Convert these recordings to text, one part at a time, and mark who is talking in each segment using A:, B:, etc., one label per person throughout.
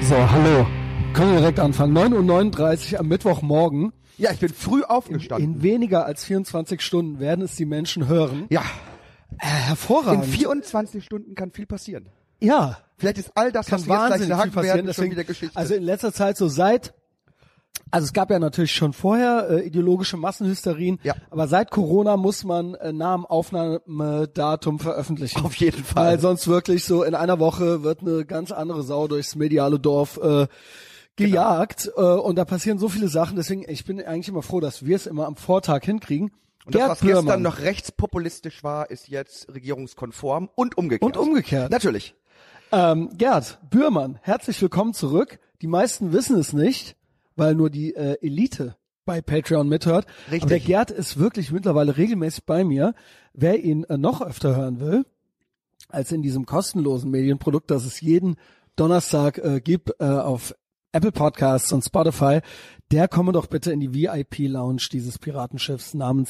A: So, hallo. Können wir direkt anfangen. 9:39 Uhr am Mittwochmorgen.
B: Ja, ich bin früh aufgestanden.
A: In weniger als 24 Stunden werden es die Menschen hören.
B: Ja.
A: Hervorragend.
B: In 24 Stunden kann viel passieren.
A: Ja.
B: Vielleicht ist all das,
A: Kann
B: was wir jetzt
A: wahnsinnig
B: gleich
A: viel
B: sagen
A: passieren.
B: werden, schon wieder Geschichte.
A: Also in letzter Zeit so also es gab ja natürlich schon vorher ideologische Massenhysterien,
B: ja.
A: Aber seit Corona muss man nach dem Aufnahmedatum veröffentlichen.
B: Auf jeden Fall.
A: Weil sonst wirklich so in einer Woche wird eine ganz andere Sau durchs mediale Dorf gejagt. Und da passieren so viele Sachen. Deswegen, ich bin eigentlich immer froh, dass wir es immer am Vortag hinkriegen.
B: Und das, was gestern noch rechtspopulistisch war, ist jetzt regierungskonform und umgekehrt. Natürlich.
A: Gerd Bührmann, herzlich willkommen zurück. Die meisten wissen es nicht, weil nur die Elite bei Patreon mithört.
B: Richtig.
A: Aber der Gerd ist wirklich mittlerweile regelmäßig bei mir. Wer ihn noch öfter hören will, als in diesem kostenlosen Medienprodukt, das es jeden Donnerstag gibt auf Apple Podcasts und Spotify, der komme doch bitte in die VIP-Lounge dieses Piratenschiffs namens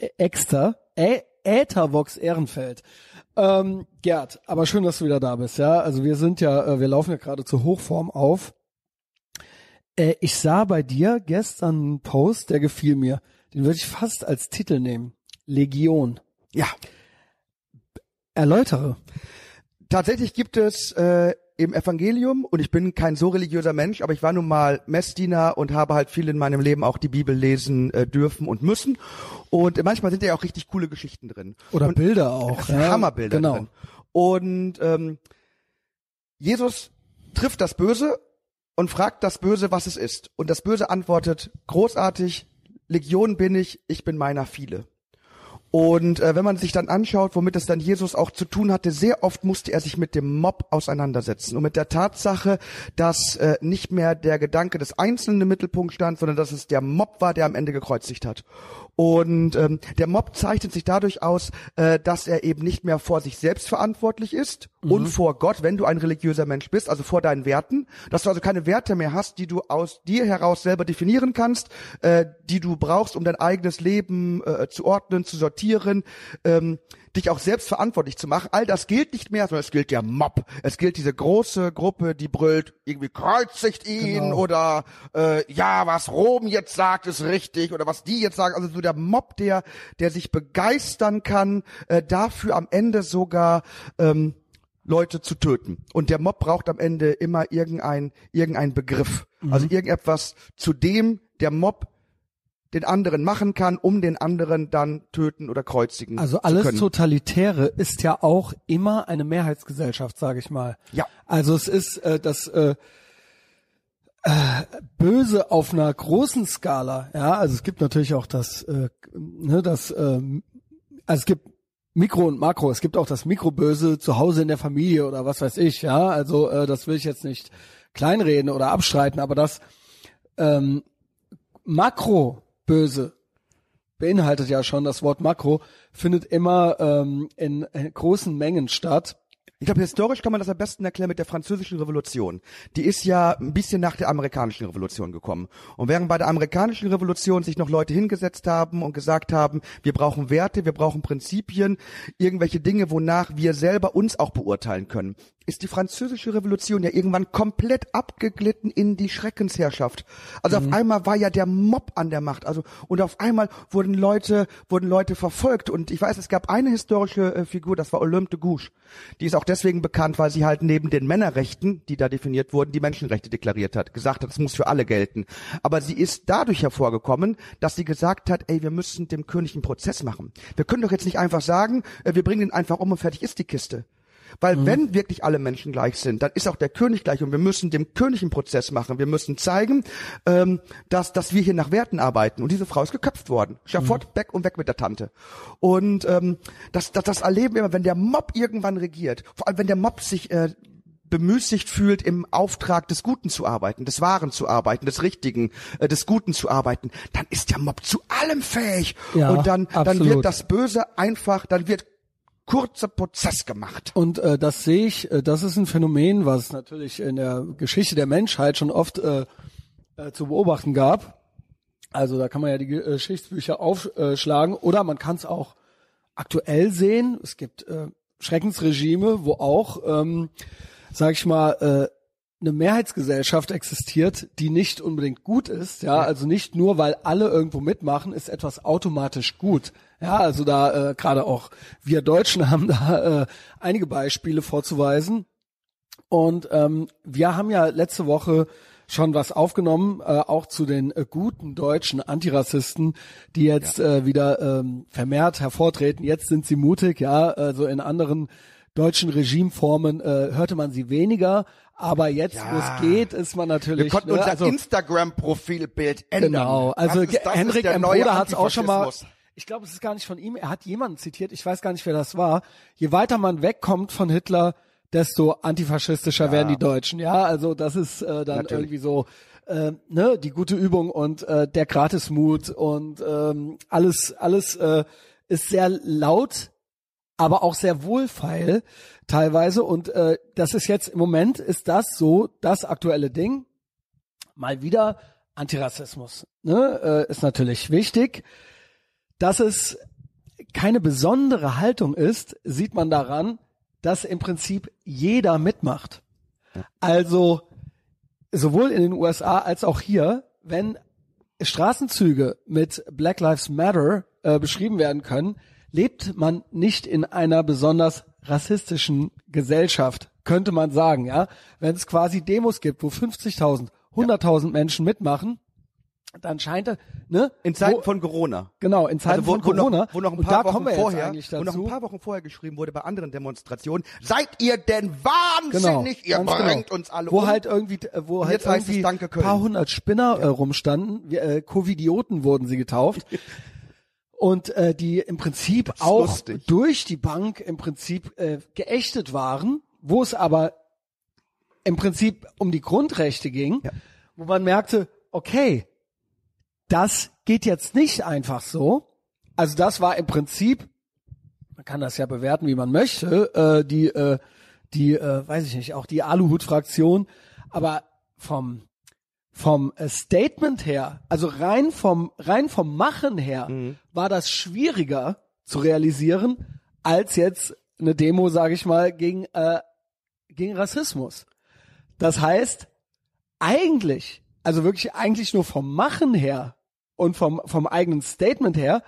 A: Äthervox Ehrenfeld. Gerd, aber schön, dass du wieder da bist, ja. Also wir laufen ja gerade zur Hochform auf. Ich sah bei dir gestern einen Post, der gefiel mir. Den würde ich fast als Titel nehmen. Legion.
B: Ja.
A: Erläutere.
B: Tatsächlich gibt es im Evangelium, und ich bin kein so religiöser Mensch, aber ich war nun mal Messdiener und habe halt viel in meinem Leben auch die Bibel lesen dürfen und müssen. Und manchmal sind ja auch richtig coole Geschichten drin.
A: Oder
B: und
A: Bilder auch.
B: Ja, Hammerbilder drin. Und Jesus trifft das Böse und fragt das Böse, was es ist. Und das Böse antwortet, großartig, Legion bin ich bin meiner viele. Und wenn man sich dann anschaut, womit es dann Jesus auch zu tun hatte, sehr oft musste er sich mit dem Mob auseinandersetzen und mit der Tatsache, dass nicht mehr der Gedanke des Einzelnen im Mittelpunkt stand, sondern dass es der Mob war, der am Ende gekreuzigt hat. Und der Mob zeichnet sich dadurch aus, dass er eben nicht mehr vor sich selbst verantwortlich ist und vor Gott, wenn du ein religiöser Mensch bist, also vor deinen Werten, dass du also keine Werte mehr hast, die du aus dir heraus selber definieren kannst, die du brauchst, um dein eigenes Leben zu ordnen, zu sortieren, dich auch selbst verantwortlich zu machen. All das gilt nicht mehr, sondern es gilt der Mob. Es gilt diese große Gruppe, die brüllt, irgendwie kreuzigt ihn oder was Rom jetzt sagt, ist richtig oder was die jetzt sagen. Also so der Mob, der sich begeistern kann, dafür am Ende sogar Leute zu töten. Und der Mob braucht am Ende immer irgendein Begriff. Also irgendetwas, zu dem der Mob den anderen machen kann, um den anderen dann töten oder kreuzigen zu können.
A: Also alles Totalitäre ist ja auch immer eine Mehrheitsgesellschaft, sage ich mal.
B: Ja.
A: Also es ist das Böse auf einer großen Skala. Ja, also es gibt natürlich auch also es gibt Mikro und Makro. Es gibt auch das Mikroböse zu Hause in der Familie oder was weiß ich. Ja, also das will ich jetzt nicht kleinreden oder abstreiten, aber das Makroböse beinhaltet ja schon, das Wort Makro findet immer in großen Mengen statt.
B: Ich glaube, historisch kann man das am besten erklären mit der Französischen Revolution. Die ist ja ein bisschen nach der amerikanischen Revolution gekommen. Und während bei der amerikanischen Revolution sich noch Leute hingesetzt haben und gesagt haben, wir brauchen Werte, wir brauchen Prinzipien, irgendwelche Dinge, wonach wir selber uns auch beurteilen können, ist die Französische Revolution ja irgendwann komplett abgeglitten in die Schreckensherrschaft. Also auf einmal war ja der Mob an der Macht. Also und auf einmal wurden Leute verfolgt. Und ich weiß, es gab eine historische Figur, das war Olympe de Gouges. Die ist auch deswegen bekannt, weil sie halt neben den Männerrechten, die da definiert wurden, die Menschenrechte deklariert hat, gesagt hat, es muss für alle gelten. Aber sie ist dadurch hervorgekommen, dass sie gesagt hat, wir müssen dem König einen Prozess machen. Wir können doch jetzt nicht einfach sagen, wir bringen ihn einfach um und fertig ist die Kiste. Weil wenn wirklich alle Menschen gleich sind, dann ist auch der König gleich und wir müssen dem König einen Prozess machen. Wir müssen zeigen, dass wir hier nach Werten arbeiten. Und diese Frau ist geköpft worden. Schafott, weg mit der Tante. Und das erleben wir immer, wenn der Mob irgendwann regiert. Vor allem, wenn der Mob sich bemüßigt fühlt, im Auftrag des Guten zu arbeiten, des Wahren zu arbeiten, des Richtigen, des Guten zu arbeiten, dann ist der Mob zu allem fähig.
A: Ja,
B: und dann
A: absolut.
B: wird das Böse dann wird kurzer Prozess gemacht.
A: Und das sehe ich, das ist ein Phänomen, was es natürlich in der Geschichte der Menschheit schon oft zu beobachten gab. Also da kann man ja die Geschichtsbücher aufschlagen oder man kann es auch aktuell sehen. Es gibt Schreckensregime, wo auch, sag ich mal, eine Mehrheitsgesellschaft existiert, die nicht unbedingt gut ist, ja, also nicht nur, weil alle irgendwo mitmachen, ist etwas automatisch gut. Ja, also da gerade auch wir Deutschen haben da einige Beispiele vorzuweisen. Und wir haben ja letzte Woche schon was aufgenommen, auch zu den guten deutschen Antirassisten, die jetzt wieder vermehrt hervortreten. Jetzt sind sie mutig, ja, also in anderen deutschen Regimeformen hörte man sie weniger, aber jetzt, wo es geht, ist man natürlich...
B: Wir konnten unser Instagram-Profilbild ändern.
A: Genau, also Henrik M. Broder hat es auch schon mal...
B: Antifaschismus.
A: Ich glaube, es ist gar nicht von ihm, er hat jemanden zitiert, ich weiß gar nicht, wer das war. Je weiter man wegkommt von Hitler, desto antifaschistischer werden die Deutschen. Ja, also das ist dann
B: Natürlich.
A: irgendwie so die gute Übung und der Gratismut und alles ist sehr laut, aber auch sehr wohlfeil teilweise. Und das ist jetzt im Moment, ist das so das aktuelle Ding. Mal wieder Antirassismus. Ne? Ist natürlich wichtig. Dass es keine besondere Haltung ist, sieht man daran, dass im Prinzip jeder mitmacht. Also sowohl in den USA als auch hier, wenn Straßenzüge mit Black Lives Matter beschrieben werden können, lebt man nicht in einer besonders rassistischen Gesellschaft, könnte man sagen, ja. Wenn es quasi Demos gibt, wo 50.000, 100.000 Menschen mitmachen, dann scheint er, ne?
B: In Zeiten von Corona.
A: Genau, in Zeiten von Corona.
B: Wo noch ein
A: und
B: paar
A: da
B: Wochen
A: kommen wir
B: vorher,
A: jetzt eigentlich dazu.
B: wo noch ein paar Wochen vorher geschrieben wurde bei anderen Demonstrationen, seid ihr denn wahnsinnig? Ihr bringt uns alle
A: wo
B: um.
A: halt irgendwie, wo halt
B: jetzt heißt es
A: irgendwie
B: Danke,
A: ein
B: Köln.
A: paar hundert Spinner rumstanden. Covidioten wurden sie getauft. Und die im Prinzip auch
B: lustig.
A: durch die Bank im Prinzip geächtet waren, wo es aber im Prinzip um die Grundrechte ging, wo man merkte, okay, das geht jetzt nicht einfach so. Also das war im Prinzip, man kann das ja bewerten, wie man möchte, die weiß ich nicht, auch die Aluhut-Fraktion, aber vom Statement her, also rein vom Machen her, war das schwieriger zu realisieren als jetzt eine Demo, sage ich mal, gegen Rassismus. Das heißt, eigentlich, also wirklich eigentlich nur vom Machen her und vom eigenen Statement her,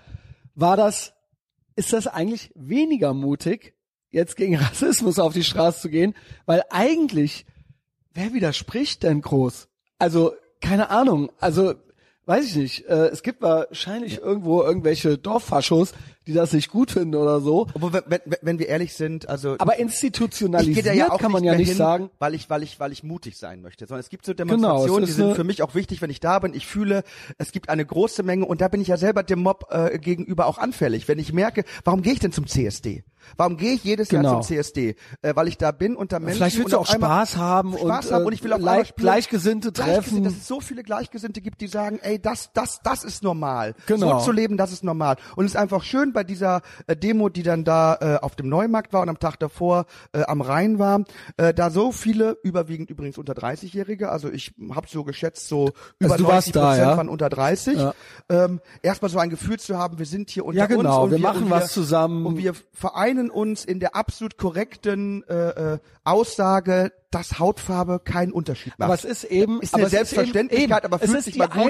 A: ist das eigentlich weniger mutig, jetzt gegen Rassismus auf die Straße zu gehen, weil eigentlich, wer widerspricht denn groß? Also, keine Ahnung, also, weiß ich nicht, es gibt wahrscheinlich irgendwo irgendwelche Dorffaschos, die das nicht gut finden oder so.
B: Aber wenn wir ehrlich sind, also
A: Aber
B: ich
A: institutionalisiert
B: gehe da ja auch
A: kann man
B: nicht
A: ja
B: mehr
A: nicht
B: hin,
A: sagen.
B: weil ich mutig sein möchte, sondern es gibt so Demonstrationen,
A: Genau,
B: die sind für mich auch wichtig, wenn ich da bin. Ich fühle, es gibt eine große Menge und da bin ich ja selber dem Mob gegenüber auch anfällig. Wenn ich merke, warum gehe ich denn zum CSD? Warum gehe ich jedes Jahr zum CSD? Weil ich da bin unter Menschen.
A: Vielleicht willst du auch Spaß haben
B: und ich will auch
A: Gleichgesinnte treffen.
B: Dass es so viele Gleichgesinnte gibt, die sagen, ey, das ist normal.
A: Genau.
B: So zu leben, das ist normal. Und es ist einfach schön bei dieser Demo, die dann da auf dem Neumarkt war und am Tag davor am Rhein war, da so viele, überwiegend übrigens unter 30-Jährige, also ich habe so geschätzt, so über 90% waren unter 30. Ja. Erstmal so ein Gefühl zu haben, wir sind hier unter uns.
A: Und wir machen was zusammen.
B: Und wir vereinen uns in der absolut korrekten Aussage, dass Hautfarbe keinen Unterschied macht.
A: Aber es ist eben,
B: ist eine Selbstverständlichkeit, aber fühlt sich mal gut.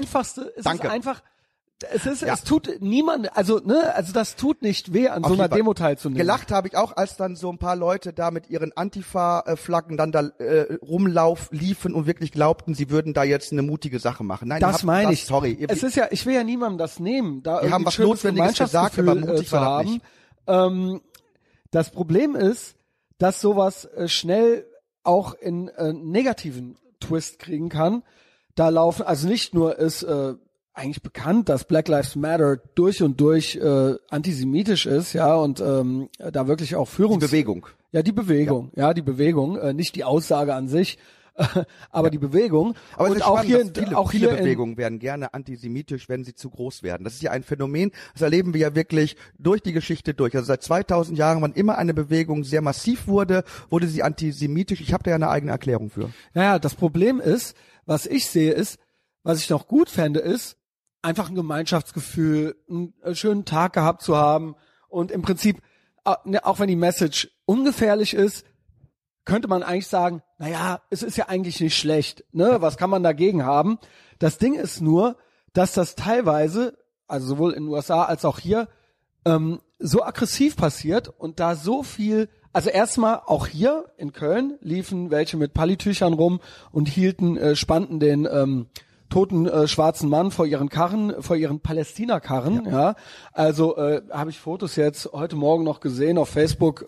A: Es tut niemand, also das tut nicht weh, an so einer Demo teilzunehmen.
B: Gelacht habe ich auch, als dann so ein paar Leute da mit ihren Antifa-Flaggen dann da liefen und wirklich glaubten, sie würden da jetzt eine mutige Sache machen. Nein,
A: das meine ich.
B: Sorry.
A: Es ist ja, ich will ja niemandem das nehmen, da
B: wir haben was Notwendiges gesagt, aber mutig
A: zu haben. Das Problem ist, dass sowas schnell auch in negativen Twist kriegen kann. Da laufen, also nicht nur ist eigentlich bekannt, dass Black Lives Matter durch und durch antisemitisch ist, ja, und da wirklich auch
B: Die Bewegung.
A: Ja, die Bewegung, nicht die Aussage an sich, aber die Bewegung.
B: Aber
A: und
B: es ist
A: auch
B: spannend,
A: hier,
B: viele Bewegungen werden gerne antisemitisch, wenn sie zu groß werden. Das ist ja ein Phänomen, das erleben wir ja wirklich durch die Geschichte durch. Also seit 2000 Jahren, wann immer eine Bewegung sehr massiv wurde sie antisemitisch. Ich habe da ja eine eigene Erklärung für.
A: Naja, das Problem ist, was ich sehe ist, was ich noch gut fände, ist, einfach ein Gemeinschaftsgefühl, einen schönen Tag gehabt zu haben und im Prinzip, auch wenn die Message ungefährlich ist, könnte man eigentlich sagen, naja, es ist ja eigentlich nicht schlecht, ne? Was kann man dagegen haben? Das Ding ist nur, dass das teilweise, also sowohl in den USA als auch hier, so aggressiv passiert und da so viel, also erstmal auch hier in Köln liefen welche mit Pallitüchern rum und spannten den toten schwarzen Mann vor ihren Karren, vor ihren Palästina-Karren, ja. Also habe ich Fotos jetzt heute Morgen noch gesehen auf Facebook.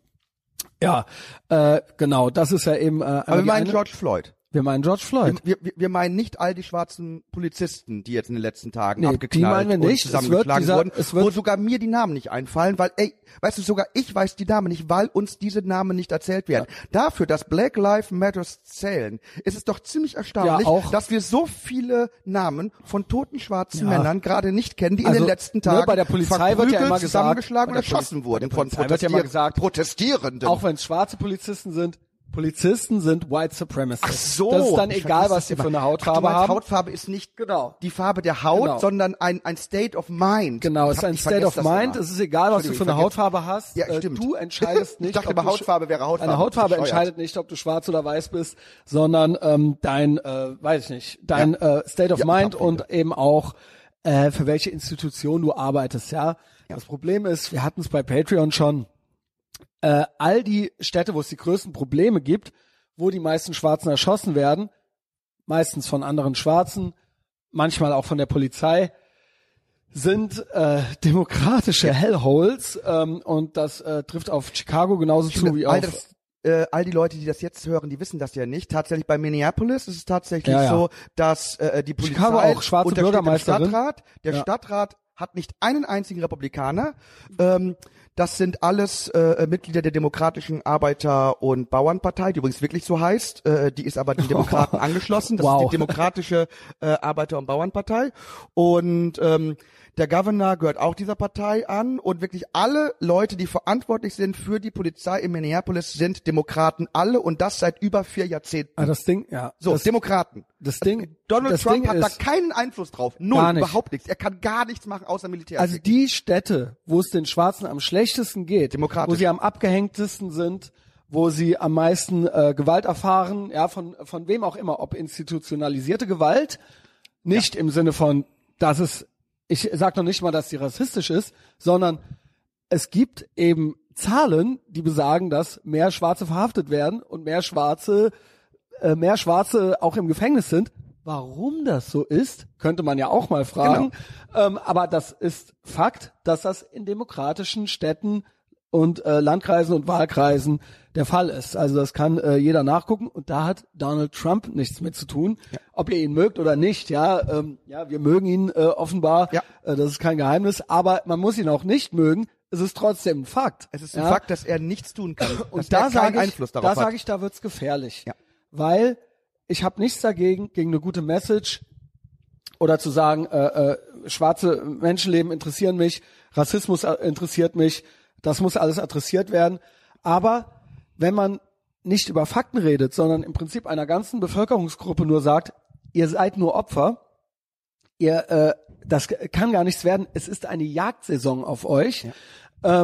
A: Genau, das ist ja eben.
B: Aber wir meinen George Floyd.
A: Wir meinen George Floyd.
B: Wir meinen nicht all die schwarzen Polizisten, die jetzt in den letzten Tagen abgeknallt
A: die meinen wir nicht.
B: und zusammengeschlagen wurden, wo sogar mir die Namen nicht einfallen, weil, weißt du, sogar ich weiß die Namen nicht, weil uns diese Namen nicht erzählt werden. Ja. Dafür, dass Black Lives Matters zählen, ist es doch ziemlich erstaunlich, dass wir so viele Namen von toten schwarzen Männern gerade nicht kennen, die in den letzten Tagen
A: bei der Polizei wird ja immer gesagt,
B: zusammengeschlagen und erschossen wurden von Protestierenden.
A: Auch wenn es schwarze Polizisten sind White Supremacists.
B: Ach so.
A: Das ist dann egal, was sie für eine Hautfarbe haben.
B: Hautfarbe ist nicht die Farbe der Haut, sondern ein State of Mind.
A: Genau, es ist ein State of Mind. Es ist egal, was du für eine Hautfarbe hast.
B: Ja, stimmt.
A: Du entscheidest nicht.
B: Ich dachte immer, Hautfarbe wäre Hautfarbe.
A: Eine Hautfarbe entscheidet nicht, ob du schwarz oder weiß bist, sondern dein State of Mind und eben auch für welche Institution du arbeitest. Ja. Das Problem ist, wir hatten es bei Patreon schon. All die Städte, wo es die größten Probleme gibt, wo die meisten Schwarzen erschossen werden, meistens von anderen Schwarzen, manchmal auch von der Polizei, sind demokratische Hellholes und das trifft auf Chicago genauso zu wie auf...
B: All die Leute, die das jetzt hören, die wissen das ja nicht. Tatsächlich bei Minneapolis ist es tatsächlich so, dass die Polizei
A: Chicago auch schwarze Bürgermeisterin.
B: Der Stadtrat hat nicht einen einzigen Republikaner. Das sind alles Mitglieder der Demokratischen Arbeiter- und Bauernpartei, die übrigens wirklich so heißt. Die ist aber den Demokraten angeschlossen. Das ist die Demokratische Arbeiter- und Bauernpartei. Und der Governor gehört auch dieser Partei an. Und wirklich alle Leute, die verantwortlich sind für die Polizei in Minneapolis, sind Demokraten. Alle. Und das seit über 4 Jahrzehnten.
A: Das Ding,
B: Demokraten. Donald Trump hat da keinen Einfluss drauf. Null, überhaupt nichts. Er kann gar nichts machen, außer Militär.
A: Also die Städte, wo es den Schwarzen am schlechtesten geht, wo sie am abgehängtesten sind, wo sie am meisten Gewalt erfahren, ja, von wem auch immer, ob institutionalisierte Gewalt, nicht im Sinne von, ich sag noch nicht mal, dass sie rassistisch ist, sondern es gibt eben Zahlen, die besagen, dass mehr Schwarze verhaftet werden und mehr Schwarze auch im Gefängnis sind. Warum das so ist, könnte man ja auch mal fragen. Genau. Aber das ist Fakt, dass das in demokratischen Städten und Landkreisen und Wahlkreisen der Fall ist. Also das kann jeder nachgucken und da hat Donald Trump nichts mit zu tun. Ja. Ob ihr ihn mögt oder nicht, wir mögen ihn offenbar, das ist kein Geheimnis, aber man muss ihn auch nicht mögen. Es ist trotzdem ein Fakt.
B: Es ist ein Fakt, dass er nichts tun kann.
A: Und da sage ich, da wird's gefährlich. Ja. Weil ich habe nichts gegen eine gute Message oder zu sagen, schwarze Menschenleben interessieren mich, Rassismus interessiert mich, das muss alles adressiert werden. Aber wenn man nicht über Fakten redet, sondern im Prinzip einer ganzen Bevölkerungsgruppe nur sagt, ihr seid nur Opfer, das kann gar nichts werden, es ist eine Jagdsaison auf euch. Ja.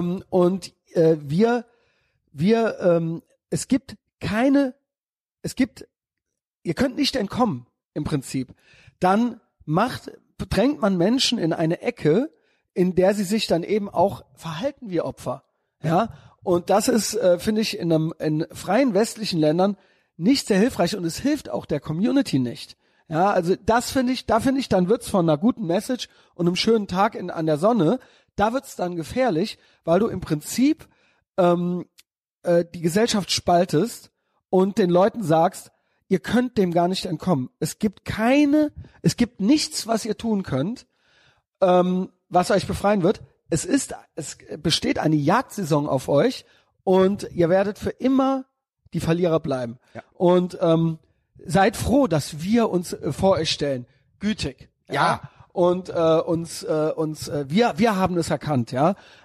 A: Ihr könnt nicht entkommen, im Prinzip. Dann drängt man Menschen in eine Ecke, in der sie sich dann eben auch verhalten wie Opfer. Ja. Und das ist, finde ich, in freien westlichen Ländern nicht sehr hilfreich und es hilft auch der Community nicht. Ja, also da finde ich, dann wird's von einer guten Message und einem schönen Tag an der Sonne, da wird's dann gefährlich, weil du im Prinzip die Gesellschaft spaltest und den Leuten sagst, ihr könnt dem gar nicht entkommen. Es gibt nichts, was ihr tun könnt, was euch befreien wird. Es besteht eine Jagdsaison auf euch und ihr werdet für immer die Verlierer bleiben. Ja. Und seid froh, dass wir uns vor euch stellen, gütig. Ja. Und wir haben es erkannt, ja.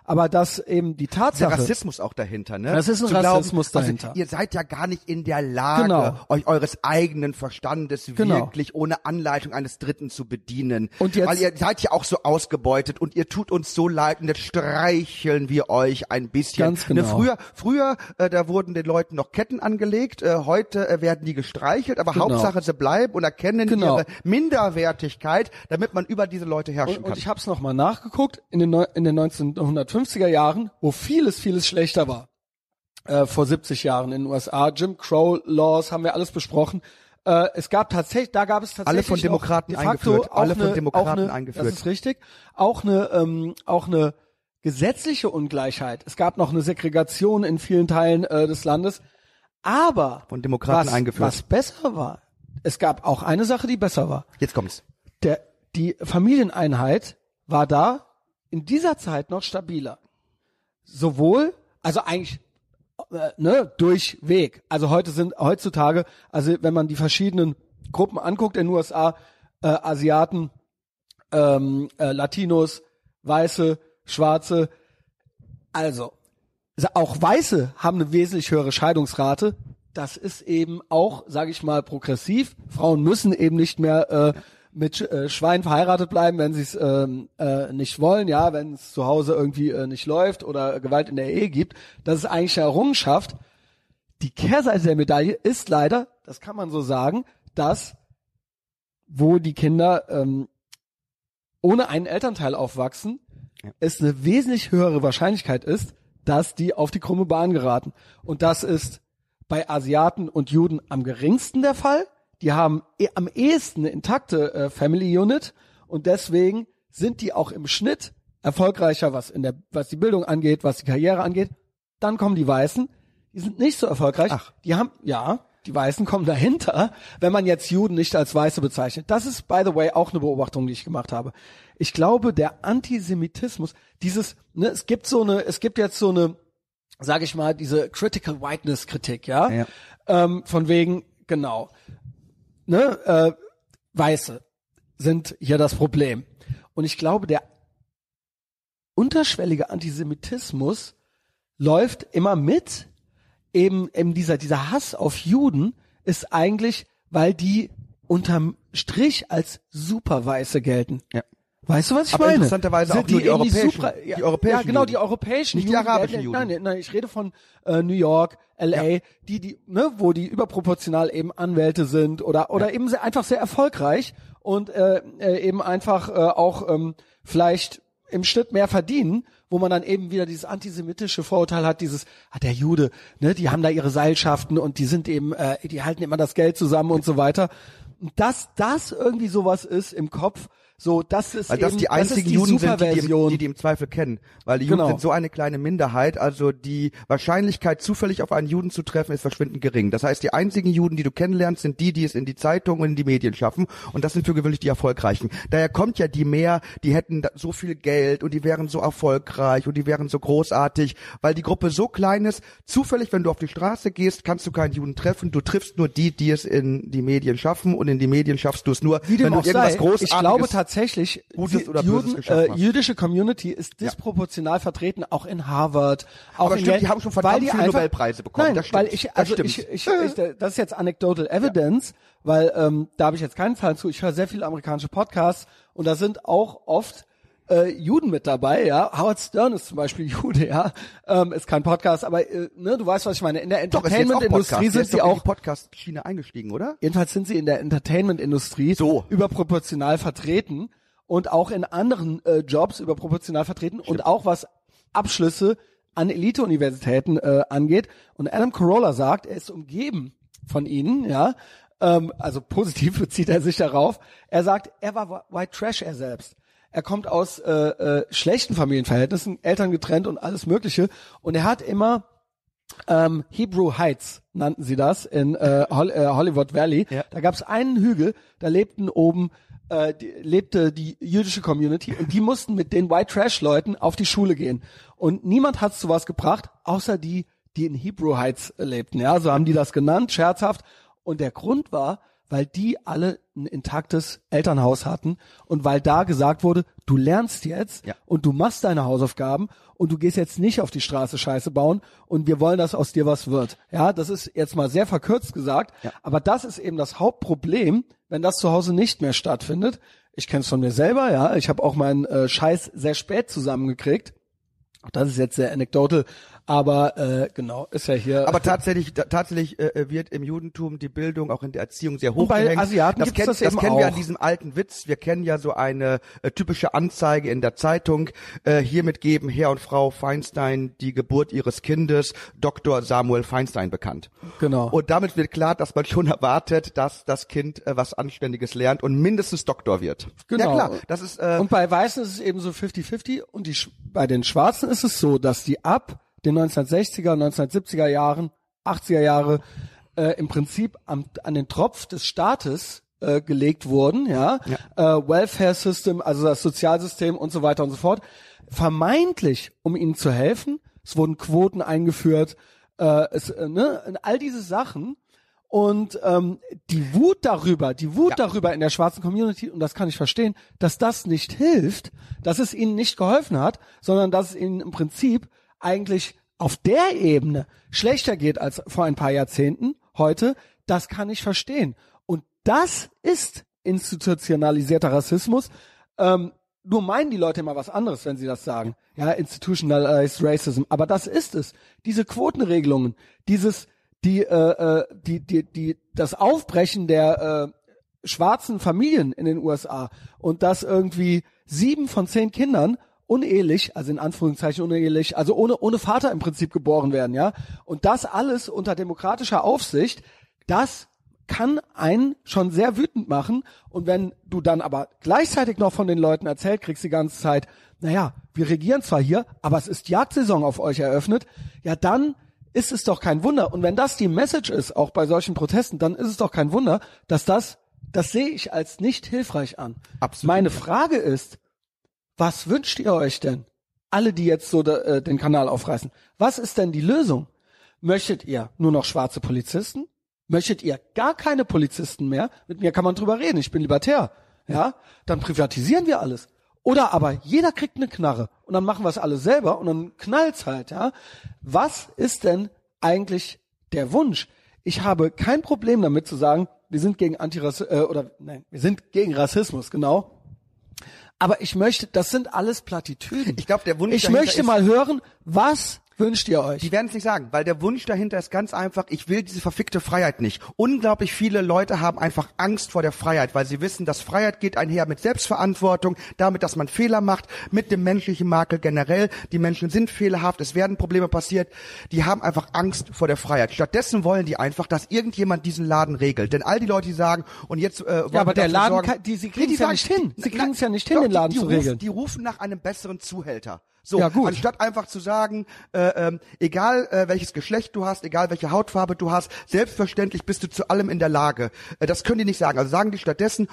A: aber dass eben die
B: Der
A: Tatsache,
B: Rassismus auch dahinter, ne?
A: Das ist ein
B: Zu glauben,
A: Rassismus dahinter.
B: Also, ihr seid ja gar nicht in der Lage,
A: Genau.
B: euch eures eigenen Verstandes wirklich ohne Anleitung eines Dritten zu bedienen.
A: Und jetzt-
B: Weil ihr seid ja auch so ausgebeutet und ihr tut uns so leid und jetzt streicheln wir euch ein bisschen.
A: Ganz genau.
B: Ne, früher, da wurden den Leuten noch Ketten angelegt, heute werden die gestreichelt, aber
A: Genau.
B: Hauptsache sie bleiben und erkennen ihre Minderwertigkeit, damit man über diese Leute herrschen kann.
A: und ich habe es nochmal nachgeguckt, in den 1950er Jahren, wo vieles schlechter war, vor 70 Jahren in den USA, Jim Crow Laws, haben wir alles besprochen. Da gab es tatsächlich
B: Alle von Demokraten
A: auch de facto
B: eingeführt. Alle
A: auch
B: von
A: eine-
B: Demokraten
A: auch eine,
B: eingeführt.
A: Das ist richtig. Auch eine gesetzliche Ungleichheit. Es gab noch eine Segregation in vielen Teilen des Landes. Aber
B: Von Demokraten eingeführt.
A: was besser war, es gab auch eine Sache, die besser war.
B: Jetzt kommt's.
A: Die Familieneinheit war da in dieser Zeit noch stabiler. Sowohl, also eigentlich durchweg. Also heutzutage, also wenn man die verschiedenen Gruppen anguckt in den USA, Asiaten, Latinos, Weiße, Schwarze, also auch Weiße haben eine wesentlich höhere Scheidungsrate. Das ist eben auch, sage ich mal, progressiv. Frauen müssen eben nicht mehr mit Schweinen verheiratet bleiben, wenn sie es nicht wollen, ja, wenn es zu Hause irgendwie nicht läuft oder Gewalt in der Ehe gibt. Das ist eigentlich eine Errungenschaft. Die Kehrseite der Medaille ist leider, das kann man so sagen, dass wo die Kinder ohne einen Elternteil aufwachsen, es eine wesentlich höhere Wahrscheinlichkeit ist, dass die auf die krumme Bahn geraten. Und das ist bei Asiaten und Juden am geringsten der Fall. Die haben am ehesten eine intakte Family Unit und deswegen sind die auch im Schnitt erfolgreicher, was die Bildung angeht, was die Karriere angeht. Dann kommen die Weißen, die sind nicht so erfolgreich.
B: Ach.
A: Die Weißen kommen dahinter, wenn man jetzt Juden nicht als Weiße bezeichnet. Das ist, by the way, auch eine Beobachtung, die ich gemacht habe. Ich glaube, der Antisemitismus, es gibt jetzt so eine, sage ich mal, diese Critical Whiteness Kritik, ja? Von wegen, genau, Weiße sind hier das Problem. Und ich glaube, der unterschwellige Antisemitismus läuft immer mit. Eben dieser Hass auf Juden ist eigentlich, weil die unterm Strich als Superweiße gelten.
B: Ja.
A: Weißt du, was ich
B: Aber
A: meine?
B: interessanterweise
A: Sind
B: auch nur die
A: irgendwie
B: europäischen. Die europäischen
A: ja, genau,
B: Juden.
A: die europäischen
B: Nicht die
A: Juden.
B: arabischen Juden.
A: Nein, ich rede von New York, LA, wo die überproportional eben Anwälte sind oder eben einfach sehr erfolgreich und eben einfach auch vielleicht im Schnitt mehr verdienen, wo man dann eben wieder dieses antisemitische Vorurteil hat, der Jude, ne, die haben da ihre Seilschaften und die sind eben, die halten immer das Geld zusammen und so weiter. Und dass das irgendwie sowas ist im Kopf, so, das ist
B: Weil das
A: eben,
B: die einzigen
A: das ist die
B: Juden sind,
A: Superversion.
B: die im Zweifel kennen. Weil die Juden
A: Genau.
B: sind so eine kleine Minderheit, also die Wahrscheinlichkeit, zufällig auf einen Juden zu treffen, ist verschwindend gering. Das heißt, die einzigen Juden, die du kennenlernst, sind die es in die Zeitung und in die Medien schaffen. Und das sind für gewöhnlich die Erfolgreichen. Daher kommt ja die hätten so viel Geld und die wären so erfolgreich und die wären so großartig, weil die Gruppe so klein ist. Zufällig, wenn du auf die Straße gehst, kannst du keinen Juden treffen. Du triffst nur die es in die Medien schaffen und in die Medien schaffst du es nur,
A: Wie dem
B: wenn du
A: auch
B: irgendwas
A: sei,
B: Großartiges.
A: ich glaube tatsächlich,
B: Gutes
A: die
B: oder Böses geschafft hast.
A: jüdische Community ist disproportional vertreten, auch in Harvard. Auch
B: Aber
A: in
B: stimmt,
A: Yale,
B: die haben schon
A: weil
B: verdammt
A: die
B: viele
A: einfach-
B: Nobelpreise bekommen.
A: Nein,
B: Das stimmt.
A: weil
B: Das stimmt.
A: das ist jetzt anecdotal evidence, weil da habe ich jetzt keinen Zahlen zu. Ich höre sehr viele amerikanische Podcasts und da sind auch oft Juden mit dabei, ja. Howard Stern ist zum Beispiel Jude, ja. Ist kein Podcast, aber du weißt, was ich meine. In der
B: Doch, ist jetzt auch
A: Entertainment-Industrie
B: Podcast.
A: sind
B: Ist
A: sie
B: doch in
A: auch
B: die Podcast-Schiene eingestiegen, oder?
A: Jedenfalls sind sie in der Entertainment-Industrie
B: So.
A: überproportional vertreten und auch in anderen Jobs überproportional vertreten und auch was Abschlüsse an Elite-Universitäten angeht. Und Adam Carolla sagt, er ist umgeben von ihnen, ja. Also positiv bezieht er sich darauf. Er sagt, er war White Trash er selbst. Er kommt aus schlechten Familienverhältnissen, Eltern getrennt und alles Mögliche. Und er hat immer Hebrew Heights nannten sie das in Hollywood Valley.
B: Ja.
A: Da gab es einen Hügel, da lebte die jüdische Community und die mussten mit den White Trash Leuten auf die Schule gehen. Und niemand hat zu was gebracht, außer die in Hebrew Heights lebten. Ja, so haben die das genannt, scherzhaft. Und der Grund war, weil die alle ein intaktes Elternhaus hatten und weil da gesagt wurde, du lernst jetzt und du machst deine Hausaufgaben und du gehst jetzt nicht auf die Straße Scheiße bauen und wir wollen, dass aus dir was wird. Ja, das ist jetzt mal sehr verkürzt gesagt, aber das ist eben das Hauptproblem, wenn das zu Hause nicht mehr stattfindet. Ich kenne es von mir selber, ja, ich habe auch meinen Scheiß sehr spät zusammengekriegt. Auch das ist jetzt sehr anecdotal, aber genau, ist ja hier.
B: Aber tatsächlich wird im Judentum die Bildung auch in der Erziehung sehr hoch
A: und bei
B: gehängt.
A: Asiaten
B: das
A: gibt's das eben
B: kennen wir
A: auch.
B: an diesem alten Witz. Wir kennen ja so eine typische Anzeige in der Zeitung. Hiermit geben Herr und Frau Feinstein die Geburt ihres Kindes Dr. Samuel Feinstein bekannt.
A: Genau.
B: Und damit wird klar, dass man schon erwartet, dass das Kind was Anständiges lernt und mindestens Doktor wird.
A: Genau.
B: Ja klar, das ist
A: und bei Weißen ist es eben so 50-50 und bei den Schwarzen ist es so, dass die ab den 1960er, 1970er Jahren, 80er Jahre im Prinzip an den Tropf des Staates gelegt wurden, Welfare System, also das Sozialsystem und so weiter und so fort, vermeintlich, um ihnen zu helfen. Es wurden Quoten eingeführt, all diese Sachen. Und die Wut darüber in der schwarzen Community, und das kann ich verstehen, dass das nicht hilft, dass es ihnen nicht geholfen hat, sondern dass es ihnen im Prinzip eigentlich auf der Ebene schlechter geht als vor ein paar Jahrzehnten heute, das kann ich verstehen. Und das ist institutionalisierter Rassismus. Nur meinen die Leute immer was anderes, wenn sie das sagen. Ja, institutionalized racism. Aber das ist es. Diese Quotenregelungen, das Aufbrechen der schwarzen Familien in den USA und dass irgendwie 7 von 10 Kindern unehelich, also in Anführungszeichen unehelich, also ohne Vater im Prinzip geboren werden, ja. Und das alles unter demokratischer Aufsicht, das kann einen schon sehr wütend machen. Und wenn du dann aber gleichzeitig noch von den Leuten erzählt kriegst die ganze Zeit, naja, wir regieren zwar hier, aber es ist Jagdsaison auf euch eröffnet, ja dann ist es doch kein Wunder. Und wenn das die Message ist, auch bei solchen Protesten, dann ist es doch kein Wunder, dass das sehe ich als nicht hilfreich an.
B: Absolut.
A: Meine Frage ist, was wünscht ihr euch denn? Alle, die jetzt so den Kanal aufreißen. Was ist denn die Lösung? Möchtet ihr nur noch schwarze Polizisten? Möchtet ihr gar keine Polizisten mehr? Mit mir kann man drüber reden. Ich bin libertär. Ja? Dann privatisieren wir alles. Oder aber jeder kriegt eine Knarre und dann machen wir es alle selber und dann knallt's halt, ja. Was ist denn eigentlich der Wunsch? Ich habe kein Problem damit zu sagen, wir sind gegen wir sind gegen Rassismus, genau. Aber das sind alles Plattitüden.
B: Ich glaube, der Wunsch
A: Ich möchte mal hören, was wünscht ihr euch?
B: Die werden es nicht sagen, weil der Wunsch dahinter ist ganz einfach, ich will diese verfickte Freiheit nicht. Unglaublich viele Leute haben einfach Angst vor der Freiheit, weil sie wissen, dass Freiheit geht einher mit Selbstverantwortung, damit, dass man Fehler macht, mit dem menschlichen Makel generell. Die Menschen sind fehlerhaft, es werden Probleme passiert. Die haben einfach Angst vor der Freiheit. Stattdessen wollen die einfach, dass irgendjemand diesen Laden regelt. Denn all die Leute, die sagen, und jetzt wollen
A: aber der Laden,
B: sorgen,
A: sie kriegen es ja nicht hin. Sie kriegen es ja nicht hin, den Laden zu regeln.
B: Die rufen nach einem besseren Zuhälter. So,
A: ja, gut.
B: Anstatt einfach zu sagen, egal welches Geschlecht du hast, egal welche Hautfarbe du hast, selbstverständlich bist du zu allem in der Lage. Das können die nicht sagen. Also sagen die stattdessen,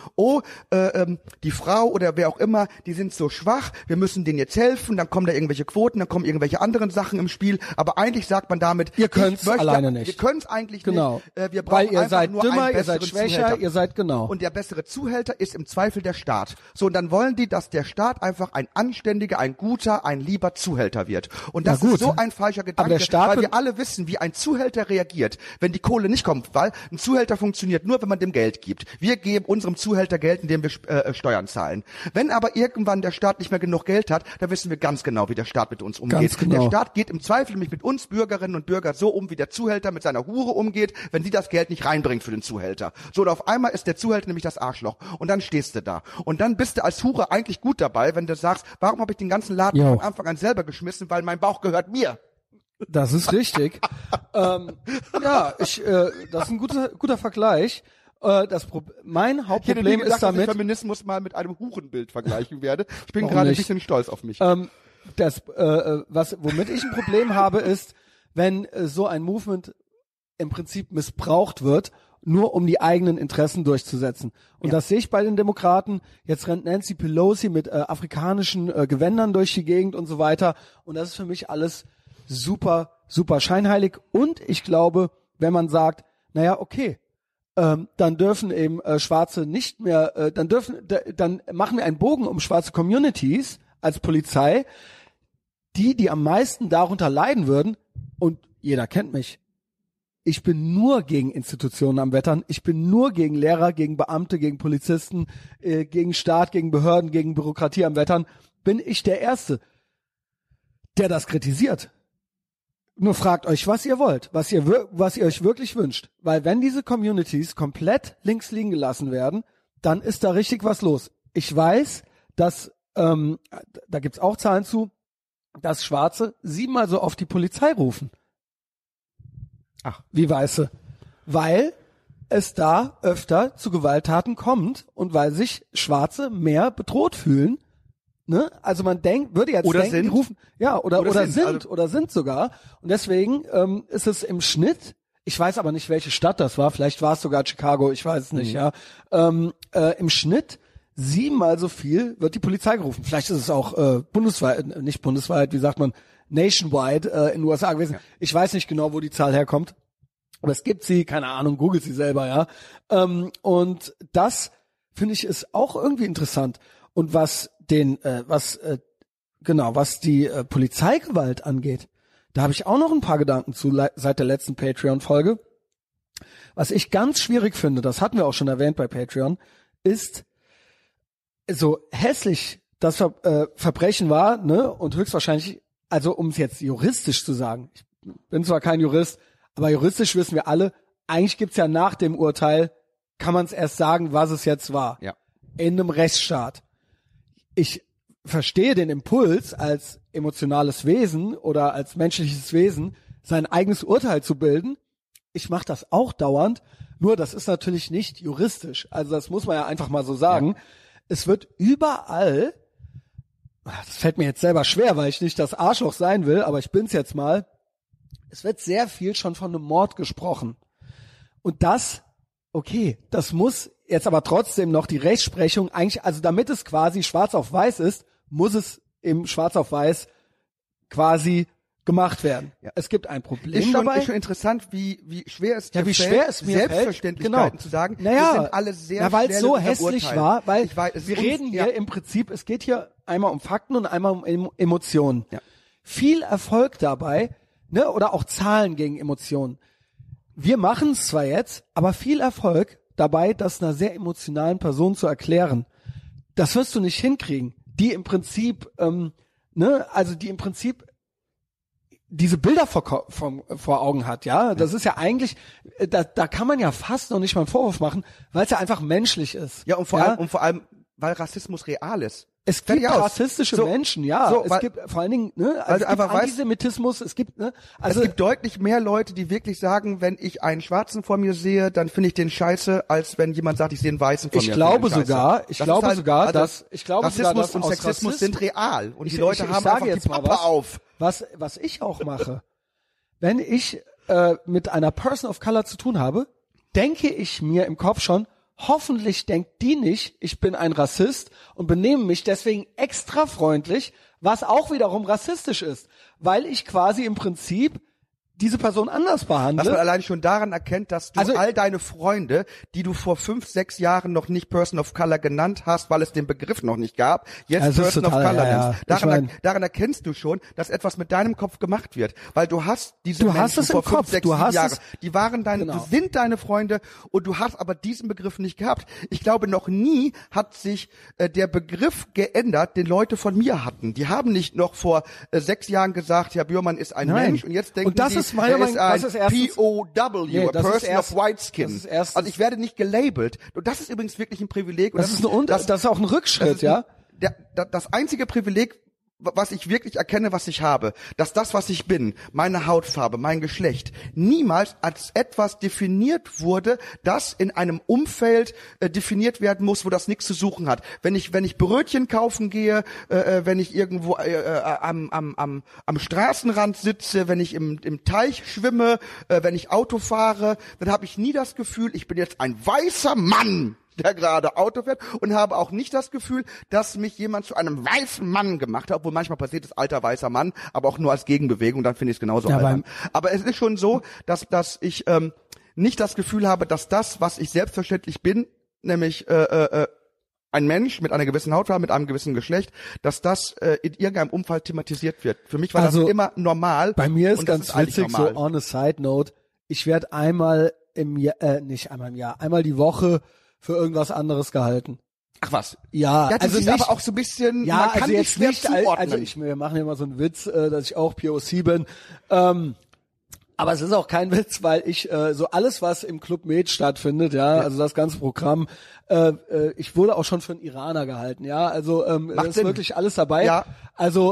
B: die Frau oder wer auch immer, die sind so schwach, wir müssen denen jetzt helfen, dann kommen da irgendwelche Quoten, dann kommen irgendwelche anderen Sachen im Spiel. Aber eigentlich sagt man damit,
A: ihr könnt es alleine nicht.
B: Wir können es eigentlich
A: genau.
B: nicht. Wir brauchen
A: weil ihr
B: einfach
A: seid
B: nur
A: dümmer,
B: einen
A: ihr seid
B: besseren
A: schwächer,
B: Zuhälter.
A: ihr seid genau.
B: Und der bessere Zuhälter ist im Zweifel der Staat. So, und dann wollen die, dass der Staat einfach ein anständiger, ein guter, ein lieber Zuhälter wird. Und das ist so ein falscher Gedanke, weil wir alle wissen, wie ein Zuhälter reagiert, wenn die Kohle nicht kommt, weil ein Zuhälter funktioniert nur, wenn man dem Geld gibt. Wir geben unserem Zuhälter Geld, indem wir Steuern zahlen. Wenn aber irgendwann der Staat nicht mehr genug Geld hat, dann wissen wir ganz genau, wie der Staat mit uns umgeht.
A: Genau.
B: Der Staat geht im Zweifel nämlich mit uns Bürgerinnen und Bürgern so um, wie der Zuhälter mit seiner Hure umgeht, wenn sie das Geld nicht reinbringt für den Zuhälter. So, und auf einmal ist der Zuhälter nämlich das Arschloch. Und dann stehst du da. Und dann bist du als Hure eigentlich gut dabei, wenn du sagst, warum habe ich den ganzen Laden von Anfang an selber geschmissen, weil mein Bauch gehört mir.
A: Das ist richtig. Das ist ein guter Vergleich. Mein Hauptproblem ist damit,
B: dass ich Feminismus mal mit einem Hurenbild vergleichen werde. Ich bin gerade ein bisschen stolz auf mich.
A: Womit ich ein Problem habe, ist, wenn so ein Movement im Prinzip missbraucht wird, nur um die eigenen Interessen durchzusetzen. Und das sehe ich bei den Demokraten. Jetzt rennt Nancy Pelosi mit afrikanischen Gewändern durch die Gegend und so weiter. Und das ist für mich alles super, super scheinheilig. Und ich glaube, wenn man sagt, naja, okay, dann dürfen eben Schwarze nicht mehr, dann machen wir einen Bogen um schwarze Communities als Polizei, die am meisten darunter leiden würden. Und jeder kennt mich. Ich bin nur gegen Institutionen am Wettern. Ich bin nur gegen Lehrer, gegen Beamte, gegen Polizisten, gegen Staat, gegen Behörden, gegen Bürokratie am Wettern. Bin ich der Erste, der das kritisiert. Nur fragt euch, was ihr wollt, was ihr euch wirklich wünscht. Weil wenn diese Communities komplett links liegen gelassen werden, dann ist da richtig was los. Ich weiß, dass, da gibt's auch Zahlen zu, dass Schwarze 7-mal so oft die Polizei rufen.
B: Ach.
A: Wie Weiße. Weil es da öfter zu Gewalttaten kommt und weil sich Schwarze mehr bedroht fühlen. Ne? Also man würde jetzt
B: oder
A: denken, die rufen, ja, oder sind sogar. Und deswegen ist es im Schnitt, ich weiß aber nicht, welche Stadt das war, vielleicht war es sogar Chicago, ich weiß es nicht, ja. Im Schnitt 7-mal so viel wird die Polizei gerufen. Vielleicht ist es auch bundesweit, nicht bundesweit, wie sagt man, nationwide in den USA gewesen. Ja. Ich weiß nicht genau, wo die Zahl herkommt. Aber es gibt sie, keine Ahnung, googelt sie selber, ja. Und das, finde ich, ist auch irgendwie interessant. Und was die Polizeigewalt angeht, da habe ich auch noch ein paar Gedanken zu seit der letzten Patreon-Folge. Was ich ganz schwierig finde, das hatten wir auch schon erwähnt bei Patreon, ist so hässlich das Verbrechen war, ne, und höchstwahrscheinlich, also um es jetzt juristisch zu sagen, ich bin zwar kein Jurist, aber juristisch wissen wir alle, eigentlich gibt's ja nach dem Urteil, kann man es erst sagen, was es jetzt war.
B: Ja.
A: In einem Rechtsstaat. Ich verstehe den Impuls als emotionales Wesen oder als menschliches Wesen, sein eigenes Urteil zu bilden. Ich mache das auch dauernd, nur das ist natürlich nicht juristisch. Also das muss man ja einfach mal so sagen. Ja. Es wird überall, das fällt mir jetzt selber schwer, weil ich nicht das Arschloch sein will, aber ich bin's jetzt mal, es wird sehr viel schon von einem Mord gesprochen. Und das, okay, das muss jetzt aber trotzdem noch die Rechtsprechung eigentlich, also damit es quasi schwarz auf weiß ist, muss es im schwarz auf weiß quasi gemacht werden. Ja. Es gibt ein Problem dabei.
B: Ist schon interessant, wie schwer es
A: mir fällt,
B: Selbstverständlichkeiten zu sagen.
A: Naja,
B: wir sind alle sehr
A: weil es so hässlich
B: Urteil.
A: war, weil wir reden hier im Prinzip, es geht hier einmal um Fakten und einmal um Emotionen. Ja. Viel Erfolg dabei, ne, oder auch Zahlen gegen Emotionen. Wir machen es zwar jetzt, aber viel Erfolg dabei, das einer sehr emotionalen Person zu erklären. Das wirst du nicht hinkriegen. Die im Prinzip, die im Prinzip diese Bilder vor Augen hat, ja. Das ist ja eigentlich, da kann man ja fast noch nicht mal einen Vorwurf machen, weil es ja einfach menschlich ist.
B: Ja, und vor allem, weil Rassismus real ist.
A: Es gibt rassistische Menschen, ja. Es gibt vor allen Dingen, ne, also es gibt Antisemitismus, es gibt
B: deutlich mehr Leute, die wirklich sagen, wenn ich einen Schwarzen vor mir sehe, dann finde ich den scheiße, als wenn jemand sagt, ich sehe einen Weißen vor mir.
A: Ich glaube sogar, dass
B: Rassismus und Sexismus sind real und die Leute haben einfach die Pappe auf.
A: Was ich auch mache, wenn ich mit einer Person of Color zu tun habe, denke ich mir im Kopf schon, hoffentlich denkt die nicht, ich bin ein Rassist und benehme mich deswegen extra freundlich, was auch wiederum rassistisch ist, weil ich quasi im Prinzip diese Person anders behandle.
B: Was man allein schon daran erkennt, dass du all deine Freunde, die du vor 5, 6 Jahren noch nicht Person of Color genannt hast, weil es den Begriff noch nicht gab, jetzt Person of Color nennst. Daran erkennst du schon, dass etwas mit deinem Kopf gemacht wird, weil du hast diese Menschen vor 5, 6, 7 Jahren, die waren sind deine Freunde und du hast aber diesen Begriff nicht gehabt. Ich glaube, noch nie hat sich der Begriff geändert, den Leute von mir hatten. Die haben nicht noch vor 6 Jahren gesagt, ja, Björmann ist ein Mensch und jetzt denken die,
A: das ist
B: POW, a person of white skin. Also ich werde nicht gelabelt. Und das ist übrigens wirklich ein Privileg. Und
A: das ist auch ein Rückschritt, ja?
B: Das einzige Privileg, was ich wirklich erkenne, was ich habe, dass das, was ich bin, meine Hautfarbe, mein Geschlecht, niemals als etwas definiert wurde, das in einem Umfeld definiert werden muss, wo das nichts zu suchen hat. Wenn ich Brötchen kaufen gehe, wenn ich irgendwo am Straßenrand sitze, wenn ich im Teich schwimme, wenn ich Auto fahre, dann habe ich nie das Gefühl, ich bin jetzt ein weißer Mann, der gerade Auto fährt, und habe auch nicht das Gefühl, dass mich jemand zu einem weißen Mann gemacht hat, obwohl manchmal passiert es alter weißer Mann, aber auch nur als Gegenbewegung, dann finde ich es genauso albern. Aber es ist schon so, dass ich nicht das Gefühl habe, dass das, was ich selbstverständlich bin, nämlich ein Mensch mit einer gewissen Hautfarbe, mit einem gewissen Geschlecht, dass das in irgendeinem Umfeld thematisiert wird. Für mich war das immer normal.
A: Bei mir ist
B: und
A: ganz witzig, so
B: normal.
A: on a side note, ich werde einmal nicht einmal im Jahr, einmal die Woche für irgendwas anderes gehalten.
B: Ach was.
A: Ja,
B: das
A: also
B: ist
A: nicht,
B: aber auch so ein bisschen,
A: ja,
B: man kann
A: also
B: dich
A: jetzt
B: schwer
A: nicht,
B: zuordnen.
A: wir machen ja immer so einen Witz, dass ich auch POC bin. Aber es ist auch kein Witz, weil ich so alles, was im Club Med stattfindet, ja, also das ganze Programm, ich wurde auch schon für einen Iraner gehalten, ja, also da ist
B: Sinn.
A: wirklich alles dabei.
B: Ja.
A: Also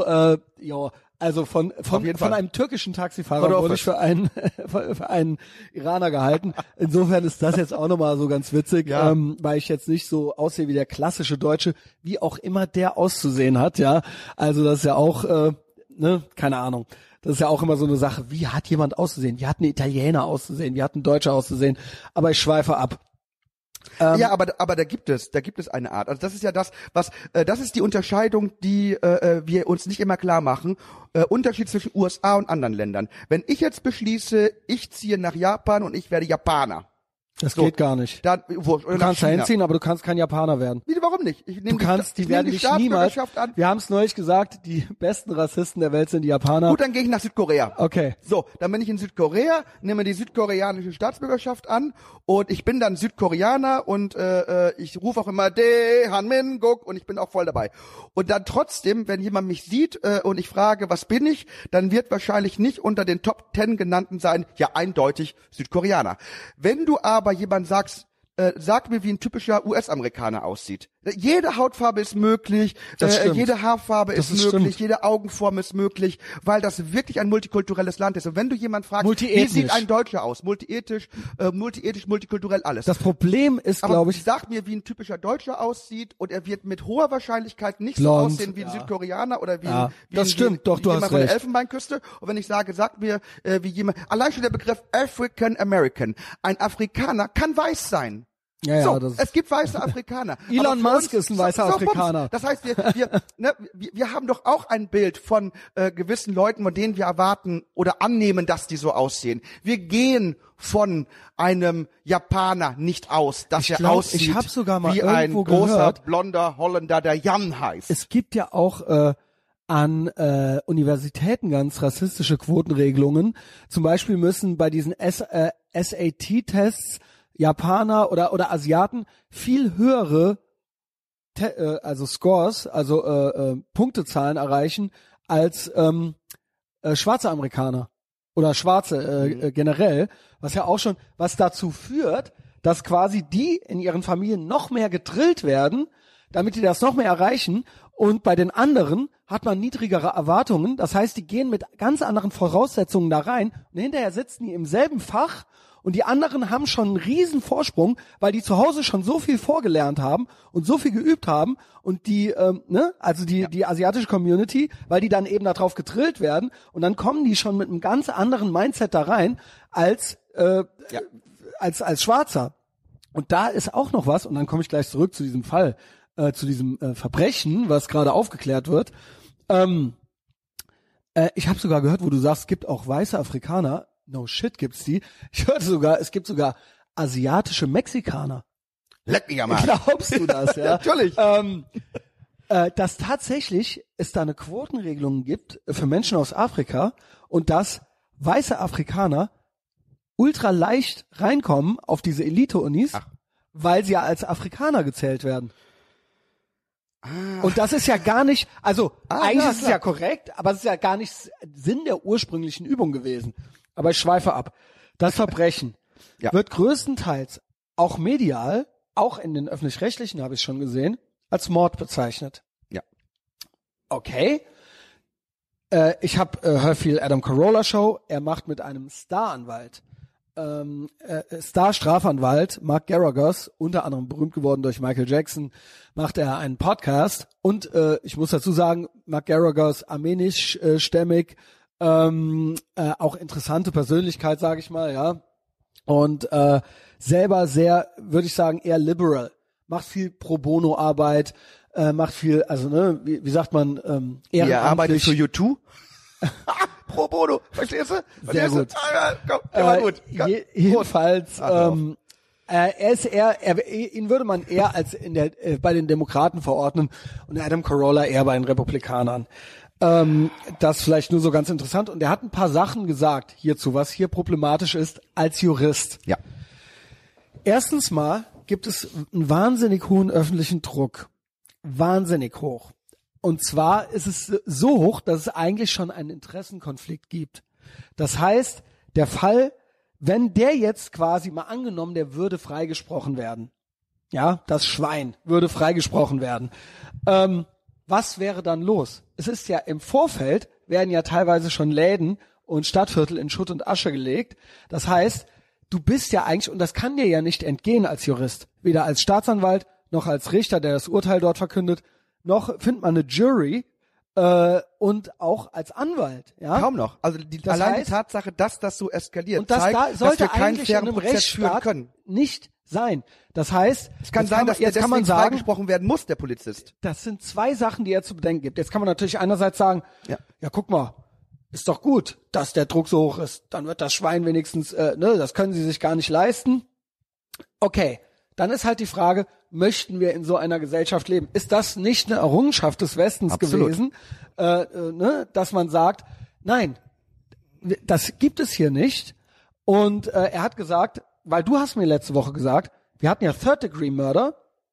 A: also von einem türkischen Taxifahrer wurde ich für einen für einen Iraner gehalten. Insofern ist das jetzt auch nochmal so ganz witzig,
B: Ja.
A: weil ich jetzt nicht so aussehe wie der klassische Deutsche, wie auch immer der auszusehen hat, ja. Also das ist ja auch keine Ahnung. Das ist ja auch immer so eine Sache, wie hat jemand auszusehen? Wie hat ein Italiener auszusehen? Wie hat ein Deutscher auszusehen? Aber ich schweife ab.
B: Ja, aber da gibt es eine Art. Also das ist ja das, das ist die Unterscheidung, die wir uns nicht immer klar machen. Unterschied zwischen USA und anderen Ländern. Wenn ich jetzt beschließe, ich ziehe nach Japan und ich werde Japaner.
A: Das geht gar nicht.
B: Dann,
A: Du kannst da hinziehen, aber du kannst kein Japaner werden.
B: Wie, warum nicht?
A: Die werden dich niemals.
B: An.
A: Wir haben es neulich gesagt, die besten Rassisten der Welt sind die Japaner.
B: Gut, dann gehe ich nach Südkorea.
A: Okay.
B: So, dann bin ich in Südkorea, nehme die südkoreanische Staatsbürgerschaft an und ich bin dann Südkoreaner und ich rufe auch immer De Hanmin Guk und ich bin auch voll dabei. Und dann trotzdem, wenn jemand mich sieht und ich frage, was bin ich, dann wird wahrscheinlich nicht unter den Top 10 genannten sein, ja eindeutig Südkoreaner. Wenn du aber jemand sagst, sag mir, wie ein typischer US-Amerikaner aussieht. Jede Hautfarbe ist möglich, jede Haarfarbe ist möglich, jede Augenform ist möglich, weil das wirklich ein multikulturelles Land ist. Und wenn du jemand fragst, wie sieht ein Deutscher aus? Multiethisch, multikulturell, alles.
A: Das Problem ist, glaube ich,
B: sag mir, wie ein typischer Deutscher aussieht und er wird mit hoher Wahrscheinlichkeit nicht
A: blond,
B: so aussehen wie ein Südkoreaner oder wie
A: das stimmt, doch, du
B: jemand
A: hast
B: von der
A: recht.
B: Elfenbeinküste. Und wenn ich sage, sag mir, wie jemand, allein schon der Begriff African American, ein Afrikaner kann weiß sein.
A: Ja,
B: so,
A: das
B: es gibt weiße Afrikaner.
A: Elon Musk ist ein weißer Afrikaner.
B: Das heißt, wir haben doch auch ein Bild von gewissen Leuten, von denen wir erwarten oder annehmen, dass die so aussehen. Wir gehen von einem Japaner nicht aus, dass er aussieht
A: ich hab sogar mal
B: wie ein großer,
A: gehört,
B: blonder Holländer, der Jan heißt.
A: Es gibt ja auch an Universitäten ganz rassistische Quotenregelungen. Zum Beispiel müssen bei diesen SAT-Tests Japaner oder Asiaten viel höhere also Scores, also Punktezahlen erreichen als schwarze Amerikaner oder Schwarze generell, was ja auch schon, was dazu führt, dass quasi die in ihren Familien noch mehr gedrillt werden, damit die das noch mehr erreichen, und bei den anderen hat man niedrigere Erwartungen, das heißt, die gehen mit ganz anderen Voraussetzungen da rein und hinterher sitzen die im selben Fach. Und die anderen haben schon einen riesen Vorsprung, weil die zu Hause schon so viel vorgelernt haben und so viel geübt haben. Und die, die asiatische Community, weil die dann eben darauf gedrillt werden. Und dann kommen die schon mit einem ganz anderen Mindset da rein als Schwarzer. Und da ist auch noch was, und dann komme ich gleich zurück zu diesem Fall, zu diesem Verbrechen, was gerade aufgeklärt wird. Ich habe sogar gehört, wo du sagst, es gibt auch weiße Afrikaner. No shit, gibt's die. Ich hörte sogar, es gibt sogar asiatische Mexikaner.
B: Leck mich am Arsch.
A: Glaubst du das, ja?
B: Natürlich.
A: Dass tatsächlich es da eine Quotenregelung gibt für Menschen aus Afrika und dass weiße Afrikaner ultra leicht reinkommen auf diese Elite-Unis, weil sie ja als Afrikaner gezählt werden. Und das ist ja gar nicht, also eigentlich ist es ja korrekt, aber es ist ja gar nicht Sinn der ursprünglichen Übung gewesen. Aber ich schweife ab. Das Verbrechen wird größtenteils auch medial, auch in den Öffentlich-Rechtlichen habe ich schon gesehen, als Mord bezeichnet.
B: Ja.
A: Okay. Ich höre viel Adam Carolla Show. Er macht mit einem Staranwalt, Star-Strafenwalt, Mark Geragos, unter anderem berühmt geworden durch Michael Jackson, macht er einen Podcast. Und ich muss dazu sagen, Mark Geragos, armenischstämmig, auch interessante Persönlichkeit, sage ich mal, ja. Und selber sehr, würde ich sagen, eher liberal. Macht viel Pro-Bono-Arbeit, macht viel, also wie sagt man, ehrenamtlich.
B: Ihr arbeitet für U2? pro bono, verstehst du?
A: Sehr gut.
B: Komm, der war gut.
A: Jedenfalls, ihn würde man eher als bei den Demokraten verordnen und Adam Carolla eher bei den Republikanern. Das vielleicht nur so ganz interessant. Und er hat ein paar Sachen gesagt hierzu, was hier problematisch ist als Jurist.
B: Ja.
A: Erstens mal gibt es einen wahnsinnig hohen öffentlichen Druck. Wahnsinnig hoch. Und zwar ist es so hoch, dass es eigentlich schon einen Interessenkonflikt gibt. Das heißt, der Fall, wenn der jetzt quasi mal angenommen, der würde freigesprochen werden. Ja, das Schwein würde freigesprochen werden. Was wäre dann los? Es ist ja im Vorfeld, werden ja teilweise schon Läden und Stadtviertel in Schutt und Asche gelegt. Das heißt, du bist ja eigentlich, und das kann dir ja nicht entgehen als Jurist, weder als Staatsanwalt noch als Richter, der das Urteil dort verkündet, noch findet man eine Jury und auch als Anwalt. Ja?
B: Kaum noch. Also die Tatsache, dass das so eskaliert,
A: und das
B: zeigt,
A: da sollte
B: dass wir keinen
A: eigentlich in
B: fairen
A: einem
B: Prozess führen
A: Rechtsstaat
B: können.
A: nicht sein. Das heißt,
B: Es kann sein, dass der deswegen freigesprochen werden muss, der Polizist.
A: das sind zwei Sachen, die er zu bedenken gibt. Jetzt kann man natürlich einerseits sagen, ja guck mal, ist doch gut, dass der Druck so hoch ist. Dann wird das Schwein wenigstens, das können sie sich gar nicht leisten. Okay, dann ist halt die Frage, möchten wir in so einer Gesellschaft leben? Ist das nicht eine Errungenschaft des Westens
B: Absolut.
A: gewesen, dass man sagt, nein, das gibt es hier nicht. Und er hat gesagt, weil du hast mir letzte Woche gesagt, wir hatten ja Third-Degree-Murder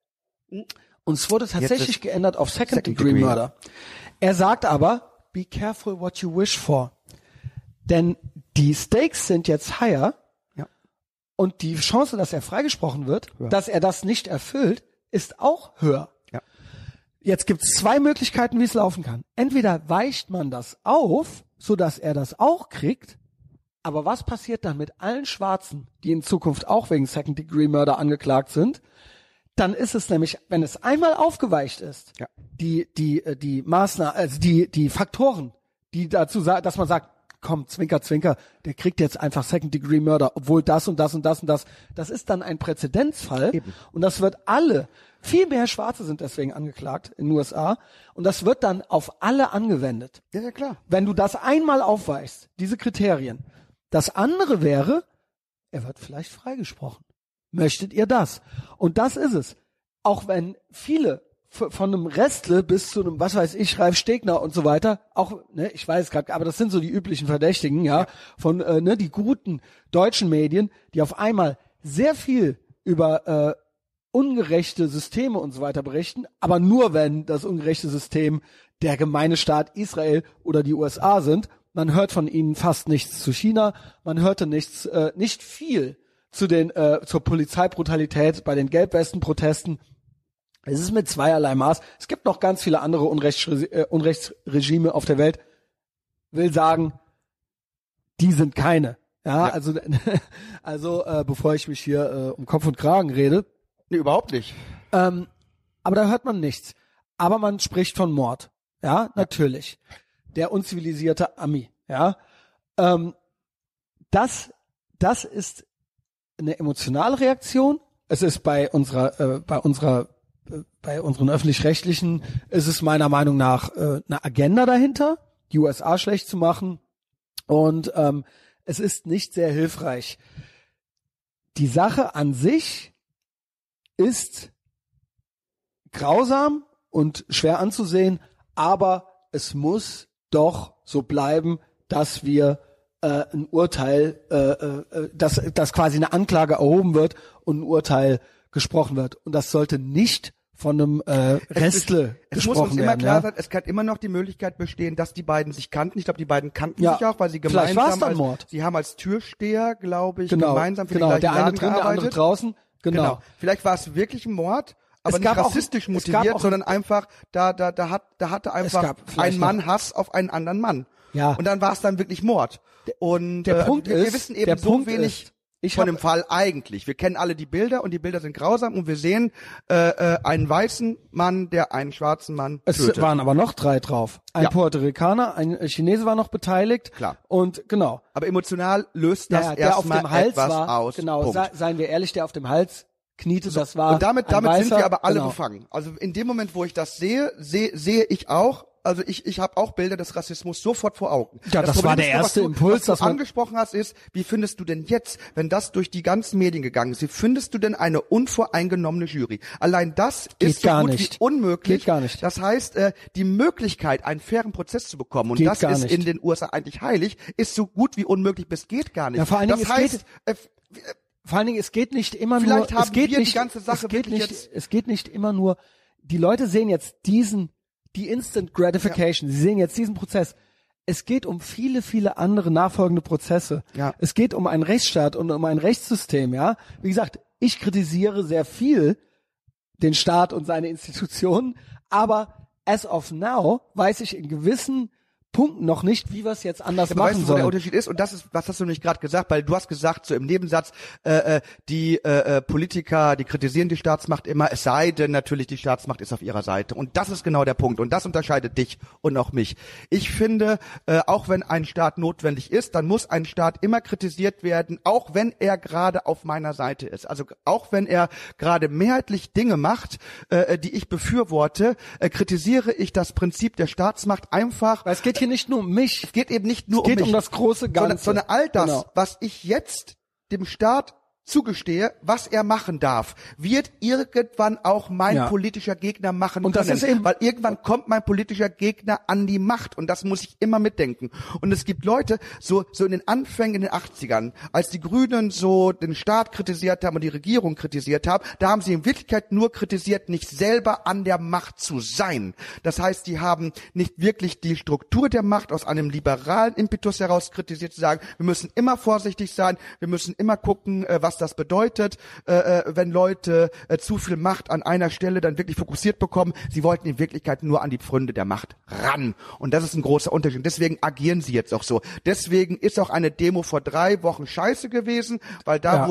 A: und es wurde tatsächlich geändert auf Second-Degree-Murder. Er sagt aber, be careful what you wish for. Denn die Stakes sind jetzt higher und die Chance, dass er freigesprochen wird, dass er das nicht erfüllt, ist auch höher.
B: Ja.
A: Jetzt gibt es zwei Möglichkeiten, wie es laufen kann. Entweder weicht man das auf, sodass er das auch kriegt, aber was passiert dann mit allen Schwarzen, die in Zukunft auch wegen Second-Degree-Murder angeklagt sind? Dann ist es nämlich, wenn es einmal aufgeweicht ist, die Maßnahmen, also die Faktoren, die dazu sagen, dass man sagt, komm, Zwinker, Zwinker, der kriegt jetzt einfach Second-Degree-Murder, obwohl das und das und das und das. Das ist dann ein Präzedenzfall. Eben. Und das wird viel mehr Schwarze sind deswegen angeklagt in den USA. Und das wird dann auf alle angewendet.
B: Ja, klar.
A: Wenn du das einmal aufweichst, diese Kriterien. Das andere wäre, er wird vielleicht freigesprochen. Möchtet ihr das? Und das ist es. Auch wenn viele von einem Restle bis zu einem, was weiß ich, Ralf Stegner und so weiter, auch, ich weiß gerade, aber das sind so die üblichen Verdächtigen, von, die guten deutschen Medien, die auf einmal sehr viel über ungerechte Systeme und so weiter berichten, aber nur wenn das ungerechte System der gemeine Staat Israel oder die USA sind. Man hört von ihnen fast nichts zu China, man hörte nicht viel zur Polizeibrutalität bei den Gelbwesten-Protesten. Es ist mit zweierlei Maß. Es gibt noch ganz viele andere Unrechtsregime auf der Welt. Will sagen, die sind keine. Ja. Also bevor ich mich hier um Kopf und Kragen rede.
B: Nee, überhaupt nicht.
A: Aber da hört man nichts. Aber man spricht von Mord. Ja, natürlich. Der unzivilisierte Ami. Ja. Das ist eine emotionale Reaktion. Es ist bei unseren öffentlich-rechtlichen ist es meiner Meinung nach eine Agenda dahinter, die USA schlecht zu machen. Und es ist nicht sehr hilfreich. Die Sache an sich ist grausam und schwer anzusehen, aber es muss doch so bleiben, dass wir ein Urteil, dass quasi eine Anklage erhoben wird und ein Urteil gesprochen wird. Und das sollte nicht von einem Restle gesprochen werden.
B: Es muss uns immer klar sein, es kann immer noch die Möglichkeit bestehen, dass die beiden sich kannten. Ich glaube, die beiden kannten sich auch, weil sie gemeinsam
A: Mord.
B: Sie haben als Türsteher, glaube ich, gemeinsam für den gleichen
A: der eine
B: Laden
A: drin, der andere draußen. Genau.
B: Vielleicht war es wirklich ein Mord, aber nicht rassistisch motiviert, sondern einfach, da hatte einfach ein Mann Hass auf einen anderen Mann. Ja. Und dann war es dann wirklich Mord. Und
A: der Punkt ist,
B: wir wissen eben so wenig von dem Fall eigentlich. Wir kennen alle die Bilder und die Bilder sind grausam und wir sehen einen weißen Mann, der einen schwarzen Mann tötet.
A: Es waren aber noch 3 drauf. Ein Puerto Ricaner, ein Chinese war noch beteiligt.
B: Klar.
A: Und genau.
B: Aber emotional löst das erstmal etwas aus.
A: Genau, seien wir ehrlich, der auf dem Hals kniete, das war
B: und damit
A: ein Weißer,
B: sind wir aber alle befangen. Also in dem Moment, wo ich das sehe ich auch, Also ich habe auch Bilder des Rassismus sofort vor Augen.
A: Ja, das war der erste Impuls,
B: was du angesprochen hast, ist, wie findest du denn jetzt, wenn das durch die ganzen Medien gegangen ist, wie findest du denn eine unvoreingenommene Jury? Allein das ist so gut wie unmöglich.
A: Geht gar nicht.
B: Das heißt, die Möglichkeit, einen fairen Prozess zu bekommen, und
A: geht
B: das ist in den USA eigentlich heilig, ist so gut wie unmöglich bis geht gar nicht.
A: Ja, vor allen Dingen, vor allen Dingen, es geht nicht immer nur,
B: es
A: geht nicht immer nur, die Leute sehen jetzt die Instant Gratification, sie sehen jetzt diesen Prozess. Es geht um viele, viele andere nachfolgende Prozesse.
B: Ja.
A: Es geht um einen Rechtsstaat und um ein Rechtssystem, ja. Wie gesagt, ich kritisiere sehr viel den Staat und seine Institutionen, aber as of now weiß ich in gewissen Punkten noch nicht, wie wir es jetzt anders machen
B: weißt du, wo
A: sollen.
B: der Unterschied ist? Und das ist, was hast du nämlich gerade gesagt, weil du hast gesagt, so im Nebensatz, die Politiker, die kritisieren die Staatsmacht immer, es sei denn natürlich, die Staatsmacht ist auf ihrer Seite. Und das ist genau der Punkt. Und das unterscheidet dich und auch mich. Ich finde, auch wenn ein Staat notwendig ist, dann muss ein Staat immer kritisiert werden, auch wenn er gerade auf meiner Seite ist. Also auch wenn er gerade mehrheitlich Dinge macht, die ich befürworte, kritisiere ich das Prinzip der Staatsmacht einfach.
A: Weil es geht hier nicht nur um mich.
B: Es geht eben nicht nur um mich.
A: Es geht um das große Ganze.
B: Sondern all das,
A: genau,
B: was ich jetzt dem Staat zugestehe, was er machen darf, wird irgendwann auch mein politischer Gegner machen
A: und
B: können.
A: Das ist eben,
B: weil irgendwann kommt mein politischer Gegner an die Macht und das muss ich immer mitdenken. Und es gibt Leute, so in den Anfängen in den 80ern, als die Grünen so den Staat kritisiert haben und die Regierung kritisiert haben, da haben sie in Wirklichkeit nur kritisiert, nicht selber an der Macht zu sein. Das heißt, die haben nicht wirklich die Struktur der Macht aus einem liberalen Impetus heraus kritisiert, zu sagen, wir müssen immer vorsichtig sein, wir müssen immer gucken, was das bedeutet, wenn Leute zu viel Macht an einer Stelle dann wirklich fokussiert bekommen. Sie wollten in Wirklichkeit nur an die Pfründe der Macht ran. Und das ist ein großer Unterschied. Deswegen agieren sie jetzt auch so. Deswegen ist auch eine Demo vor 3 Wochen scheiße gewesen, weil da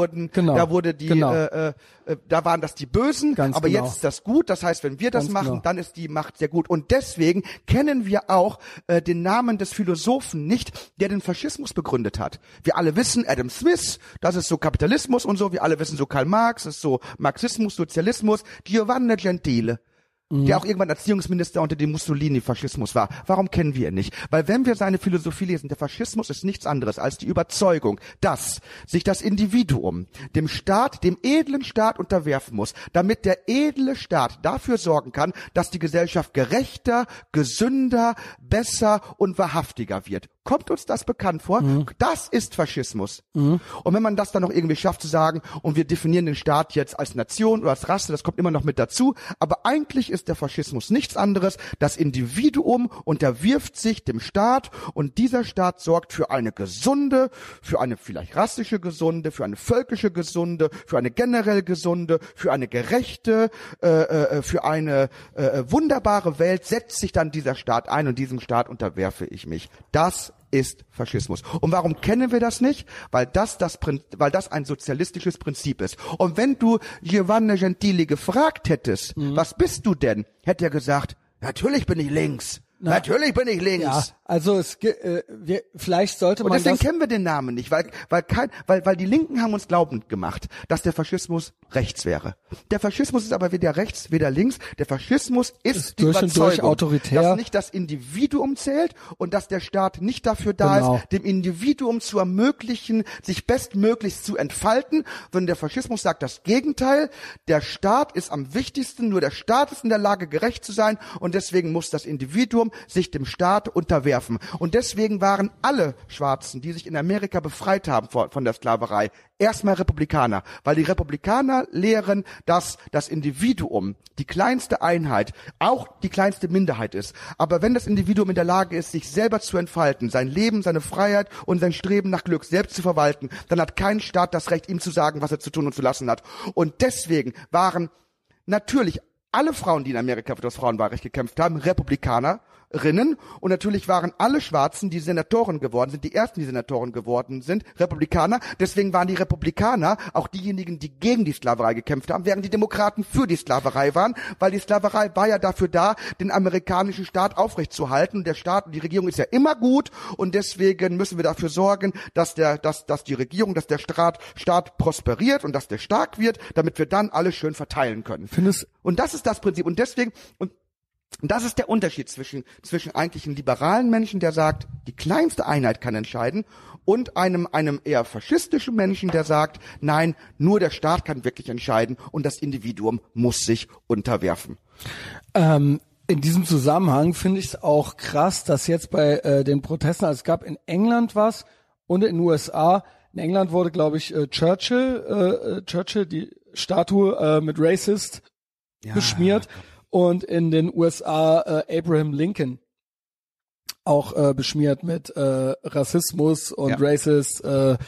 B: da waren das die Bösen,
A: Ganz
B: aber
A: genau.
B: jetzt ist das gut. Das heißt, wenn wir das
A: Ganz
B: machen,
A: genau.
B: dann ist die Macht sehr gut. Und deswegen kennen wir auch den Namen des Philosophen nicht, der den Faschismus begründet hat. Wir alle wissen, Adam Smith, das ist so Kapitalismus und so. Wir alle wissen so, Karl Marx ist so Marxismus, Sozialismus. Giovanni Gentile, der auch irgendwann Erziehungsminister unter dem Mussolini-Faschismus war. Warum kennen wir ihn nicht? Weil wenn wir seine Philosophie lesen, der Faschismus ist nichts anderes als die Überzeugung, dass sich das Individuum dem Staat, dem edlen Staat unterwerfen muss, damit der edle Staat dafür sorgen kann, dass die Gesellschaft gerechter, gesünder, besser und wahrhaftiger wird. Kommt uns das bekannt vor? Das ist Faschismus. Und wenn man das dann noch irgendwie schafft zu sagen, und wir definieren den Staat jetzt als Nation oder als Rasse, das kommt immer noch mit dazu, aber eigentlich ist der Faschismus nichts anderes. Das Individuum unterwirft sich dem Staat und dieser Staat sorgt für eine gesunde, für eine vielleicht rassische gesunde, für eine völkische gesunde, für eine generell gesunde, für eine gerechte, für eine wunderbare Welt setzt sich dann dieser Staat ein und diesem Staat unterwerfe ich mich. Das ist Faschismus. Und warum kennen wir das nicht? Weil das ein sozialistisches Prinzip ist. Und wenn du Giovanni Gentili gefragt hättest, was bist du denn? Hätte er gesagt, natürlich bin ich links. Natürlich bin ich links.
A: Ja, also vielleicht sollte man
B: und deswegen kennen wir den Namen nicht, weil die Linken haben uns glaubend gemacht, dass der Faschismus rechts wäre. Der Faschismus ist aber weder rechts, weder links. Der Faschismus ist die Überzeugung,
A: autoritär,
B: dass nicht das Individuum zählt und dass der Staat nicht dafür da ist, dem Individuum zu ermöglichen, sich bestmöglichst zu entfalten. Wenn der Faschismus sagt das Gegenteil, der Staat ist am wichtigsten, nur der Staat ist in der Lage, gerecht zu sein und deswegen muss das Individuum sich dem Staat unterwerfen. Und deswegen waren alle Schwarzen, die sich in Amerika befreit haben von der Sklaverei, erstmal Republikaner. Weil die Republikaner lehren, dass das Individuum die kleinste Einheit, auch die kleinste Minderheit ist. Aber wenn das Individuum in der Lage ist, sich selber zu entfalten, sein Leben, seine Freiheit und sein Streben nach Glück selbst zu verwalten, dann hat kein Staat das Recht, ihm zu sagen, was er zu tun und zu lassen hat. Und deswegen waren natürlich alle Frauen, die in Amerika für das Frauenwahlrecht gekämpft haben, Republikanerinnen. Und natürlich waren alle Schwarzen, die Senatoren geworden sind, die ersten, die Senatoren geworden sind, Republikaner. Deswegen waren die Republikaner auch diejenigen, die gegen die Sklaverei gekämpft haben, während die Demokraten für die Sklaverei waren, weil die Sklaverei war ja dafür da, den amerikanischen Staat aufrechtzuerhalten. Und der Staat und die Regierung ist ja immer gut und deswegen müssen wir dafür sorgen, dass die Regierung, dass der Staat prosperiert und dass der stark wird, damit wir dann alles schön verteilen können. Und das ist das Prinzip. Und deswegen Und das ist der Unterschied zwischen eigentlich einem liberalen Menschen, der sagt, die kleinste Einheit kann entscheiden, und einem eher faschistischen Menschen, der sagt, nein, nur der Staat kann wirklich entscheiden und das Individuum muss sich unterwerfen.
A: In diesem Zusammenhang finde ich es auch krass, dass jetzt bei den Protesten, also es gab in England was und in den USA, in England wurde, glaube ich, Churchill, die Statue mit Racist beschmiert, und in den USA Abraham Lincoln auch beschmiert mit Rassismus und Racist.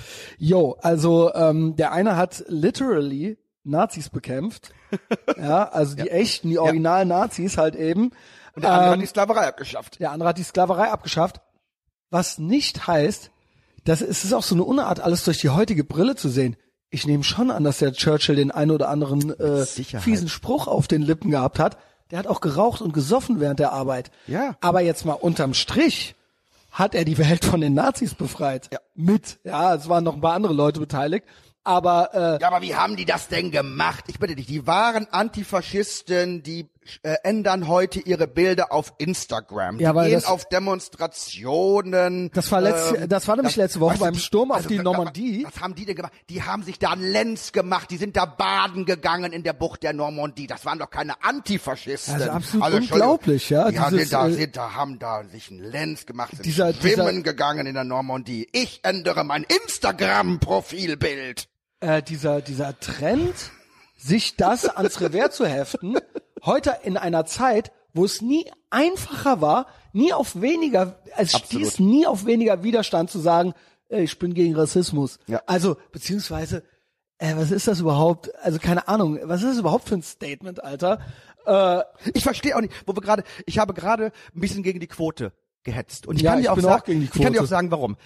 A: Also der eine hat literally Nazis bekämpft, ja, also die echten, die originalen Nazis halt eben.
B: Und der andere hat die Sklaverei abgeschafft.
A: Der andere hat die Sklaverei abgeschafft, was nicht heißt, es ist auch so eine Unart, alles durch die heutige Brille zu sehen. Ich nehme schon an, dass der Churchill den einen oder anderen fiesen Spruch auf den Lippen gehabt hat. Der hat auch geraucht und gesoffen während der Arbeit.
B: Ja.
A: Aber jetzt mal unterm Strich hat er die Welt von den Nazis befreit.
B: Ja.
A: Es waren noch ein paar andere Leute beteiligt. Aber
B: aber wie haben die das denn gemacht? Ich bitte dich, die waren Antifaschisten, die ändern heute ihre Bilder auf Instagram. Die gehen auf Demonstrationen.
A: Das war nämlich letzte Woche beim Sturm auf die Normandie.
B: Was haben die denn gemacht? Die haben sich da einen Lenz gemacht, die sind da baden gegangen in der Bucht der Normandie. Das waren doch keine Antifaschisten.
A: Also absolut unglaublich, ja.
B: Die haben da sich einen Lenz gemacht, sind schwimmen gegangen in der Normandie. Ich ändere mein Instagram-Profilbild.
A: Dieser Trend, sich das ans Revers zu heften, heute in einer Zeit, wo es nie einfacher war, stieß nie auf weniger Widerstand zu sagen, ich bin gegen Rassismus. Ja. Also, beziehungsweise, was ist das überhaupt? Also, keine Ahnung, was ist das überhaupt für ein Statement, Alter?
B: Ich verstehe auch nicht, ich habe gerade ein bisschen gegen die Quote gehetzt. Und ich
A: kann dir auch
B: sagen, warum.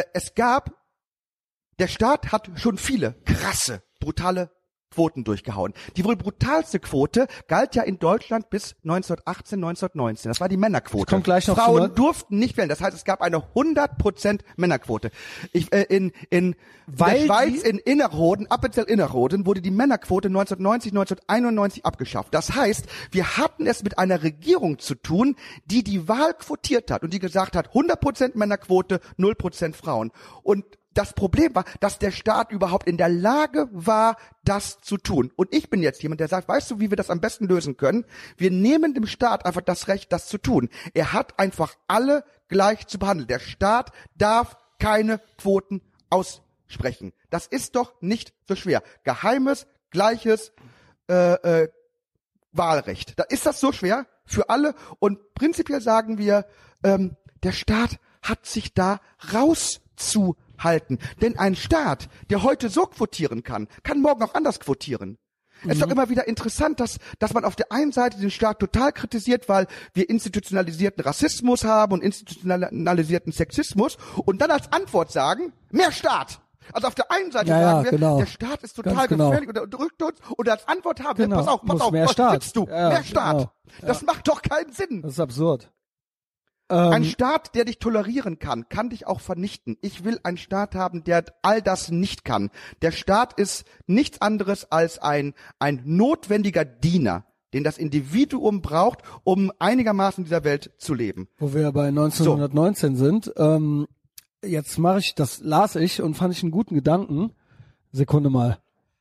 B: Der Staat hat schon viele krasse, brutale Quoten durchgehauen. Die wohl brutalste Quote galt ja in Deutschland bis 1918, 1919. Das war die Männerquote.
A: Kommt gleich noch
B: Frauen durften nicht wählen. Das heißt, es gab eine 100% Männerquote. In der Schweiz, in Innerrhoden, Appenzell Innerrhoden, wurde die Männerquote 1990, 1991 abgeschafft. Das heißt, wir hatten es mit einer Regierung zu tun, die Wahl quotiert hat und die gesagt hat, 100% Männerquote, 0% Frauen. Und das Problem war, dass der Staat überhaupt in der Lage war, das zu tun. Und ich bin jetzt jemand, der sagt, weißt du, wie wir das am besten lösen können? Wir nehmen dem Staat einfach das Recht, das zu tun. Er hat einfach alle gleich zu behandeln. Der Staat darf keine Quoten aussprechen. Das ist doch nicht so schwer. Geheimes, gleiches Wahlrecht. Da ist das so schwer für alle. Und prinzipiell sagen wir, der Staat hat sich da rauszuhalten. Denn ein Staat, der heute so quotieren kann morgen auch anders quotieren. Es ist doch immer wieder interessant, dass man auf der einen Seite den Staat total kritisiert, weil wir institutionalisierten Rassismus haben und institutionalisierten Sexismus und dann als Antwort sagen, mehr Staat. Also auf der einen Seite sagen wir, der Staat ist total gefährlich und unterdrückt uns, und als Antwort haben wir, pass auf, was willst du? Mehr Staat. Das macht doch keinen Sinn.
A: Das ist absurd.
B: Ein Staat, der dich tolerieren kann dich auch vernichten. Ich will einen Staat haben, der all das nicht kann. Der Staat ist nichts anderes als ein notwendiger Diener, den das Individuum braucht, um einigermaßen in dieser Welt zu leben.
A: Wo wir bei 1919 sind, jetzt las ich und fand ich einen guten Gedanken. Sekunde mal.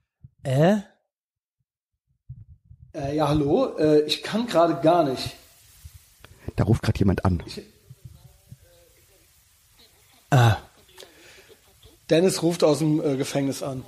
A: Ja, hallo, ich kann gerade gar nicht.
B: Da ruft gerade jemand an.
A: Dennis ruft aus dem Gefängnis an.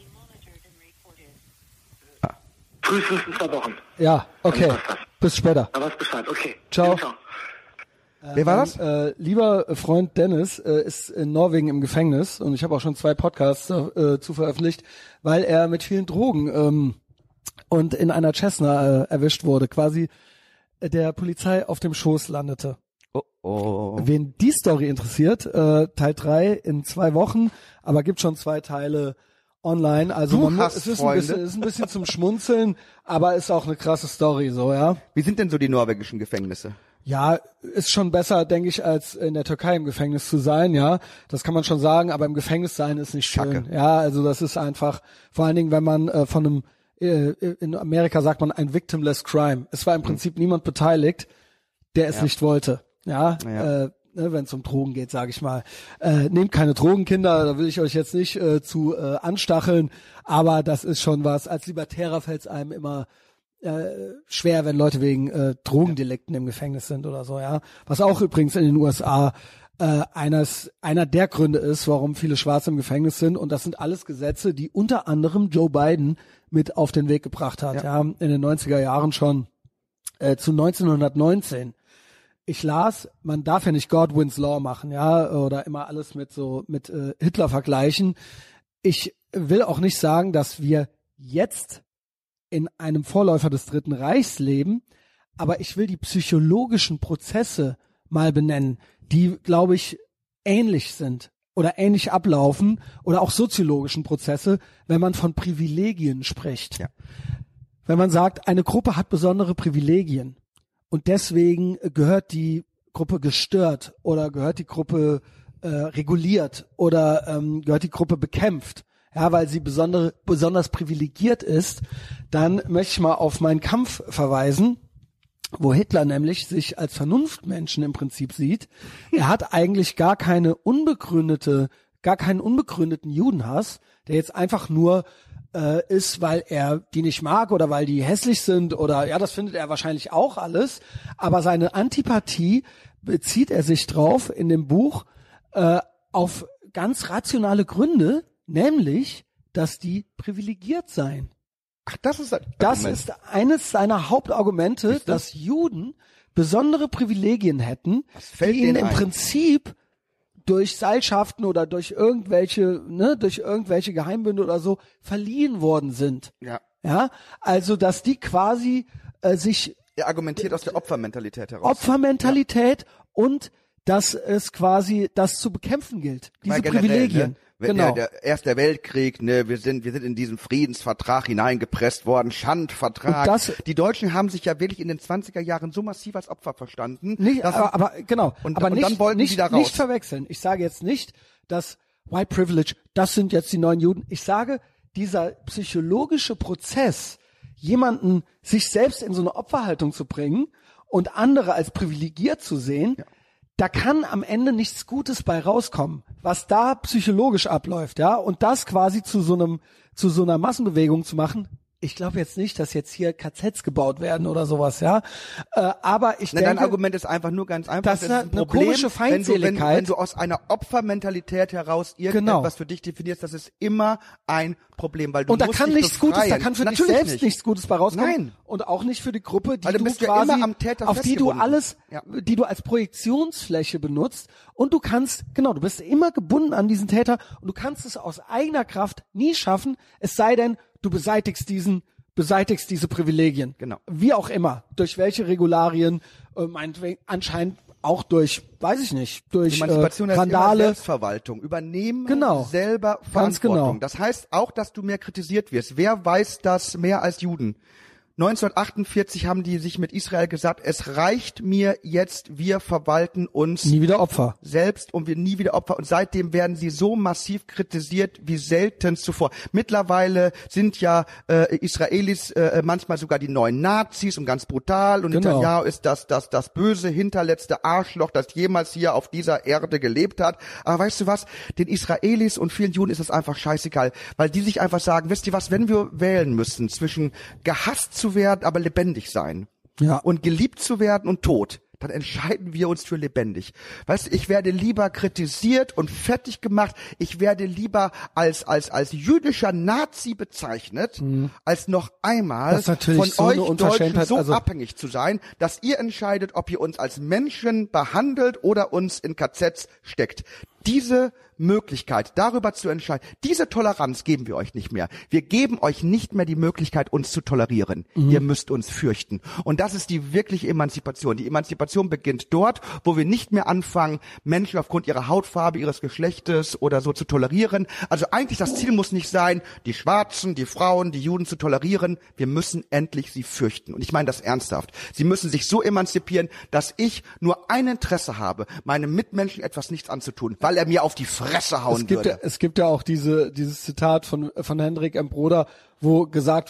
C: Frühestens in 2 Wochen.
A: Ja, okay. Bis später.
C: Da weiß Bescheid, okay.
A: Ciao.
B: Wer war das?
A: Lieber Freund Dennis ist in Norwegen im Gefängnis, und ich habe auch schon 2 Podcasts zu veröffentlicht, weil er mit vielen Drogen und in einer Cessna erwischt wurde, quasi der Polizei auf dem Schoß landete. Wen die Story interessiert, Teil 3 in 2 Wochen, aber gibt schon 2 Teile online. Also es ist ein bisschen zum Schmunzeln, aber ist auch eine krasse Story, so, ja.
B: Wie sind denn so die norwegischen Gefängnisse?
A: Ja, ist schon besser, denke ich, als in der Türkei im Gefängnis zu sein, ja. Das kann man schon sagen, aber im Gefängnis sein ist nicht schön.
B: Schacke.
A: Ja, also das ist einfach, vor allen Dingen, wenn man von einem, in Amerika sagt man ein victimless crime. Es war im Prinzip niemand beteiligt. der es nicht wollte. Ja. Wenn es um Drogen geht, sage ich mal. Nehmt keine Drogen, Kinder, da will ich euch jetzt nicht zu anstacheln, aber das ist schon was. Als Libertärer fällt es einem immer schwer, wenn Leute wegen Drogendelikten im Gefängnis sind oder so, ja. Was auch übrigens in den USA einer der Gründe ist, warum viele Schwarze im Gefängnis sind, und das sind alles Gesetze, die unter anderem Joe Biden mit auf den Weg gebracht hat, ja in den 90er Jahren schon, zu 1919. Ich las, man darf ja nicht Godwin's Law machen, ja, oder immer alles mit Hitler vergleichen. Ich will auch nicht sagen, dass wir jetzt in einem Vorläufer des Dritten Reichs leben, aber ich will die psychologischen Prozesse mal benennen, die, glaube ich, ähnlich sind oder ähnlich ablaufen, oder auch soziologischen Prozesse, wenn man von Privilegien spricht. Ja. Wenn man sagt, eine Gruppe hat besondere Privilegien, und deswegen gehört die Gruppe gestört oder gehört die Gruppe reguliert oder gehört die Gruppe bekämpft, ja, weil sie besonders privilegiert ist, dann möchte ich mal auf Mein Kampf verweisen, wo Hitler nämlich sich als Vernunftmenschen im Prinzip sieht. Er hat eigentlich gar keinen unbegründeten Judenhass, der jetzt einfach nur ist, weil er die nicht mag oder weil die hässlich sind oder, ja, das findet er wahrscheinlich auch alles, aber seine Antipathie bezieht er sich drauf in dem Buch auf ganz rationale Gründe, nämlich, dass die privilegiert seien.
B: Ach, das ist
A: eines seiner Hauptargumente, dass Juden besondere Privilegien hätten, die ihnen im Prinzip durch Seilschaften oder durch irgendwelche Geheimbünde oder so verliehen worden sind. Ja. Ja, also dass die quasi sich.
B: Er argumentiert aus der Opfermentalität heraus.
A: Opfermentalität, und dass es quasi das zu bekämpfen gilt. Diese Privilegien.
B: Ne?
A: Genau.
B: Der Erste Weltkrieg, ne, wir sind in diesen Friedensvertrag hineingepresst worden, Schandvertrag. Die Deutschen haben sich ja wirklich in den 20er Jahren so massiv als Opfer verstanden.
A: Aber
B: dann wollten sie da raus.
A: Nicht verwechseln. Ich sage jetzt nicht, dass White Privilege, das sind jetzt die neuen Juden. Ich sage, dieser psychologische Prozess, jemanden sich selbst in so eine Opferhaltung zu bringen und andere als privilegiert zu sehen, da kann am Ende nichts Gutes bei rauskommen, was da psychologisch abläuft, ja, und das quasi zu so einer Massenbewegung zu machen. Ich glaube jetzt nicht, dass jetzt hier KZs gebaut werden oder sowas, ja. Aber ich denke,
B: dein Argument ist einfach nur ganz einfach.
A: Das ist ein Problem, komische Feindseligkeit.
B: Wenn du aus einer Opfermentalität heraus irgendetwas für dich definierst, das ist immer ein Problem, weil du
A: und da
B: musst
A: kann
B: dich
A: nichts
B: befreien.
A: Gutes, da kann für dich selbst nichts Gutes bei rauskommen.
B: Nein.
A: Und auch nicht für die Gruppe, die
B: du
A: quasi,
B: ja immer am Täter
A: auf die du alles, die du als Projektionsfläche benutzt, und du bist immer gebunden an diesen Täter, und du kannst es aus eigener Kraft nie schaffen, es sei denn, du beseitigst diese Privilegien.
B: Genau.
A: Wie auch immer. Durch welche Regularien, meinetwegen anscheinend auch durch, weiß ich nicht, durch
B: Emanzipation
A: Randale.
B: Heißt immer Selbstverwaltung. Übernehmen selber Verantwortung.
A: Ganz genau.
B: Das heißt auch, dass du mehr kritisiert wirst. Wer weiß das mehr als Juden? 1948 haben die sich mit Israel gesagt, es reicht mir jetzt, wir verwalten uns
A: nie wieder Opfer
B: selbst und wir nie wieder Opfer. Und seitdem werden sie so massiv kritisiert wie selten zuvor. Mittlerweile sind ja Israelis manchmal sogar die neuen Nazis und ganz brutal. Und Netanyahu ist das böse, hinterletzte Arschloch, das jemals hier auf dieser Erde gelebt hat. Aber weißt du was? Den Israelis und vielen Juden ist das einfach scheißegal, weil die sich einfach sagen, wisst ihr was, wenn wir wählen müssen zwischen gehasst zu werden, aber lebendig sein. Ja. Und geliebt zu werden und tot, dann entscheiden wir uns für lebendig. Weißt du, ich werde lieber kritisiert und fertig gemacht, ich werde lieber als jüdischer Nazi bezeichnet, als noch einmal von
A: so
B: euch Deutschen so abhängig zu sein, dass ihr entscheidet, ob ihr uns als Menschen behandelt oder uns in KZs steckt. Diese Möglichkeit, darüber zu entscheiden, diese Toleranz geben wir euch nicht mehr. Wir geben euch nicht mehr die Möglichkeit, uns zu tolerieren. Ihr müsst uns fürchten. Und das ist die wirkliche Emanzipation. Die Emanzipation beginnt dort, wo wir nicht mehr anfangen, Menschen aufgrund ihrer Hautfarbe, ihres Geschlechtes oder so zu tolerieren. Also eigentlich das Ziel muss nicht sein, die Schwarzen, die Frauen, die Juden zu tolerieren. Wir müssen endlich sie fürchten. Und ich meine das ernsthaft. Sie müssen sich so emanzipieren, dass ich nur ein Interesse habe, meinem Mitmenschen etwas nichts anzutun, weil er mir auf die Fresse hauen würde.
A: Es gibt ja auch dieses Zitat von Hendrik M. Broder, wo gesagt wird,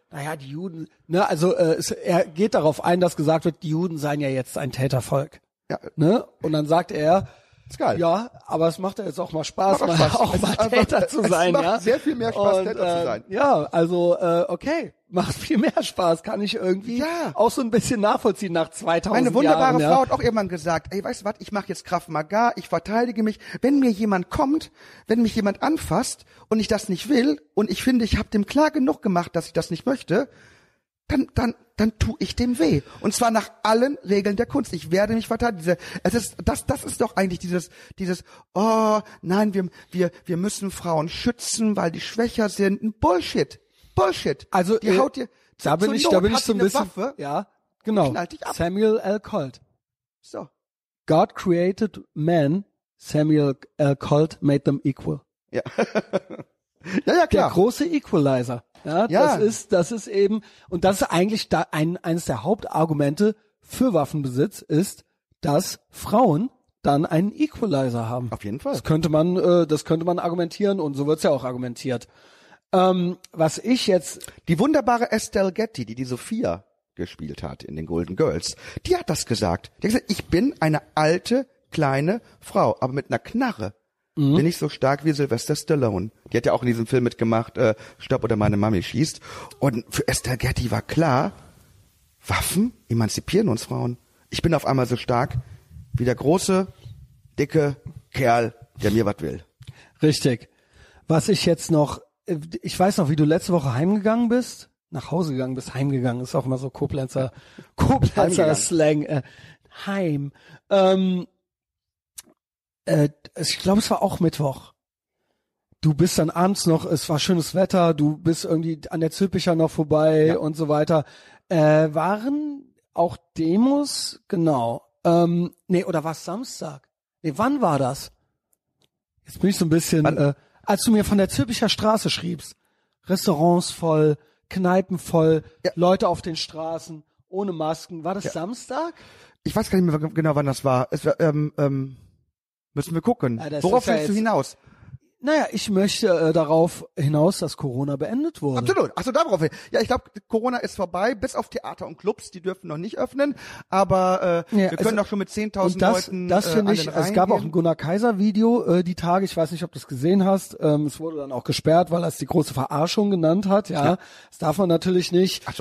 A: naja, die Juden, ne, also er geht darauf ein, dass gesagt wird, die Juden seien ja jetzt ein Tätervolk.
B: Ja.
A: Ne? Und dann sagt er,
B: Ist geil.
A: ja, aber es macht ja jetzt auch mal Spaß,
B: Macht auch
A: mal,
B: Spaß.
A: auch
B: Es
A: mal
B: ist einfach-
A: Täter zu
B: es
A: sein.
B: macht
A: ja?
B: sehr viel mehr Spaß,
A: Und,
B: Täter zu sein.
A: Ja, also okay, macht viel mehr Spaß, kann ich irgendwie
B: Ja.
A: auch so ein bisschen nachvollziehen nach 2000
B: Eine wunderbare
A: Jahren.
B: Frau hat auch irgendwann gesagt, ey, weißt du was, ich mache jetzt Krav Maga, ich verteidige mich. Wenn mir jemand kommt, wenn mich jemand anfasst und ich das nicht will und ich finde, ich habe dem klar genug gemacht, dass ich das nicht möchte, dann tu ich dem weh. Und zwar nach allen Regeln der Kunst. Ich werde mich verteidigen. Das ist doch eigentlich dieses, oh, nein, wir müssen Frauen schützen, weil die schwächer sind. Bullshit.
A: Also,
B: die haut dir,
A: Da bin
B: zur
A: ich
B: Not
A: so ein
B: hat die eine
A: bisschen,
B: Waffe.
A: ja, genau.
B: knallt dich ab.
A: Samuel L. Colt.
B: So.
A: God created man, Samuel L. Colt made them equal.
B: Ja. Ja,
A: Der
B: klar.
A: große Equalizer. Ja,
B: Ja.
A: das ist eben, und das ist eigentlich eines der Hauptargumente für Waffenbesitz ist, dass Frauen dann einen Equalizer haben.
B: Auf jeden Fall.
A: Das könnte man argumentieren und so wird's ja auch argumentiert. Was ich jetzt,
B: Die wunderbare Estelle Getty, die Sophia gespielt hat in den Golden Girls, die hat das gesagt. Die hat gesagt, ich bin eine alte, kleine Frau, aber mit einer Knarre bin ich so stark wie Sylvester Stallone. Die hat ja auch in diesem Film mitgemacht, Stopp oder meine Mami schießt. Und für Estelle Getty war klar, Waffen emanzipieren uns Frauen. Ich bin auf einmal so stark wie der große, dicke Kerl, der mir was will.
A: richtig, was ich jetzt noch, ich weiß noch, wie du letzte Woche heimgegangen bist, nach Hause gegangen bist, heimgegangen, ist auch immer so Koblenzer
B: Heimgegangen.
A: Slang, heim. Ich glaube, es war auch Mittwoch. Du bist dann abends noch, es war schönes Wetter, du bist irgendwie an der Zülpicher noch vorbei
B: Ja.
A: und so weiter. Waren auch Demos? Genau. Nee, oder war es Samstag? Nee, wann war das? Jetzt bin ich so ein bisschen,
B: Wann?
A: als du mir von der Zülpicher Straße schriebst, Restaurants voll, Kneipen voll,
B: Ja.
A: Leute auf den Straßen, ohne Masken. War das Samstag?
B: Ich weiß gar nicht mehr genau, wann das war. Es war müssen wir gucken.
A: Ja, das
B: Worauf
A: ist ja
B: willst du
A: jetzt-
B: hinaus?
A: Naja, ich möchte darauf hinaus, dass Corona beendet wurde.
B: Absolut. Achso, darauf. Ja, ich glaube, Corona ist vorbei, bis auf Theater und Clubs, die dürfen noch nicht öffnen, aber
A: Ja,
B: wir
A: also-
B: können doch schon mit 10.000
A: Und
B: Leuten
A: das finde
B: an
A: ich,
B: den
A: es
B: Rhein
A: gab auch
B: gehen.
A: ein Gunnar Kaiser Video die Tage, ich weiß nicht, ob du es gesehen hast, es wurde dann auch gesperrt, weil er es die große Verarschung genannt hat, ja. Das darf man natürlich nicht.
B: Ach so.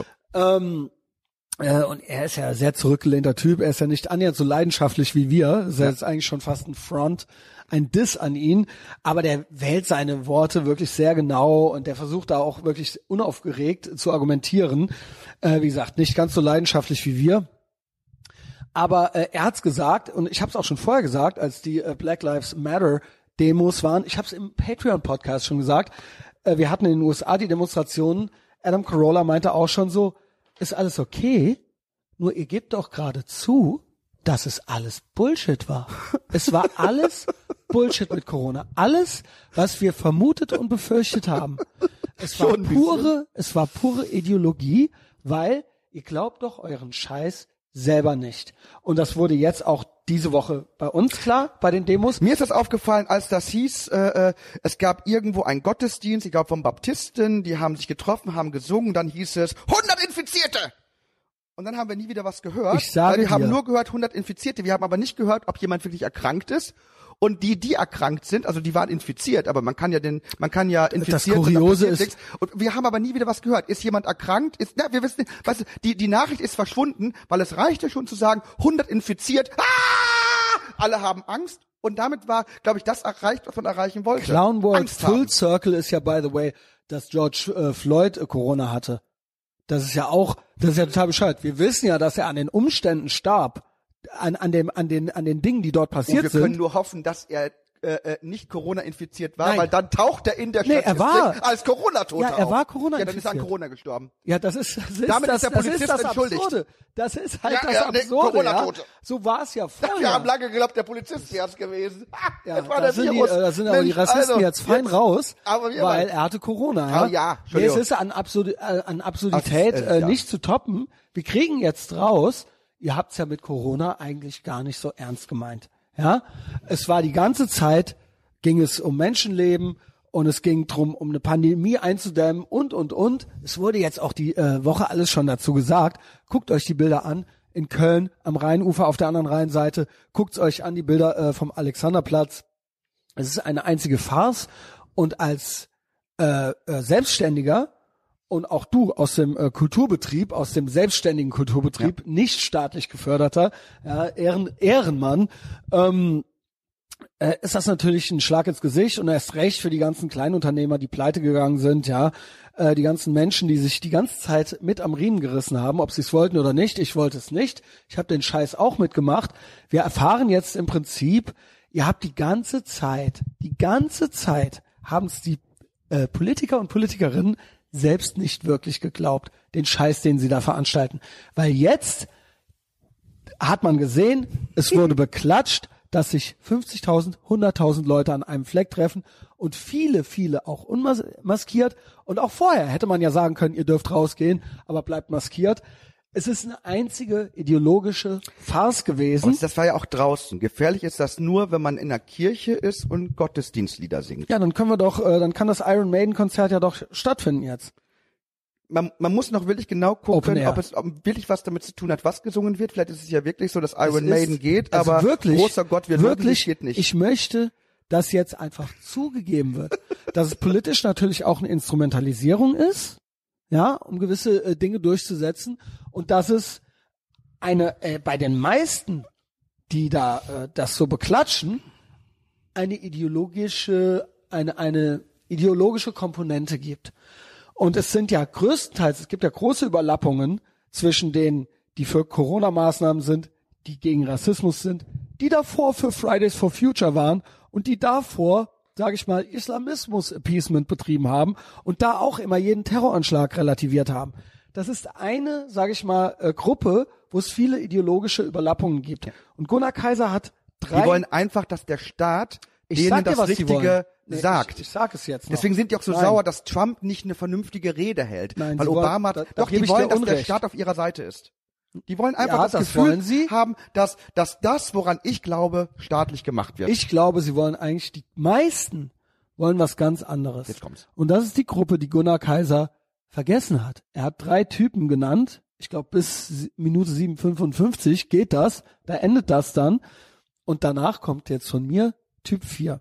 A: Und er ist ja ein sehr zurückgelehnter Typ, er ist ja nicht annähernd so leidenschaftlich wie wir, ist ja jetzt eigentlich schon fast ein Front, ein Diss an ihn, aber der wählt seine Worte wirklich sehr genau und der versucht da auch wirklich unaufgeregt zu argumentieren, wie gesagt, nicht ganz so leidenschaftlich wie wir. Aber er hat's gesagt und ich habe es auch schon vorher gesagt, als die Black Lives Matter Demos waren. Ich habe es im Patreon-Podcast schon gesagt. Wir hatten in den USA die Demonstrationen. Adam Carolla meinte auch schon so, ist alles okay, nur ihr gebt doch gerade zu, dass es alles Bullshit war. Es war alles Bullshit mit Corona. Alles, was wir vermutet und befürchtet haben. Es war pure Ideologie, weil ihr glaubt doch euren Scheiß selber nicht. Und das wurde jetzt auch diese Woche bei uns klar, bei den Demos.
B: Mir ist das aufgefallen, als das hieß, es gab irgendwo einen Gottesdienst, ich glaube vom Baptisten, die haben sich getroffen, haben gesungen, dann hieß es 100 Infizierte! Und dann haben wir nie wieder was gehört.
A: Ich sage
B: wir haben
A: dir.
B: nur gehört 100 Infizierte, wir haben aber nicht gehört, ob jemand wirklich erkrankt ist. Und die erkrankt sind, also die waren infiziert, aber man kann ja infiziert
A: Kuriose
B: und
A: ist-
B: nichts. Und wir haben aber nie wieder was gehört. Ist jemand erkrankt? Wir wissen nicht, weißt du, die Nachricht ist verschwunden, weil es reichte schon zu sagen, 100 infiziert, alle haben Angst. Und damit war, glaube ich, das erreicht, was man erreichen wollte.
A: Clown World
B: Angst
A: Full
B: haben.
A: Circle ist ja, by the way, dass George Floyd Corona hatte. Das ist ja total bescheuert. Wir wissen ja, dass er an den Umständen starb, an den Dingen, die dort
B: Und
A: passiert
B: wir können
A: sind.
B: nur hoffen, dass er nicht Corona infiziert war,
A: Nein.
B: weil dann taucht er in der
A: Nee, er
B: Statistik
A: war-
B: als Corona-Toter
A: Ja, er war
B: auf.
A: Corona
B: Ja, dann ist er an
A: infiziert.
B: Corona gestorben.
A: Ja, das ist das
B: Polizist entschuldigt.
A: Absurde. Das ist halt
B: Ja,
A: das
B: ja, nee,
A: Absurde. Ja.
B: Corona-Tote.
A: So war es ja vorher.
B: Wir haben lange geglaubt, der Polizist wäre es gewesen.
A: Ja,
B: das war
A: da
B: der
A: sind
B: Virus.
A: da sind aber die
B: Mensch,
A: Rassisten
B: also,
A: jetzt fein raus,
B: aber wir
A: weil
B: mal.
A: er hatte Corona.
B: Ah, ja,
A: Nee, es
B: Entschuldigung.
A: ist an Absurdität
B: Ja.
A: nicht zu toppen. Wir kriegen jetzt raus, ihr habt's ja mit Corona eigentlich gar nicht so ernst gemeint. Ja, es war die ganze Zeit, ging es um Menschenleben und es ging drum, um eine Pandemie einzudämmen und. Es wurde jetzt auch die Woche alles schon dazu gesagt. Guckt euch die Bilder an in Köln am Rheinufer auf der anderen Rheinseite. Guckt's euch an, die Bilder vom Alexanderplatz. Es ist eine einzige Farce und als Selbstständiger und auch du aus dem Kulturbetrieb, aus dem selbstständigen Kulturbetrieb, nicht staatlich geförderter, Ehrenmann, ist das natürlich ein Schlag ins Gesicht und erst recht für die ganzen Kleinunternehmer, die pleite gegangen sind, die ganzen Menschen, die sich die ganze Zeit mit am Riemen gerissen haben, ob sie es wollten oder nicht. Ich wollte es nicht. Ich habe den Scheiß auch mitgemacht. Wir erfahren jetzt im Prinzip, ihr habt die ganze Zeit haben es die Politiker und Politikerinnen selbst nicht wirklich geglaubt, den Scheiß, den sie da veranstalten. Weil jetzt hat man gesehen, es wurde beklatscht, dass sich 50.000, 100.000 Leute an einem Fleck treffen und viele auch unmaskiert. Und auch vorher hätte man ja sagen können, ihr dürft rausgehen, aber bleibt maskiert. Es ist eine einzige ideologische Farce gewesen.
B: Und das war ja auch draußen. Gefährlich ist das nur, wenn man in der Kirche ist und Gottesdienstlieder singt.
A: Ja, dann können wir doch, dann kann das Iron Maiden Konzert ja doch stattfinden jetzt.
B: Man muss noch wirklich genau gucken, ob es wirklich was damit zu tun hat, was gesungen wird. Vielleicht ist es ja wirklich so, dass Iron Maiden geht,
A: also
B: aber
A: wirklich,
B: großer Gott, wir
A: wirklich
B: geht nicht.
A: Ich möchte, dass jetzt einfach zugegeben wird, dass es politisch natürlich auch eine Instrumentalisierung ist, ja, um gewisse Dinge durchzusetzen und dass es bei den meisten, die da das so beklatschen, eine ideologische Komponente gibt. Und es sind ja größtenteils, es gibt ja große Überlappungen zwischen denen, die für Corona-Maßnahmen sind, die gegen Rassismus sind, die davor für Fridays for Future waren und die davor, sage ich mal, Islamismus-Appeasement betrieben haben und da auch immer jeden Terroranschlag relativiert haben. Das ist eine, sage ich mal, Gruppe, wo es viele ideologische Überlappungen gibt. Und Gunnar Kaiser hat drei...
B: Die wollen einfach, dass der Staat denen das Richtige sagt.
A: Ich sag es jetzt noch.
B: Deswegen sind die auch so sauer, dass Trump nicht eine vernünftige Rede hält.
A: Nein,
B: weil Obama, die wollen, dass der Staat auf ihrer Seite ist. Die wollen einfach das Gefühl haben, dass das, woran ich glaube, staatlich gemacht wird.
A: Ich glaube, sie wollen eigentlich, die meisten wollen was ganz anderes.
B: Jetzt kommt's.
A: Und das ist die Gruppe, die Gunnar Kaiser vergessen hat. Er hat 3 Typen genannt. Ich glaube, bis Minute 7:55 geht das. Da endet das dann. Und danach kommt jetzt von mir Typ 4.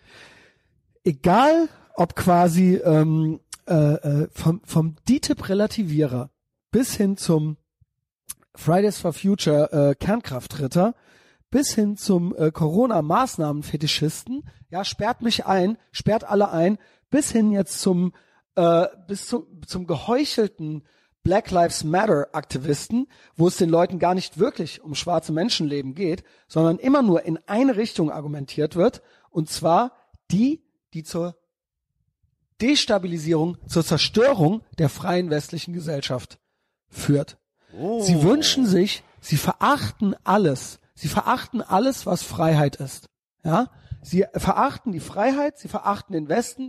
A: Egal, ob quasi vom DTIP-Relativierer bis hin zum Fridays for Future Kernkraftritter, bis hin zum Corona-Maßnahmen-Fetischisten, ja, sperrt mich ein, sperrt alle ein, bis hin jetzt zum geheuchelten Black Lives Matter-Aktivisten, wo es den Leuten gar nicht wirklich um schwarze Menschenleben geht, sondern immer nur in eine Richtung argumentiert wird, und zwar die zur Destabilisierung, zur Zerstörung der freien westlichen Gesellschaft führt.
B: Oh.
A: Sie wünschen sich, sie verachten alles, was Freiheit ist. Ja? Sie verachten die Freiheit, sie verachten den Westen,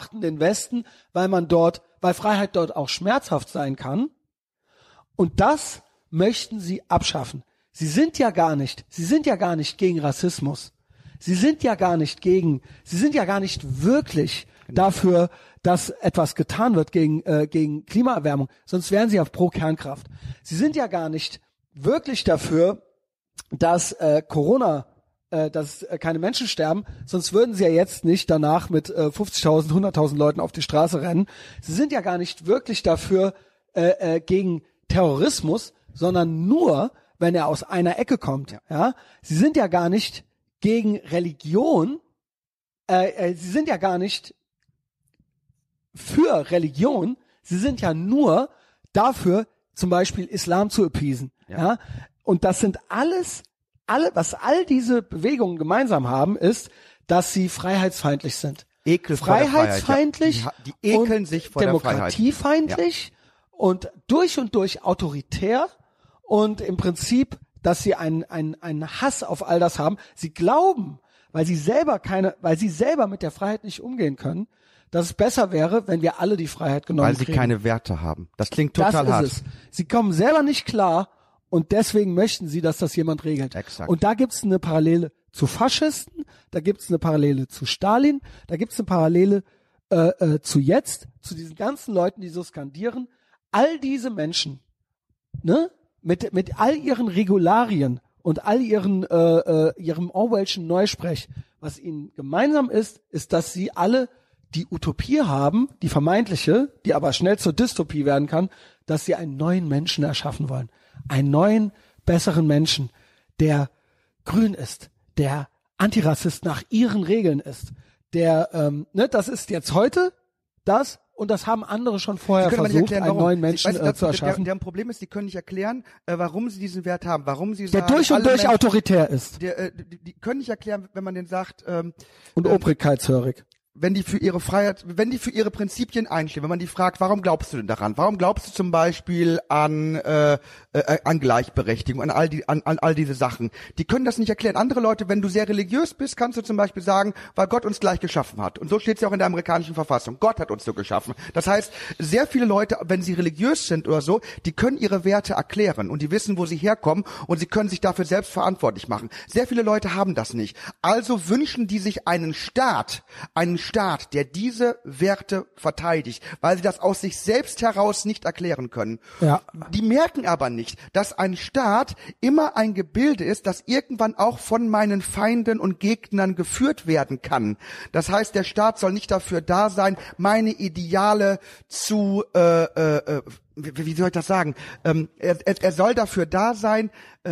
A: weil Freiheit dort auch schmerzhaft sein kann. Und das möchten sie abschaffen. Sie sind ja gar nicht gegen Rassismus. Sie sind ja gar nicht wirklich dafür, dass etwas getan wird gegen Klimaerwärmung. Sonst wären sie ja pro Kernkraft. Sie sind ja gar nicht wirklich dafür, dass dass keine Menschen sterben, sonst würden sie ja jetzt nicht danach mit 50.000, 100.000 Leuten auf die Straße rennen. Sie sind ja gar nicht wirklich dafür gegen Terrorismus, sondern nur, wenn er aus einer Ecke kommt. Ja? Sie sind ja gar nicht gegen Religion, sie sind ja gar nicht für Religion, sie sind ja nur dafür, zum Beispiel Islam zu appeasen. Ja? Und das sind was all diese Bewegungen gemeinsam haben, ist, dass sie freiheitsfeindlich sind. Freiheitsfeindlich,
B: die ekeln sich vor
A: demokratiefeindlich und durch autoritär und im Prinzip, dass sie einen Hass auf all das haben. Sie glauben, weil sie selber mit der Freiheit nicht umgehen können, dass es besser wäre, wenn wir alle die Freiheit genommen kriegen.
B: Weil sie keine Werte haben. Das klingt total hart.
A: Das ist es. Sie kommen selber nicht klar und deswegen möchten sie, dass das jemand regelt.
B: Exakt.
A: Und da gibt's eine Parallele zu Faschisten, da gibt's eine Parallele zu Stalin, da gibt's eine Parallele zu diesen ganzen Leuten, die so skandieren, all diese Menschen, ne, mit all ihren Regularien und all ihrem Orwellschen Neusprech, was ihnen gemeinsam ist, dass sie alle die Utopie haben, die vermeintliche, die aber schnell zur Dystopie werden kann, dass sie einen neuen Menschen erschaffen wollen. Einen neuen, besseren Menschen, der grün ist, der Antirassist nach ihren Regeln ist, der, das ist jetzt heute das, und das haben andere schon vorher versucht, einen neuen Menschen zu erschaffen.
B: Der Problem ist, die können nicht erklären, warum sie diesen Wert haben, warum sie
A: der
B: sagen,
A: durch und durch autoritär ist.
B: Die können nicht erklären, wenn man den sagt,
A: und obrigkeitshörig.
B: wenn die für ihre Freiheit, wenn die für ihre Prinzipien einstehen, wenn man die fragt, warum glaubst du denn daran? Warum glaubst du zum Beispiel an Gleichberechtigung, an all diese Sachen? Die können das nicht erklären. Andere Leute, wenn du sehr religiös bist, kannst du zum Beispiel sagen, weil Gott uns gleich geschaffen hat. Und so steht es ja auch in der amerikanischen Verfassung. Gott hat uns so geschaffen. Das heißt, sehr viele Leute, wenn sie religiös sind oder so, die können ihre Werte erklären und die wissen, wo sie herkommen und sie können sich dafür selbst verantwortlich machen. Sehr viele Leute haben das nicht. Also wünschen die sich einen Staat, der diese Werte verteidigt, weil sie das aus sich selbst heraus nicht erklären können.
A: Ja.
B: Die merken aber nicht, dass ein Staat immer ein Gebilde ist, das irgendwann auch von meinen Feinden und Gegnern geführt werden kann. Das heißt, der Staat soll nicht dafür da sein, meine Ideale zu, wie soll ich das sagen? Er soll dafür da sein,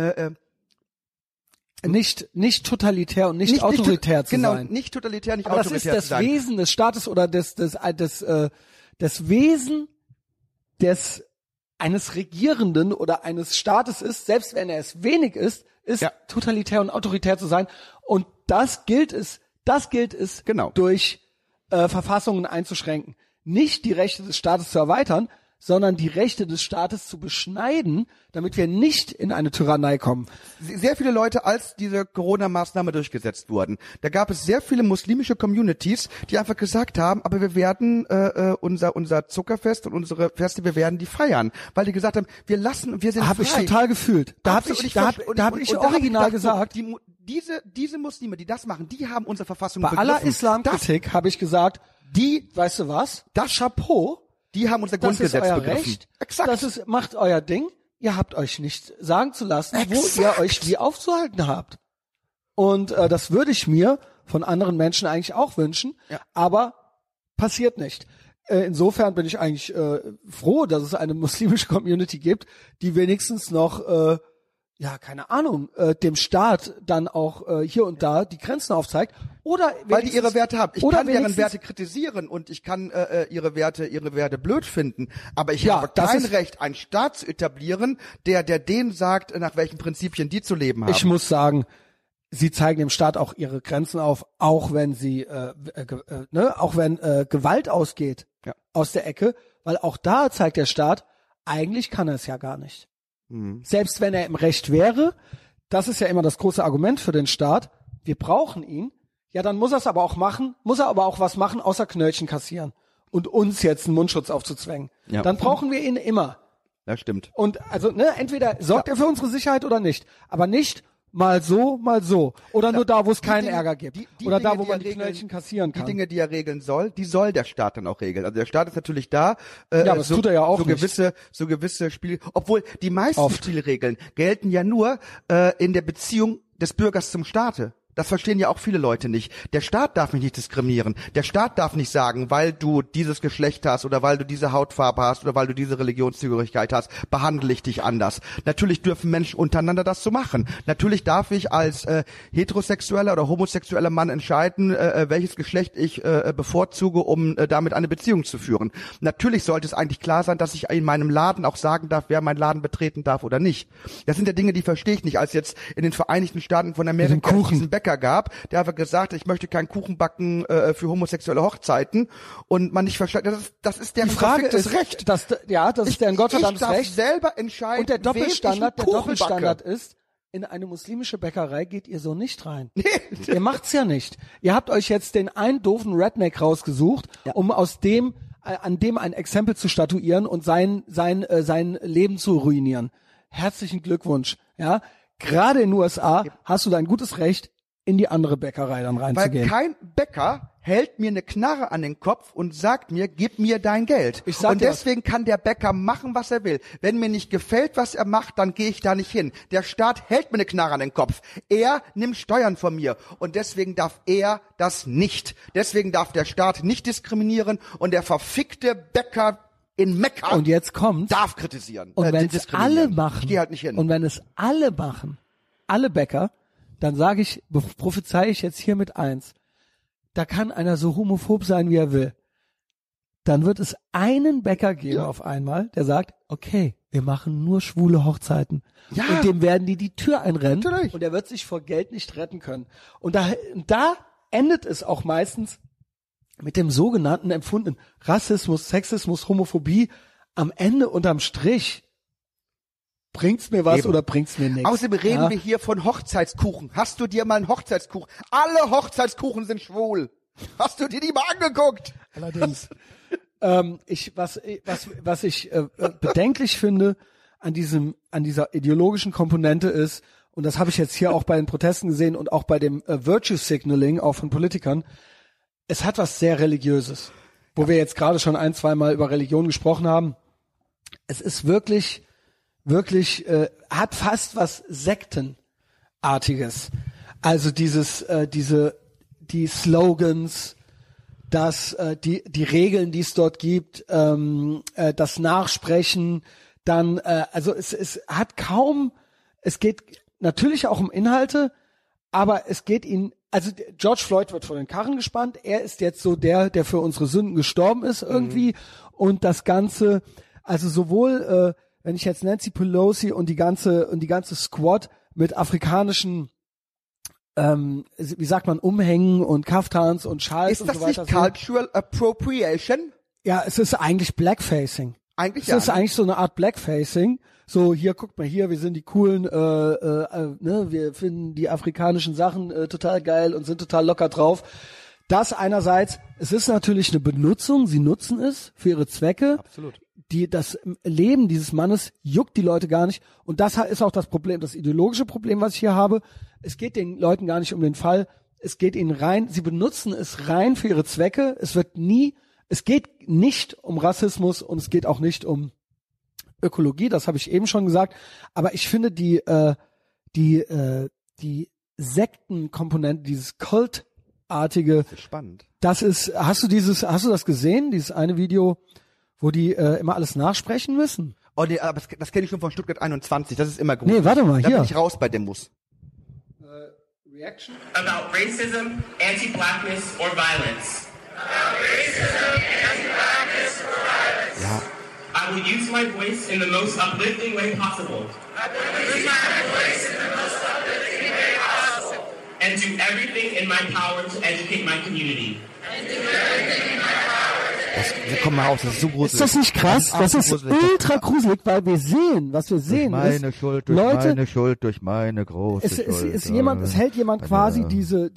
A: nicht totalitär und nicht autoritär zu sein.
B: Genau, nicht totalitär, nicht
A: aber
B: autoritär zu sein.
A: Das ist das Wesen des Staates oder das Wesen eines Regierenden oder eines Staates ist, selbst wenn er es wenig ist totalitär und autoritär zu sein. Und das gilt es
B: genau
A: durch Verfassungen einzuschränken. Nicht die Rechte des Staates zu erweitern, sondern die Rechte des Staates zu beschneiden, damit wir nicht in eine Tyrannei kommen.
B: Sehr viele Leute, als diese Corona-Maßnahme durchgesetzt wurden, da gab es sehr viele muslimische Communities, die einfach gesagt haben, aber wir werden unser Zuckerfest und unsere Feste, wir werden die feiern, weil die gesagt haben, wir sind
A: frei. Habe ich total gefühlt. Da habe ich original gesagt,
B: diese Muslime, die das machen, die haben unsere Verfassung
A: begriffen. Bei aller Islamkritik habe ich gesagt, weißt du was? Das Chapeau.
B: Die haben unser Grundgesetz begriffen.
A: Recht. Exakt. Macht euer Ding. Ihr habt euch nicht sagen zu lassen, wo ihr euch wie aufzuhalten habt. Und das würde ich mir von anderen Menschen eigentlich auch wünschen, aber passiert nicht. Insofern bin ich eigentlich froh, dass es eine muslimische Community gibt, die wenigstens noch keine Ahnung, dem Staat dann auch hier und da die Grenzen aufzeigt. Oder
B: weil die ihre Werte haben. Ich kann deren Werte kritisieren und ich kann ihre Werte blöd finden, aber ich habe kein Recht, einen Staat zu etablieren, der denen sagt, nach welchen Prinzipien die zu leben haben.
A: Ich muss sagen, sie zeigen dem Staat auch ihre Grenzen auf, auch wenn sie Gewalt ausgeht aus der Ecke, weil auch da zeigt der Staat, eigentlich kann er es ja gar nicht. Selbst wenn er im Recht wäre, das ist ja immer das große Argument für den Staat, wir brauchen ihn, ja dann muss er es aber auch machen, muss er aber auch was machen, außer Knöllchen kassieren und uns jetzt einen Mundschutz aufzuzwängen. Ja. Dann brauchen wir ihn immer.
B: Das stimmt.
A: Und also entweder sorgt er für unsere Sicherheit oder nicht, aber nicht mal so. Oder nur da, wo es keinen Ärger gibt. Oder da, wo man die Knöllchen kassieren kann.
B: Die Dinge, die er regeln soll, die soll der Staat dann auch regeln. Also der Staat ist natürlich da.
A: Aber das tut er ja auch
B: nicht. So gewisse Spiele, obwohl die meisten Spielregeln gelten ja nur in der Beziehung des Bürgers zum Staate. Das verstehen ja auch viele Leute nicht. Der Staat darf mich nicht diskriminieren. Der Staat darf nicht sagen, weil du dieses Geschlecht hast oder weil du diese Hautfarbe hast oder weil du diese Religionszugehörigkeit hast, behandle ich dich anders. Natürlich dürfen Menschen untereinander das so machen. Natürlich darf ich als heterosexueller oder homosexueller Mann entscheiden, welches Geschlecht ich bevorzuge, um damit eine Beziehung zu führen. Natürlich sollte es eigentlich klar sein, dass ich in meinem Laden auch sagen darf, wer meinen Laden betreten darf oder nicht. Das sind ja Dinge, die verstehe ich nicht. Als jetzt in den Vereinigten Staaten von Amerika diesen Bäcker gab, der einfach gesagt, ich möchte keinen Kuchen backen für homosexuelle Hochzeiten und man nicht verstanden, das ist deren
A: verficktes Recht. Das ist deren Gott verdammt Recht.
B: Ich darf selber entscheiden,
A: und der Doppelstandard ist, in eine muslimische Bäckerei geht ihr so nicht rein. Nee. Ihr macht's ja nicht. Ihr habt euch jetzt den einen doofen Redneck rausgesucht, um an dem ein Exempel zu statuieren und sein Leben zu ruinieren. Herzlichen Glückwunsch. Ja, gerade in den USA hast du dein gutes Recht, in die andere Bäckerei dann
B: Weil
A: reinzugehen.
B: kein Bäcker hält mir eine Knarre an den Kopf und sagt mir, gib mir dein Geld.
A: Ich sag
B: Und
A: dir
B: deswegen kann der Bäcker machen, was er will. Wenn mir nicht gefällt, was er macht, dann gehe ich da nicht hin. Der Staat hält mir eine Knarre an den Kopf. Er nimmt Steuern von mir. Und deswegen darf er das nicht. Deswegen darf der Staat nicht diskriminieren und der verfickte Bäcker in Mekka
A: Und jetzt kommt's.
B: darf kritisieren.
A: Und wenn es
B: diskriminieren.
A: alle machen,
B: Ich gehe halt nicht hin.
A: und wenn es alle machen, alle Bäcker, dann sage ich, prophezei ich jetzt hiermit eins. Da kann einer so homophob sein, wie er will. Dann wird es einen Bäcker geben auf einmal, der sagt, okay, wir machen nur schwule Hochzeiten.
B: Ja.
A: Und dem werden die Tür einrennen.
B: Natürlich.
A: Und er wird sich vor Geld nicht retten können. Und da endet es auch meistens mit dem sogenannten empfundenen Rassismus, Sexismus, Homophobie. Am Ende unterm Strich bringt's mir was
B: Eben.
A: oder bringt's mir nichts.
B: Außerdem reden wir hier von Hochzeitskuchen. Hast du dir mal einen Hochzeitskuchen? Alle Hochzeitskuchen sind schwul. Hast du dir die mal angeguckt?
A: Allerdings. Was ich bedenklich finde an dieser ideologischen Komponente ist, und das habe ich jetzt hier auch bei den Protesten gesehen und auch bei dem Virtue Signaling auch von Politikern, es hat was sehr Religiöses, wo wir jetzt gerade schon 1-2 Mal über Religion gesprochen haben. Es ist wirklich, hat fast was Sektenartiges. Also die Slogans, die Regeln, die es dort gibt, das Nachsprechen, dann, also es hat kaum, es geht natürlich auch um Inhalte, aber es geht ihnen, also George Floyd wird vor den Karren gespannt, er ist jetzt so der für unsere Sünden gestorben ist irgendwie und das Ganze, also sowohl, wenn ich jetzt Nancy Pelosi und die ganze Squad mit afrikanischen wie sagt man, Umhängen und Kaftans und Schals
B: Ist
A: und
B: das
A: so weiter.
B: nicht Cultural Appropriation?
A: Ja, es ist eigentlich Blackfacing.
B: Eigentlich
A: Es
B: ja.
A: ist eigentlich so eine Art Blackfacing. So, hier, guckt mal hier, wir sind die coolen, ne, wir finden die afrikanischen Sachen total geil und sind total locker drauf. Das einerseits, es ist natürlich eine Benutzung, sie nutzen es für ihre Zwecke.
B: Absolut.
A: Das Leben dieses Mannes juckt die Leute gar nicht. Und das ist auch das Problem, das ideologische Problem, was ich hier habe. Es geht den Leuten gar nicht um den Fall. Es geht ihnen rein, sie benutzen es rein für ihre Zwecke. Es geht nicht um Rassismus und es geht auch nicht um Ökologie, das habe ich eben schon gesagt. Aber ich finde die Sektenkomponente, dieses Kultartige,
B: Das ist spannend.
A: das ist, hast du das gesehen, dieses eine Video, wo die immer alles nachsprechen müssen?
B: Oh nee, aber das kenne ich schon von Stuttgart 21, das ist immer gut.
A: Nee, warte mal,
B: Da
A: hier.
B: bin ich raus bei Demos.
A: Reaction?
D: About racism, anti-blackness, or violence.
B: Ja.
D: I will use my voice in the most uplifting way possible. And do everything in my power to educate my community.
B: Komm mal raus, das ist so gruselig.
A: Ist das nicht krass? Das ist
B: gruselig.
A: ultra gruselig, weil wir sehen, was wir sehen ist, Leute,
B: Schuld, durch meine große
A: es hält jemand quasi diese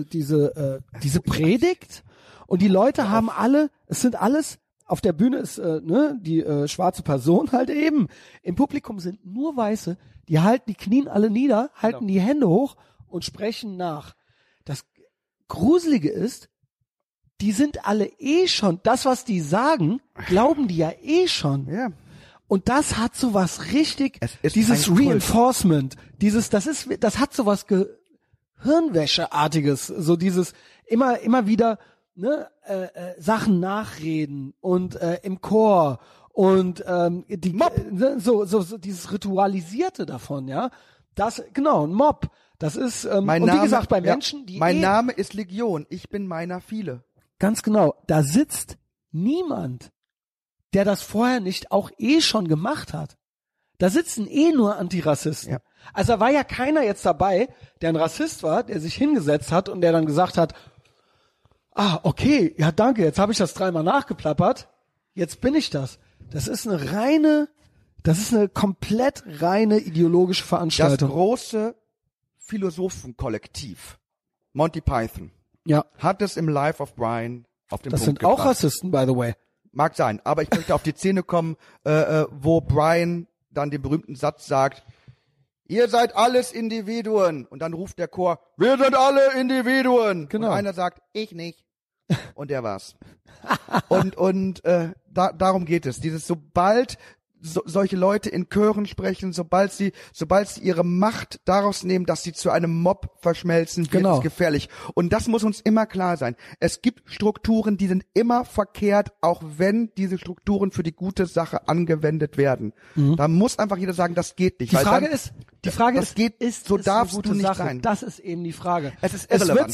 A: Predigt und die Leute haben alle, es sind alles, auf der Bühne ist die schwarze Person halt eben, im Publikum sind nur Weiße, die knien alle nieder, halten die Hände hoch und sprechen nach. Das Gruselige ist, die sind alle schon, das was die sagen, glauben die ja schon.
B: Ja.
A: Und das hat so was richtig,
B: Es ist
A: dieses
B: ein Kult.
A: Reinforcement, das hat so was Gehirnwäscheartiges, so dieses immer wieder Sachen nachreden und im Chor und so dieses Ritualisierte davon, ja. Das genau, ein Mob. Das ist und wie gesagt bei Menschen, die
B: mein Name ist Legion, ich bin meiner viele.
A: ganz genau, da sitzt niemand, der das vorher nicht auch schon gemacht hat. Da sitzen nur Antirassisten.
B: Ja.
A: Also da war ja keiner jetzt dabei, der ein Rassist war, der sich hingesetzt hat und der dann gesagt hat, okay, ja danke, jetzt habe ich das 3-mal nachgeplappert, jetzt bin ich das. Das ist eine komplett reine ideologische
B: Das
A: Veranstaltung.
B: große Philosophenkollektiv Monty Python
A: Ja,
B: hat es im Life of Brian auf den
A: das
B: Punkt
A: sind auch
B: gebracht.
A: Rassisten, by the way.
B: Mag sein, aber ich möchte auf die Szene kommen, wo Brian dann den berühmten Satz sagt, ihr seid alles Individuen. Und dann ruft der Chor, wir sind alle Individuen.
A: Genau.
B: Und einer sagt, ich nicht. Und der war's. Darum geht es. Sobald solche Leute in Chören sprechen, sobald sie ihre Macht daraus nehmen, dass sie zu einem Mob verschmelzen, wird es gefährlich. Und das muss uns immer klar sein. Es gibt Strukturen, die sind immer verkehrt, auch wenn diese Strukturen für die gute Sache angewendet werden. Da muss einfach jeder sagen, das geht nicht.
A: Die Frage ist,
B: so darfst du nicht sein.
A: Das ist eben die Frage.
B: Es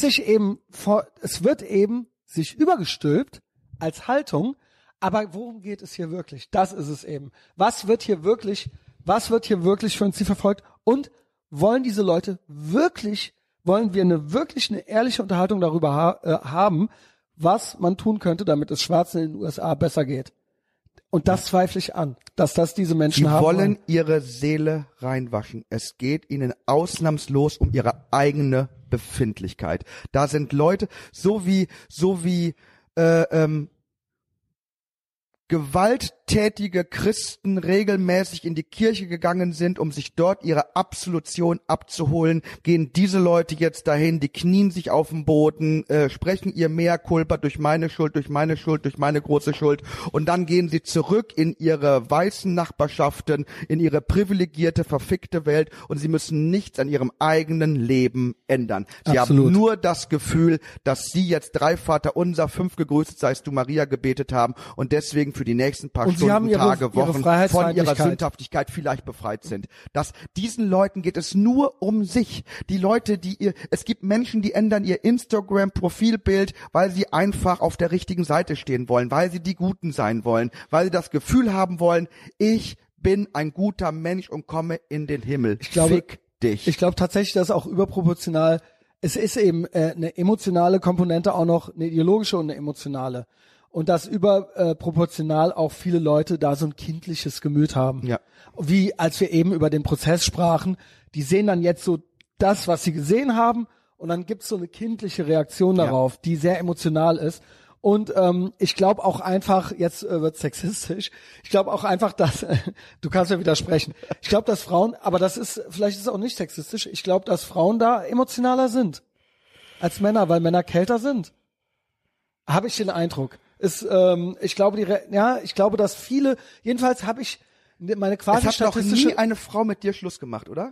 A: wird eben sich übergestülpt als Haltung. Aber worum geht es hier wirklich? Das ist es eben. Was wird hier wirklich für ein Ziel verfolgt? Und wollen diese Leute wollen wir eine ehrliche Unterhaltung darüber haben, was man tun könnte, damit es Schwarzen in den USA besser geht? Und das zweifle ich an, dass das diese Menschen haben.
B: Sie wollen ihre Seele reinwaschen. Es geht ihnen ausnahmslos um ihre eigene Befindlichkeit. Da sind Leute, so wie gewalttätige Christen regelmäßig in die Kirche gegangen sind, um sich dort ihre Absolution abzuholen, gehen diese Leute jetzt dahin, die knien sich auf den Boden, sprechen ihr Mea culpa durch meine Schuld, durch meine große Schuld, und dann gehen sie zurück in ihre weißen Nachbarschaften, in ihre privilegierte, verfickte Welt, und sie müssen nichts an ihrem eigenen Leben ändern. Sie haben nur das Gefühl, dass sie jetzt 3 Vaterunser, 5 gegrüßet seist du Maria gebetet haben und deswegen für die nächsten paar Stunden, Tage, Wochen von ihrer Sündhaftigkeit vielleicht befreit sind. Diesen Leuten geht es nur um sich. Die Leute, es gibt Menschen, die ändern ihr Instagram-Profilbild, weil sie einfach auf der richtigen Seite stehen wollen, weil sie die Guten sein wollen, weil sie das Gefühl haben wollen, ich bin ein guter Mensch und komme in den Himmel. Fick dich.
A: Ich glaube tatsächlich, dass auch überproportional, es ist eben eine emotionale Komponente auch noch, eine ideologische und eine emotionale. Und dass überproportional auch viele Leute da so ein kindliches Gemüt haben. Ja. Wie als wir eben über den Prozess sprachen, die sehen dann jetzt so das, was sie gesehen haben, und dann gibt's so eine kindliche Reaktion darauf, die sehr emotional ist. Und ich glaube auch einfach, jetzt wird sexistisch, ich glaube auch einfach, dass, du kannst ja widersprechen, ich glaube, dass Frauen, aber vielleicht ist es auch nicht sexistisch, ich glaube, dass Frauen da emotionaler sind als Männer, weil Männer kälter sind. Habe ich den Eindruck. Ich glaube, dass viele, jedenfalls habe ich meine quasi
B: statistische... Es hat noch nie eine Frau mit dir Schluss gemacht, oder?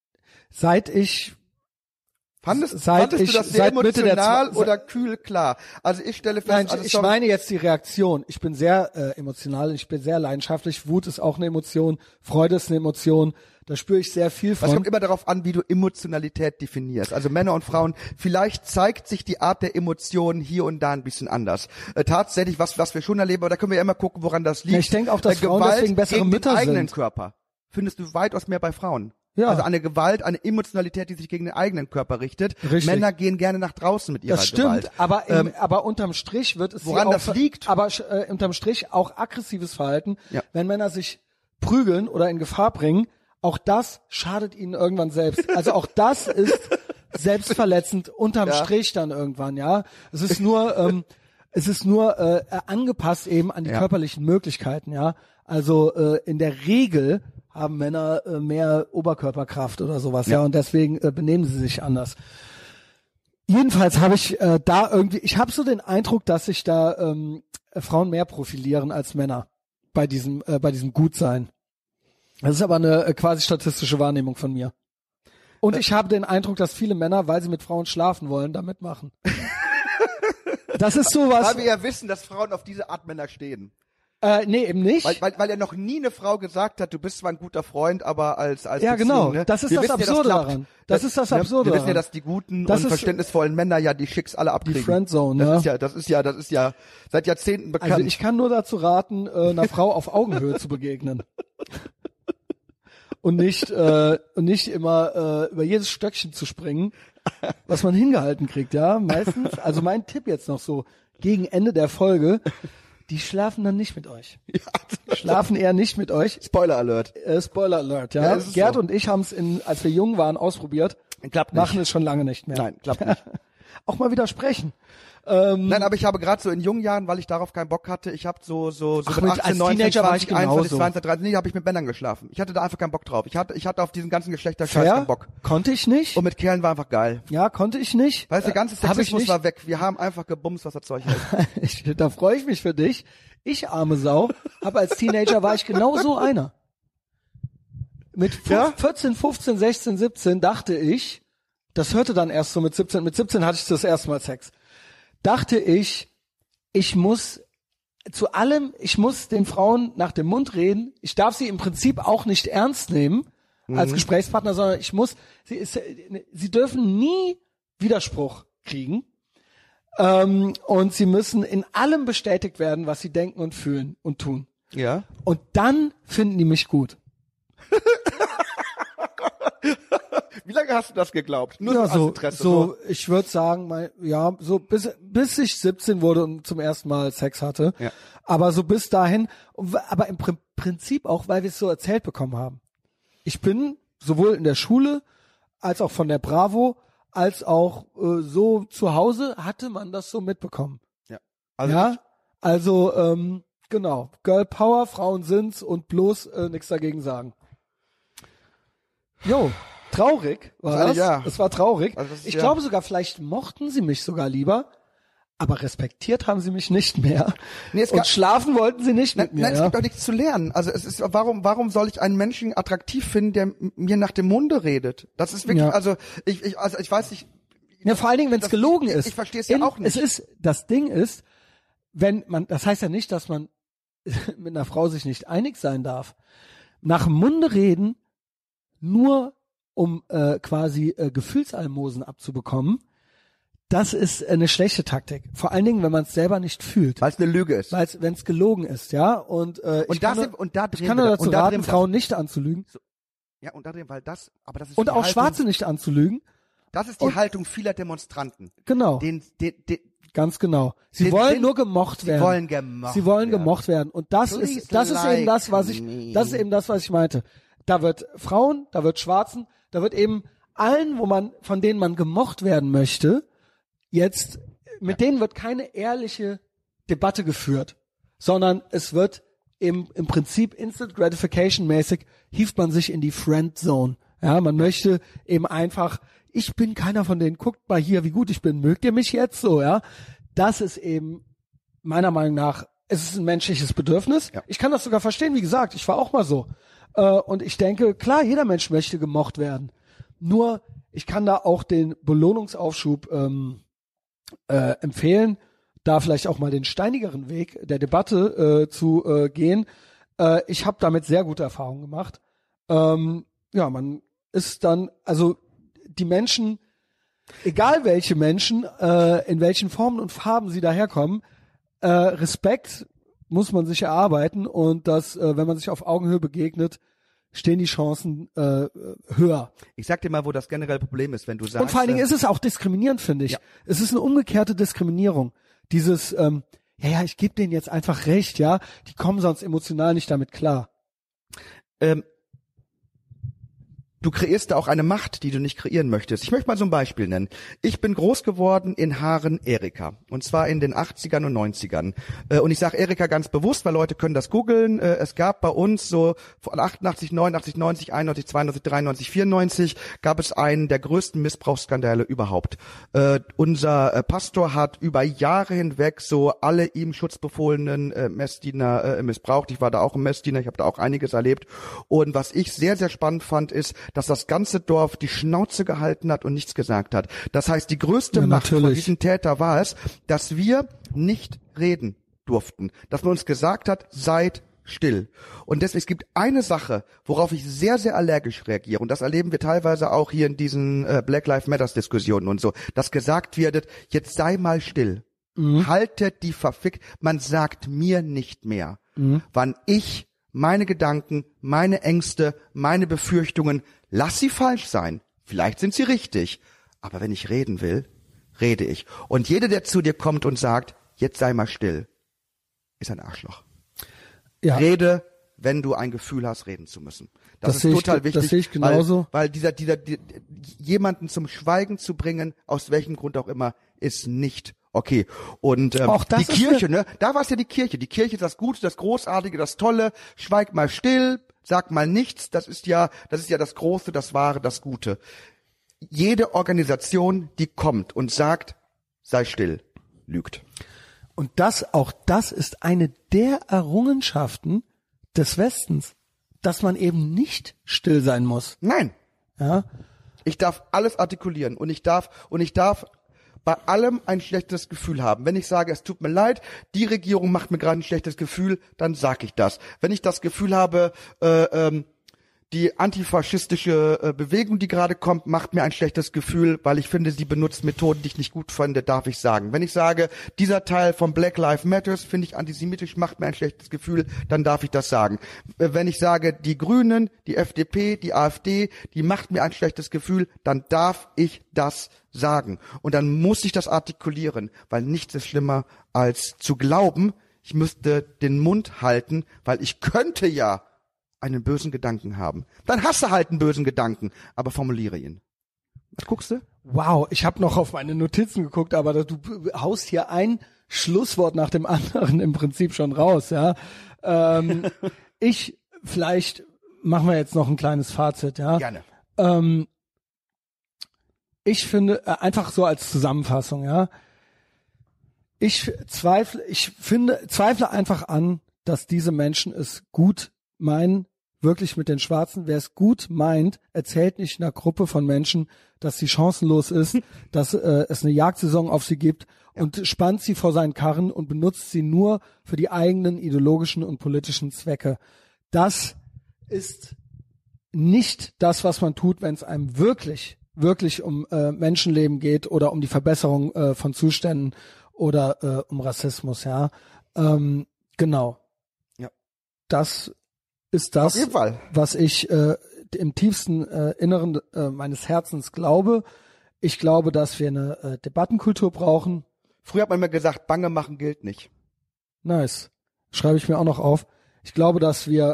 B: Fandest du das sehr emotional oder kühl klar? Also ich stelle fest...
A: Nein, ich meine jetzt die Reaktion. Ich bin sehr emotional, ich bin sehr leidenschaftlich. Wut ist auch eine Emotion, Freude ist eine Emotion. Da spüre ich sehr viel von.
B: Es kommt immer darauf an, wie du Emotionalität definierst. Also Männer und Frauen, vielleicht zeigt sich die Art der Emotionen hier und da ein bisschen anders. Tatsächlich, was wir schon erleben, aber da können wir ja immer gucken, woran das liegt.
A: Ja, ich denke auch, dass Frauen deswegen bessere Mütter sind.
B: Gegen den eigenen Körper findest du weitaus mehr bei Frauen. Ja. Also eine Gewalt, eine Emotionalität, die sich gegen den eigenen Körper richtet. Richtig. Männer gehen gerne nach draußen mit ihrer Gewalt.
A: Das stimmt, aber unterm Strich wird es...
B: Woran das liegt?
A: Aber unterm Strich auch aggressives Verhalten, wenn Männer sich prügeln oder in Gefahr bringen, auch das schadet ihnen irgendwann selbst. Also auch das ist selbstverletzend unterm Strich dann irgendwann, ja. Es ist nur angepasst eben an die körperlichen Möglichkeiten, ja. Also in der Regel haben Männer mehr Oberkörperkraft oder sowas, ja, und deswegen benehmen sie sich anders. Jedenfalls habe ich ich habe so den Eindruck, dass sich da Frauen mehr profilieren als Männer bei diesem Gutsein. Das ist aber eine quasi statistische Wahrnehmung von mir. Und ich habe den Eindruck, dass viele Männer, weil sie mit Frauen schlafen wollen, da mitmachen. Das ist sowas.
B: Weil wir ja wissen, dass Frauen auf diese Art Männer stehen.
A: Nee, eben nicht.
B: Weil ja noch nie eine Frau gesagt hat, du bist zwar ein guter Freund, aber als
A: ja,
B: Beziehung,
A: genau.
B: Ne?
A: Das ist das Absurde daran. Das ist das Absurde
B: daran. Wir wissen ja,
A: daran.
B: dass die guten und verständnisvollen Männer ja die Schicks alle abkriegen.
A: Die Friendzone, ne?
B: Das ist ja seit Jahrzehnten bekannt.
A: Also ich kann nur dazu raten, einer Frau auf Augenhöhe zu begegnen. Und nicht immer über jedes Stöckchen zu springen, was man hingehalten kriegt, ja, meistens. Also mein Tipp jetzt noch so gegen Ende der Folge, die schlafen dann nicht mit euch. Ja, schlafen eher nicht mit euch.
B: Spoiler Alert.
A: Spoiler Alert, ja. Gerd und ich haben es als wir jung waren, ausprobiert.
B: Klappt nicht.
A: Machen es schon lange nicht mehr.
B: Nein, klappt nicht.
A: Auch mal widersprechen.
B: Nein, aber ich habe gerade so in jungen Jahren, weil ich darauf keinen Bock hatte, ich habe so
A: Ach,
B: mit
A: als
B: 18, 19,
A: Teenager war ich
B: 20, 21,
A: genauso.
B: 22, 23, nee, habe ich mit Männern geschlafen. Ich hatte da einfach keinen Bock drauf. Ich hatte auf diesen ganzen Geschlechterscheiß keinen Bock.
A: Konnte ich nicht.
B: Und mit Kerlen war einfach geil.
A: Ja, konnte ich nicht.
B: Weißt du, der ganze
A: Hab ich
B: Sexismus
A: nicht.
B: war weg. Wir haben einfach gebumst, was das Zeug hält.
A: Da freue ich mich für dich. Ich, arme Sau, aber als Teenager war ich genau so einer. Mit 14, 15, 16, 17 dachte ich, das hörte dann erst so mit 17 hatte ich das erste Mal Sex. Dachte ich muss den Frauen nach dem Mund reden. Ich darf sie im Prinzip auch nicht ernst nehmen als Gesprächspartner, sondern sie dürfen nie Widerspruch kriegen. Und sie müssen in allem bestätigt werden, was sie denken und fühlen und tun.
B: Ja.
A: Und dann finden die mich gut.
B: Wie lange hast du das geglaubt? Nur
A: Ja,
B: aus Interesse.
A: so, ich würde sagen, bis ich 17 wurde und zum ersten Mal Sex hatte.
B: Ja.
A: Aber so bis dahin, aber im Prinzip auch, weil wir es so erzählt bekommen haben. Ich bin sowohl in der Schule als auch von der Bravo als auch so zu Hause hatte man das so mitbekommen.
B: Ja.
A: Genau. Girl Power, Frauen sind's und bloß nichts dagegen sagen. Jo, traurig war das.
B: Ja.
A: Es war traurig.
B: Also das ist,
A: ich glaube sogar, vielleicht mochten sie mich sogar lieber, aber respektiert haben sie mich nicht mehr.
B: Nee,
A: und schlafen wollten sie nicht mit mir.
B: Nein, es gibt auch nichts zu lernen. Also es ist, warum soll ich einen Menschen attraktiv finden, der mir nach dem Munde redet? Das ist wirklich, also ich weiß nicht.
A: Ja, vor allen Dingen, wenn es gelogen ist.
B: Ich verstehe es ja auch nicht.
A: Das Ding ist, das heißt ja nicht, dass man mit einer Frau sich nicht einig sein darf. Nach dem Munde reden, nur um quasi Gefühlsalmosen abzubekommen, das ist eine schlechte Taktik. Vor allen Dingen, wenn man es selber nicht fühlt.
B: Weil es eine Lüge ist.
A: Wenn es gelogen ist, ja. Ich kann nur dazu raten, Frauen nicht anzulügen.
B: Ja, und darin, weil das, aber das ist
A: und
B: die
A: auch
B: Haltung,
A: Schwarze nicht anzulügen.
B: Das ist die Haltung vieler Demonstranten.
A: Genau. Ganz genau. Sie wollen nur gemocht werden. Sie wollen gemocht werden. Und das ist eben das, was ich meinte. Da wird Frauen, da wird Schwarzen, da wird eben allen, von denen man gemocht werden möchte, mit denen wird keine ehrliche Debatte geführt, sondern es wird im Prinzip Instant Gratification mäßig hieft man sich in die Friendzone. Ja, man möchte eben einfach, ich bin keiner von denen, guckt mal hier, wie gut ich bin, mögt ihr mich jetzt so, ja? Das ist eben meiner Meinung nach, es ist ein menschliches Bedürfnis. Ja. Ich kann das sogar verstehen, wie gesagt, ich war auch mal so. Und ich denke, klar, jeder Mensch möchte gemocht werden. Nur, ich kann da auch den Belohnungsaufschub empfehlen, da vielleicht auch mal den steinigeren Weg der Debatte zu gehen. Ich habe damit sehr gute Erfahrungen gemacht. Man ist dann, also die Menschen, egal welche Menschen, in welchen Formen und Farben sie daherkommen, Respekt muss man sich erarbeiten und das, wenn man sich auf Augenhöhe begegnet, stehen die Chancen höher.
B: Ich sag dir mal, wo das generelle Problem ist, wenn du sagst.
A: Und vor allen Dingen ist es auch diskriminierend, finde ich. Ja. Es ist eine umgekehrte Diskriminierung. Dieses, ich gebe denen jetzt einfach recht, ja, die kommen sonst emotional nicht damit klar.
B: Du kreierst da auch eine Macht, die du nicht kreieren möchtest. Ich möchte mal so ein Beispiel nennen. Ich bin groß geworden in Haaren-Erika. Und zwar in den 80ern und 90ern. Und ich sage Erika ganz bewusst, weil Leute können das googeln. Es gab bei uns so von 88, 89, 90, 91, 92, 93, 94 gab es einen der größten Missbrauchsskandale überhaupt. Unser Pastor hat über Jahre hinweg so alle ihm schutzbefohlenen Messdiener missbraucht. Ich war da auch ein Messdiener, ich habe da auch einiges erlebt. Und was ich sehr, sehr spannend fand, ist, dass das ganze Dorf die Schnauze gehalten hat und nichts gesagt hat. Das heißt, die größte Macht von diesem Täter war es, dass wir nicht reden durften. Dass man uns gesagt hat, seid still. Und deswegen, es gibt eine Sache, worauf ich sehr, sehr allergisch reagiere. Und das erleben wir teilweise auch hier in diesen Black Lives Matters Diskussionen und so. Dass gesagt wird, jetzt sei mal still. Haltet die man sagt mir nicht mehr, wann ich meine Gedanken, meine Ängste, meine Befürchtungen, lass sie falsch sein. Vielleicht sind sie richtig. Aber wenn ich reden will, rede ich. Und jeder, der zu dir kommt und sagt, jetzt sei mal still, ist ein Arschloch. Ja. Rede, wenn du ein Gefühl hast, reden zu müssen. Das ist total wichtig.
A: Das sehe ich genauso.
B: Weil jemanden zum Schweigen zu bringen, aus welchem Grund auch immer, ist nicht Okay, und
A: Auch das
B: die
A: ist
B: Kirche, ne? Da war es ja die Kirche. Die Kirche ist das Gute, das Großartige, das Tolle. Schweig mal still, sag mal nichts. Das ist ja das Große, das Wahre, das Gute. Jede Organisation, die kommt und sagt, sei still, lügt.
A: Und auch das ist eine der Errungenschaften des Westens, dass man eben nicht still sein muss.
B: Nein,
A: Ja,
B: ich darf alles artikulieren und ich darf bei allem ein schlechtes Gefühl haben. Wenn ich sage, es tut mir leid, die Regierung macht mir gerade ein schlechtes Gefühl, dann sage ich das. Wenn ich das Gefühl habe, die antifaschistische Bewegung, die gerade kommt, macht mir ein schlechtes Gefühl, weil ich finde, sie benutzt Methoden, die ich nicht gut finde, darf ich sagen. Wenn ich sage, dieser Teil von Black Lives Matters finde ich antisemitisch, macht mir ein schlechtes Gefühl, dann darf ich das sagen. Wenn ich sage, die Grünen, die FDP, die AfD, die macht mir ein schlechtes Gefühl, dann darf ich das sagen. Und dann muss ich das artikulieren, weil nichts ist schlimmer als zu glauben, ich müsste den Mund halten, weil ich könnte ja einen bösen Gedanken haben. Dann hast du halt einen bösen Gedanken, aber formuliere ihn. Was guckst du?
A: wow, ich habe noch auf meine Notizen geguckt, aber du haust hier ein Schlusswort nach dem anderen im Prinzip schon raus, ja. Vielleicht machen wir jetzt noch ein kleines Fazit, ja.
B: Gerne.
A: Ich finde, einfach so als Zusammenfassung, ja. Ich zweifle einfach an, dass diese Menschen es gut meinen, wirklich mit den Schwarzen. Wer es gut meint, erzählt nicht einer Gruppe von Menschen, dass sie chancenlos ist, dass es eine Jagdsaison auf sie gibt und spannt sie vor seinen Karren und benutzt sie nur für die eigenen ideologischen und politischen Zwecke. Das ist nicht das, was man tut, wenn es einem wirklich um Menschenleben geht oder um die Verbesserung von Zuständen oder um Rassismus, ja. Genau.
B: Ja.
A: Das ist das,
B: Auf jeden Fall.
A: was ich im tiefsten Inneren meines Herzens glaube. Ich glaube, dass wir eine Debattenkultur brauchen.
B: Früher hat man immer gesagt, Bange machen gilt nicht.
A: Nice. Schreibe ich mir auch noch auf. Ich glaube, dass wir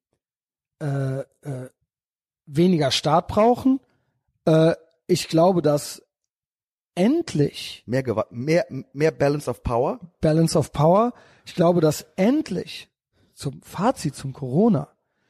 A: weniger Staat brauchen. Ich glaube, dass endlich
B: Mehr Balance of Power.
A: Balance of Power. Ich glaube, dass endlich zum Fazit zum Corona,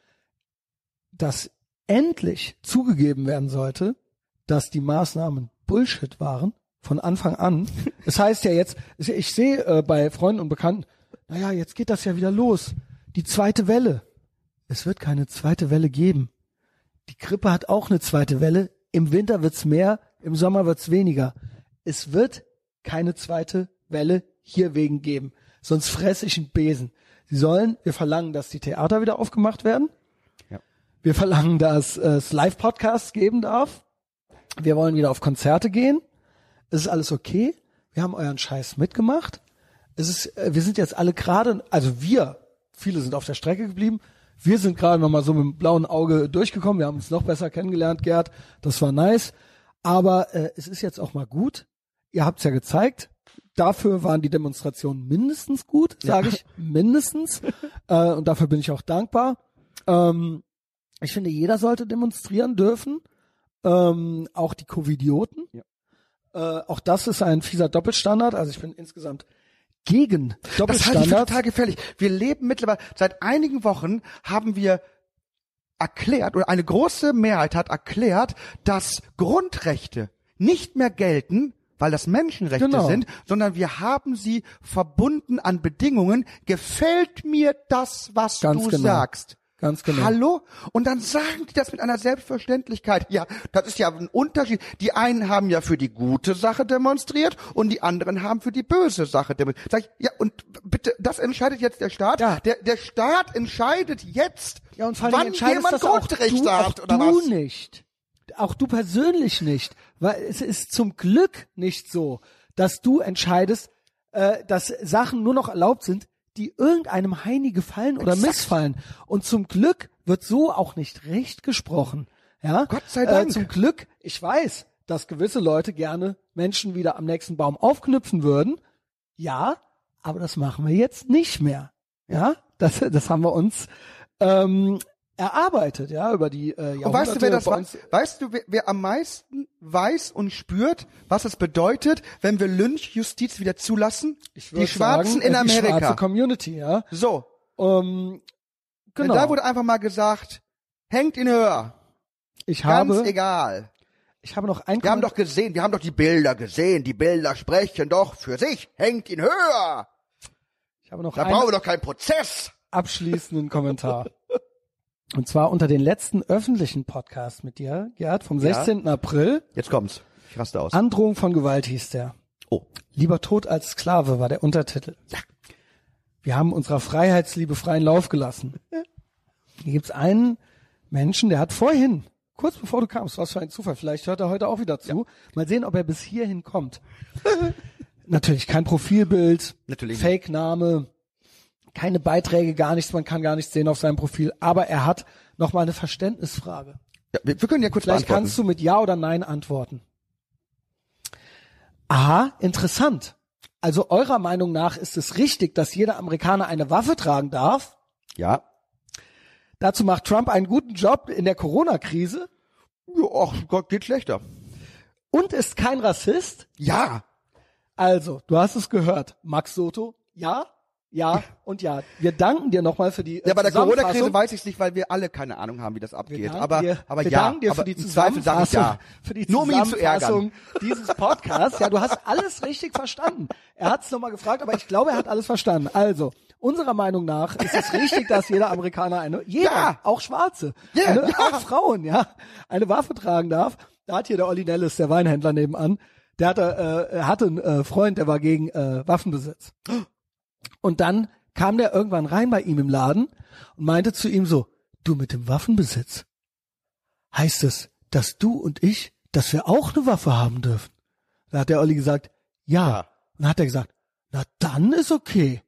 A: dass endlich zugegeben werden sollte, dass die Maßnahmen Bullshit waren von Anfang an. Das heißt ja jetzt, ich sehe bei Freunden und Bekannten, naja, jetzt geht das ja wieder los. Die zweite Welle. Es wird keine zweite Welle geben. Die Grippe hat auch eine zweite Welle. Im Winter wird's mehr, im Sommer wird's weniger. Es wird keine zweite Welle hierwegen geben. Sonst fresse ich einen Besen. Wir verlangen, dass die Theater wieder aufgemacht werden.
B: Ja.
A: Wir verlangen, dass es Live-Podcasts geben darf. Wir wollen wieder auf Konzerte gehen. Es ist alles okay. Wir haben euren Scheiß mitgemacht. Wir sind jetzt alle gerade, viele sind auf der Strecke geblieben. Wir sind gerade nochmal so mit dem blauen Auge durchgekommen. Wir haben uns noch besser kennengelernt, Gerd. Das war nice. Aber es ist jetzt auch mal gut. Ihr habt's ja gezeigt. Dafür waren die Demonstrationen mindestens gut, sage ich, mindestens. Und dafür bin ich auch dankbar. Ich finde, jeder sollte demonstrieren dürfen. Auch die Covidioten. Ja. Auch das ist ein fieser Doppelstandard. Also ich bin insgesamt gegen Doppelstandards.
B: Das halte ich für total gefährlich. Wir leben mittlerweile, seit einigen Wochen haben wir erklärt, oder eine große Mehrheit hat erklärt, dass Grundrechte nicht mehr gelten, weil das Menschenrechte sind, sondern wir haben sie verbunden an Bedingungen. Gefällt mir das, was
A: Ganz
B: du
A: genau.
B: sagst?
A: Ganz genau.
B: Hallo? Und dann sagen die das mit einer Selbstverständlichkeit. Ja, das ist ja ein Unterschied. Die einen haben ja für die gute Sache demonstriert und die anderen haben für die böse Sache demonstriert. Sag ich, ja, und bitte, das entscheidet jetzt der Staat.
A: Ja.
B: Der Staat entscheidet jetzt,
A: Ja, und vor allem
B: wann
A: entscheidest
B: jemand
A: das auch
B: Grundrechte
A: du,
B: hat,
A: auch
B: oder
A: du
B: was?
A: nicht. Auch du persönlich nicht. Weil es ist zum Glück nicht so, dass du entscheidest, dass Sachen nur noch erlaubt sind, die irgendeinem Heini gefallen oder missfallen. Und zum Glück wird so auch nicht Recht gesprochen. Ja?
B: Gott sei Dank.
A: Zum Glück, ich weiß, dass gewisse Leute gerne Menschen wieder am nächsten Baum aufknüpfen würden. Ja, aber das machen wir jetzt nicht mehr. Ja, das haben wir uns erarbeitet, ja, über die Jahrhunderte.
B: Und weißt du, wer das
A: bei
B: war?
A: uns.
B: Weißt du, wer am meisten weiß und spürt, was es bedeutet, wenn wir Lynchjustiz wieder zulassen?
A: Ich würd
B: Die Schwarzen
A: sagen,
B: in
A: Die
B: Amerika.
A: schwarze Community, ja.
B: So.
A: Genau.
B: Da wurde einfach mal gesagt, hängt ihn höher.
A: ich
B: Ganz
A: habe
B: egal.
A: noch ein
B: Wir haben doch gesehen, wir haben doch die Bilder gesehen. Die Bilder sprechen doch für sich. Hängt ihn höher.
A: ich habe noch
B: Da
A: einen
B: brauchen wir doch keinen Prozess.
A: abschließenden Kommentar. Und zwar unter den letzten öffentlichen Podcast mit dir, Gerd, vom 16. April.
B: Jetzt kommt's. Ich raste aus.
A: Androhung von Gewalt hieß der.
B: Oh.
A: Lieber Tod als Sklave war der Untertitel. Ja. Wir haben unserer Freiheitsliebe freien Lauf gelassen. Hier gibt's einen Menschen, der hat vorhin, kurz bevor du kamst, was für ein Zufall, vielleicht hört er heute auch wieder zu, mal sehen, ob er bis hierhin kommt. Natürlich kein Profilbild,
B: Natürlich nicht.
A: Fake-Name, keine Beiträge, gar nichts, man kann gar nichts sehen auf seinem Profil, aber er hat noch mal eine Verständnisfrage.
B: Ja, wir können ja kurz
A: Vielleicht
B: beantworten.
A: kannst du mit Ja oder Nein antworten. Aha, interessant. Also eurer Meinung nach ist es richtig, dass jeder Amerikaner eine Waffe tragen darf?
B: Ja.
A: Dazu macht Trump einen guten Job in der Corona-Krise
B: Ja, ach Gott, geht schlechter.
A: und ist kein Rassist?
B: Ja.
A: Also, du hast es gehört. Max Soto, ja, ja und ja. Wir danken dir nochmal für die
B: Ja, bei der
A: Zusammenfassung.
B: Corona-Krise weiß ich nicht, weil wir alle keine Ahnung haben, wie das
A: Wir
B: abgeht.
A: danken
B: Aber
A: dir,
B: aber
A: wir
B: ja,
A: danken dir
B: aber
A: für die
B: im Zweifel sage ich
A: Zusammenfassung,
B: ja.
A: für die
B: Nur um ihn zu
A: Zusammenfassung
B: ärgern.
A: dieses Podcasts. Ja, du hast alles richtig verstanden. Er hat es nochmal gefragt, aber ich glaube, er hat alles verstanden. Also, unserer Meinung nach ist es richtig, dass jeder Amerikaner
B: Ja.
A: auch Schwarze,
B: Ja, ja.
A: auch Frauen, ja, eine Waffe tragen darf. Da hat hier der Olli Nellis, der Weinhändler nebenan, der hatte einen Freund, der war gegen Waffenbesitz. Und dann kam der irgendwann rein bei ihm im Laden und meinte zu ihm so, du mit dem Waffenbesitz, heißt es, dass du und ich, dass wir auch eine Waffe haben dürfen? Da hat der Olli gesagt, ja.
B: Ja.
A: Und dann hat er gesagt, na dann ist okay.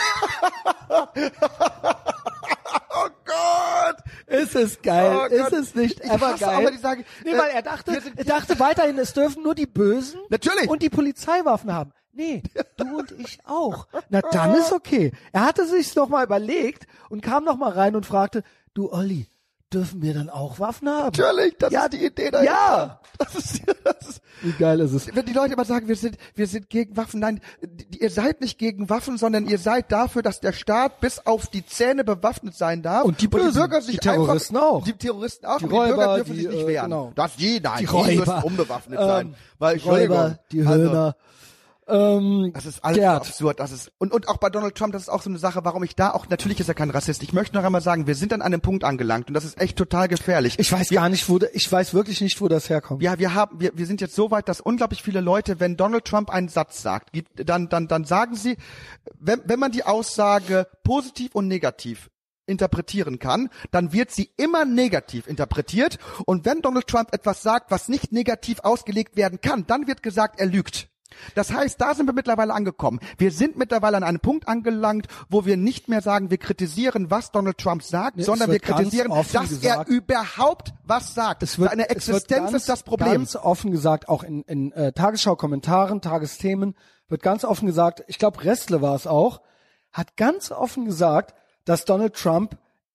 B: Oh Gott!
A: Ist es geil?
B: Oh
A: ist
B: Gott.
A: es nicht
B: Ich
A: ever
B: hasse auch,
A: geil?
B: wenn die sagen,
A: nee, weil er dachte,
B: wir
A: weiterhin, es dürfen nur die Bösen
B: Natürlich.
A: und die Polizeiwaffen haben. Nee, du und ich auch. Na dann ist okay. Er hatte sich's noch mal überlegt und kam noch mal rein und fragte, du Olli, dürfen wir dann auch Waffen haben?
B: Natürlich, das
A: Ja,
B: ist die Idee dahinter.
A: ja.
B: Das ist
A: Wie geil ist es?
B: wenn die Leute immer sagen, wir sind gegen Waffen, nein, ihr seid nicht gegen Waffen, sondern ihr seid dafür, dass der Staat bis auf die Zähne bewaffnet sein darf.
A: Und die Bösen,
B: Bürger sich
A: die Terroristen
B: einfach,
A: auch.
B: Die Terroristen auch.
A: Die
B: und die Bürger
A: Räuber,
B: dürfen
A: die,
B: sich nicht wehren.
A: genau.
B: Das nein,
A: Die
B: die
A: Räuber.
B: müssen unbewaffnet sein. Weil,
A: Die Räuber, die Höhner.
B: Das ist alles so
A: Gerd.
B: absurd. Das ist, und auch bei Donald Trump, das ist auch so eine Sache, warum ich da auch, natürlich ist er kein Rassist. Ich möchte noch einmal sagen, wir sind an einem Punkt angelangt und das ist echt total gefährlich.
A: Ich weiß ich weiß wirklich nicht, wo das herkommt.
B: Ja, wir sind jetzt so weit, dass unglaublich viele Leute, wenn Donald Trump einen Satz sagt, dann sagen sie, wenn man die Aussage positiv und negativ interpretieren kann, dann wird sie immer negativ interpretiert. Und wenn Donald Trump etwas sagt, was nicht negativ ausgelegt werden kann, dann wird gesagt, er lügt. Das heißt, da sind wir mittlerweile angekommen. Wir sind mittlerweile an einem Punkt angelangt, wo wir nicht mehr sagen, wir kritisieren, was Donald Trump sagt,
A: Nee,
B: sondern
A: es
B: wir
A: wird ganz
B: kritisieren,
A: offen
B: dass
A: gesagt.
B: er überhaupt was sagt. Seine Existenz ist das Problem.
A: Ganz offen gesagt, auch in Tagesschau-Kommentaren, Tagesthemen, wird ganz offen gesagt, ich glaube, Restle war es auch, hat ganz offen gesagt, dass Donald Trump,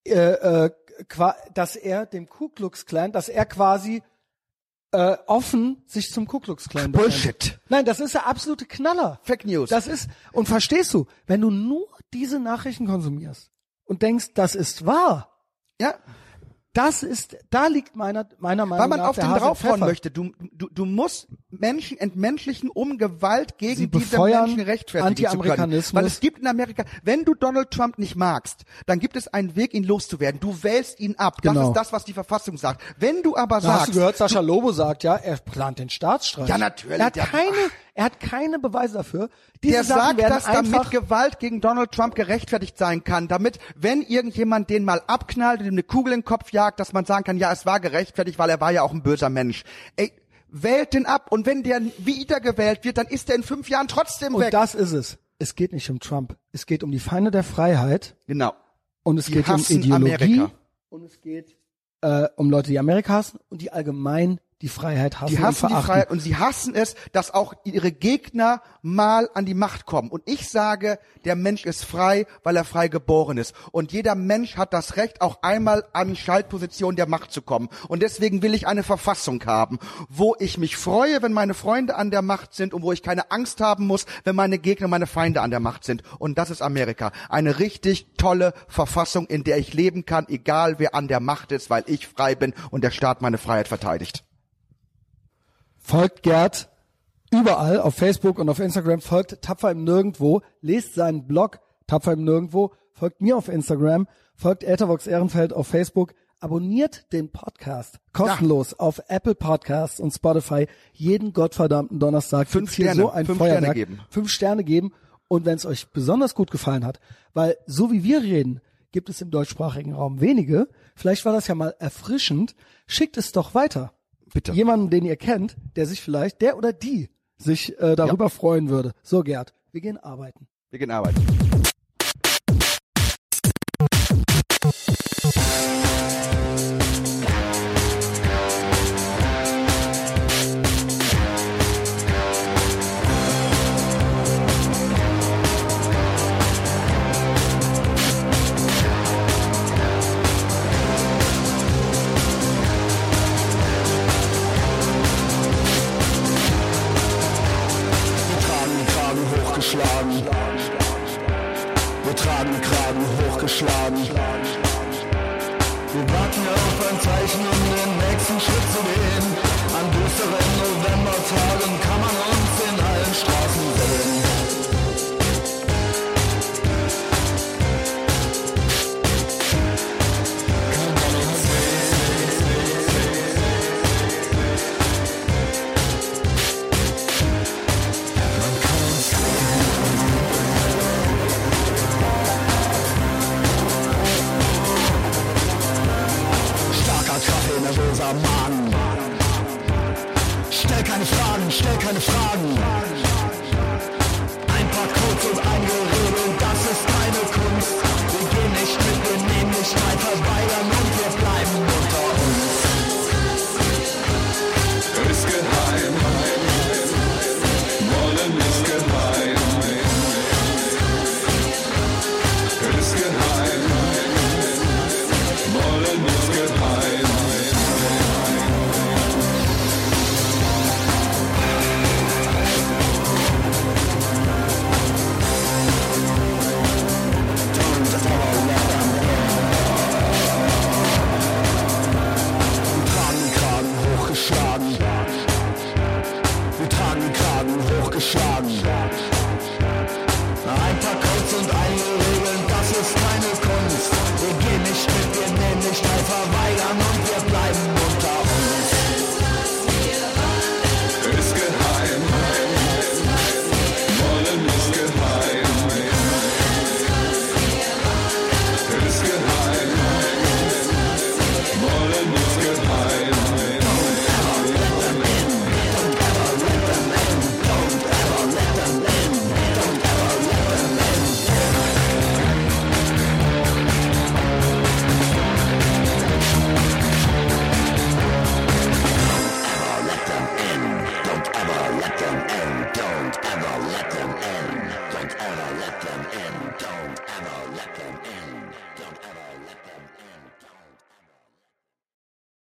A: dass er dem Ku Klux Klan, dass er quasi offen sich zum Ku Klux Klan bekennt.
B: Bullshit.
A: Nein, das ist der absolute Knaller.
B: Fake News.
A: Das ist, und verstehst du, wenn du nur diese Nachrichten konsumierst und denkst, das ist wahr,
B: Ja.
A: da liegt meiner Meinung nach
B: Weil man
A: der
B: auf den
A: Hase im
B: draufhauen
A: Pfeffer.
B: möchte. Du musst Menschen entmenschlichen, um Gewalt gegen
A: Sie
B: diese
A: befeuern
B: Menschen rechtfertigen zu können.
A: Anti-Amerikanismus.
B: Weil es gibt in Amerika, wenn du Donald Trump nicht magst, dann gibt es einen Weg, ihn loszuwerden. Du wählst ihn ab. Das
A: Genau.
B: ist das, was die Verfassung sagt. Wenn du aber
A: Da hast
B: sagst,
A: du gehört, Sascha Lobo sagt ja, er plant den Staatsstreich.
B: Ja, natürlich.
A: Er hat keine Beweise dafür. Diese
B: der
A: Sachen
B: sagt,
A: werden
B: dass
A: einfach,
B: damit Gewalt gegen Donald Trump gerechtfertigt sein kann, damit, wenn irgendjemand den mal abknallt und ihm eine Kugel in den Kopf jagt, dass man sagen kann, ja, es war gerechtfertigt, weil er war ja auch ein böser Mensch. Ey, wählt den ab und wenn der wiedergewählt wird, dann ist er in 5 Jahren trotzdem
A: und
B: weg.
A: das ist es. Es geht nicht um Trump. Es geht um die Feinde der Freiheit
B: Genau.
A: und es
B: Die
A: geht um
B: hassen
A: Ideologie
B: Amerika.
A: und es geht um Leute, die Amerika hassen und die allgemein die Freiheit hassen.
B: Die hassen
A: und
B: die
A: verachten.
B: Freiheit und sie hassen es, dass auch ihre Gegner mal an die Macht kommen. Und ich sage, der Mensch ist frei, weil er frei geboren ist. Und jeder Mensch hat das Recht, auch einmal an Schaltposition der Macht zu kommen. Und deswegen will ich eine Verfassung haben, wo ich mich freue, wenn meine Freunde an der Macht sind und wo ich keine Angst haben muss, wenn meine Gegner, meine Feinde an der Macht sind. Und das ist Amerika. Eine richtig tolle Verfassung, in der ich leben kann, egal wer an der Macht ist, weil ich frei bin und der Staat meine Freiheit verteidigt.
A: Folgt Gerd überall auf Facebook und auf Instagram, folgt Tapfer im Nirgendwo, lest seinen Blog Tapfer im Nirgendwo, folgt mir auf Instagram, folgt Ethervox Ehrenfeld auf Facebook, abonniert den Podcast kostenlos auf Apple Podcasts und Spotify jeden gottverdammten Donnerstag.
B: 5
A: Hier
B: Sterne,
A: so ein
B: 5
A: Feuerwerk.
B: Sterne geben.
A: 5 Sterne geben und wenn es euch besonders gut gefallen hat, weil so wie wir reden, gibt es im deutschsprachigen Raum wenige, vielleicht war das ja mal erfrischend, schickt es doch weiter.
B: Bitte.
A: Jemanden, den ihr kennt, der sich vielleicht, der oder die sich darüber freuen würde. So, Gerd, wir gehen arbeiten.
B: Wir gehen arbeiten.
E: Wir tragen Kragen hochgeschlagen. Wir warten auf ein Zeichen, um den nächsten Schritt zu gehen. An düsteren Novembertagen kann man uns in allen Straßen sehen. Nervöser Magen. Stell keine Fragen, stell keine Fragen.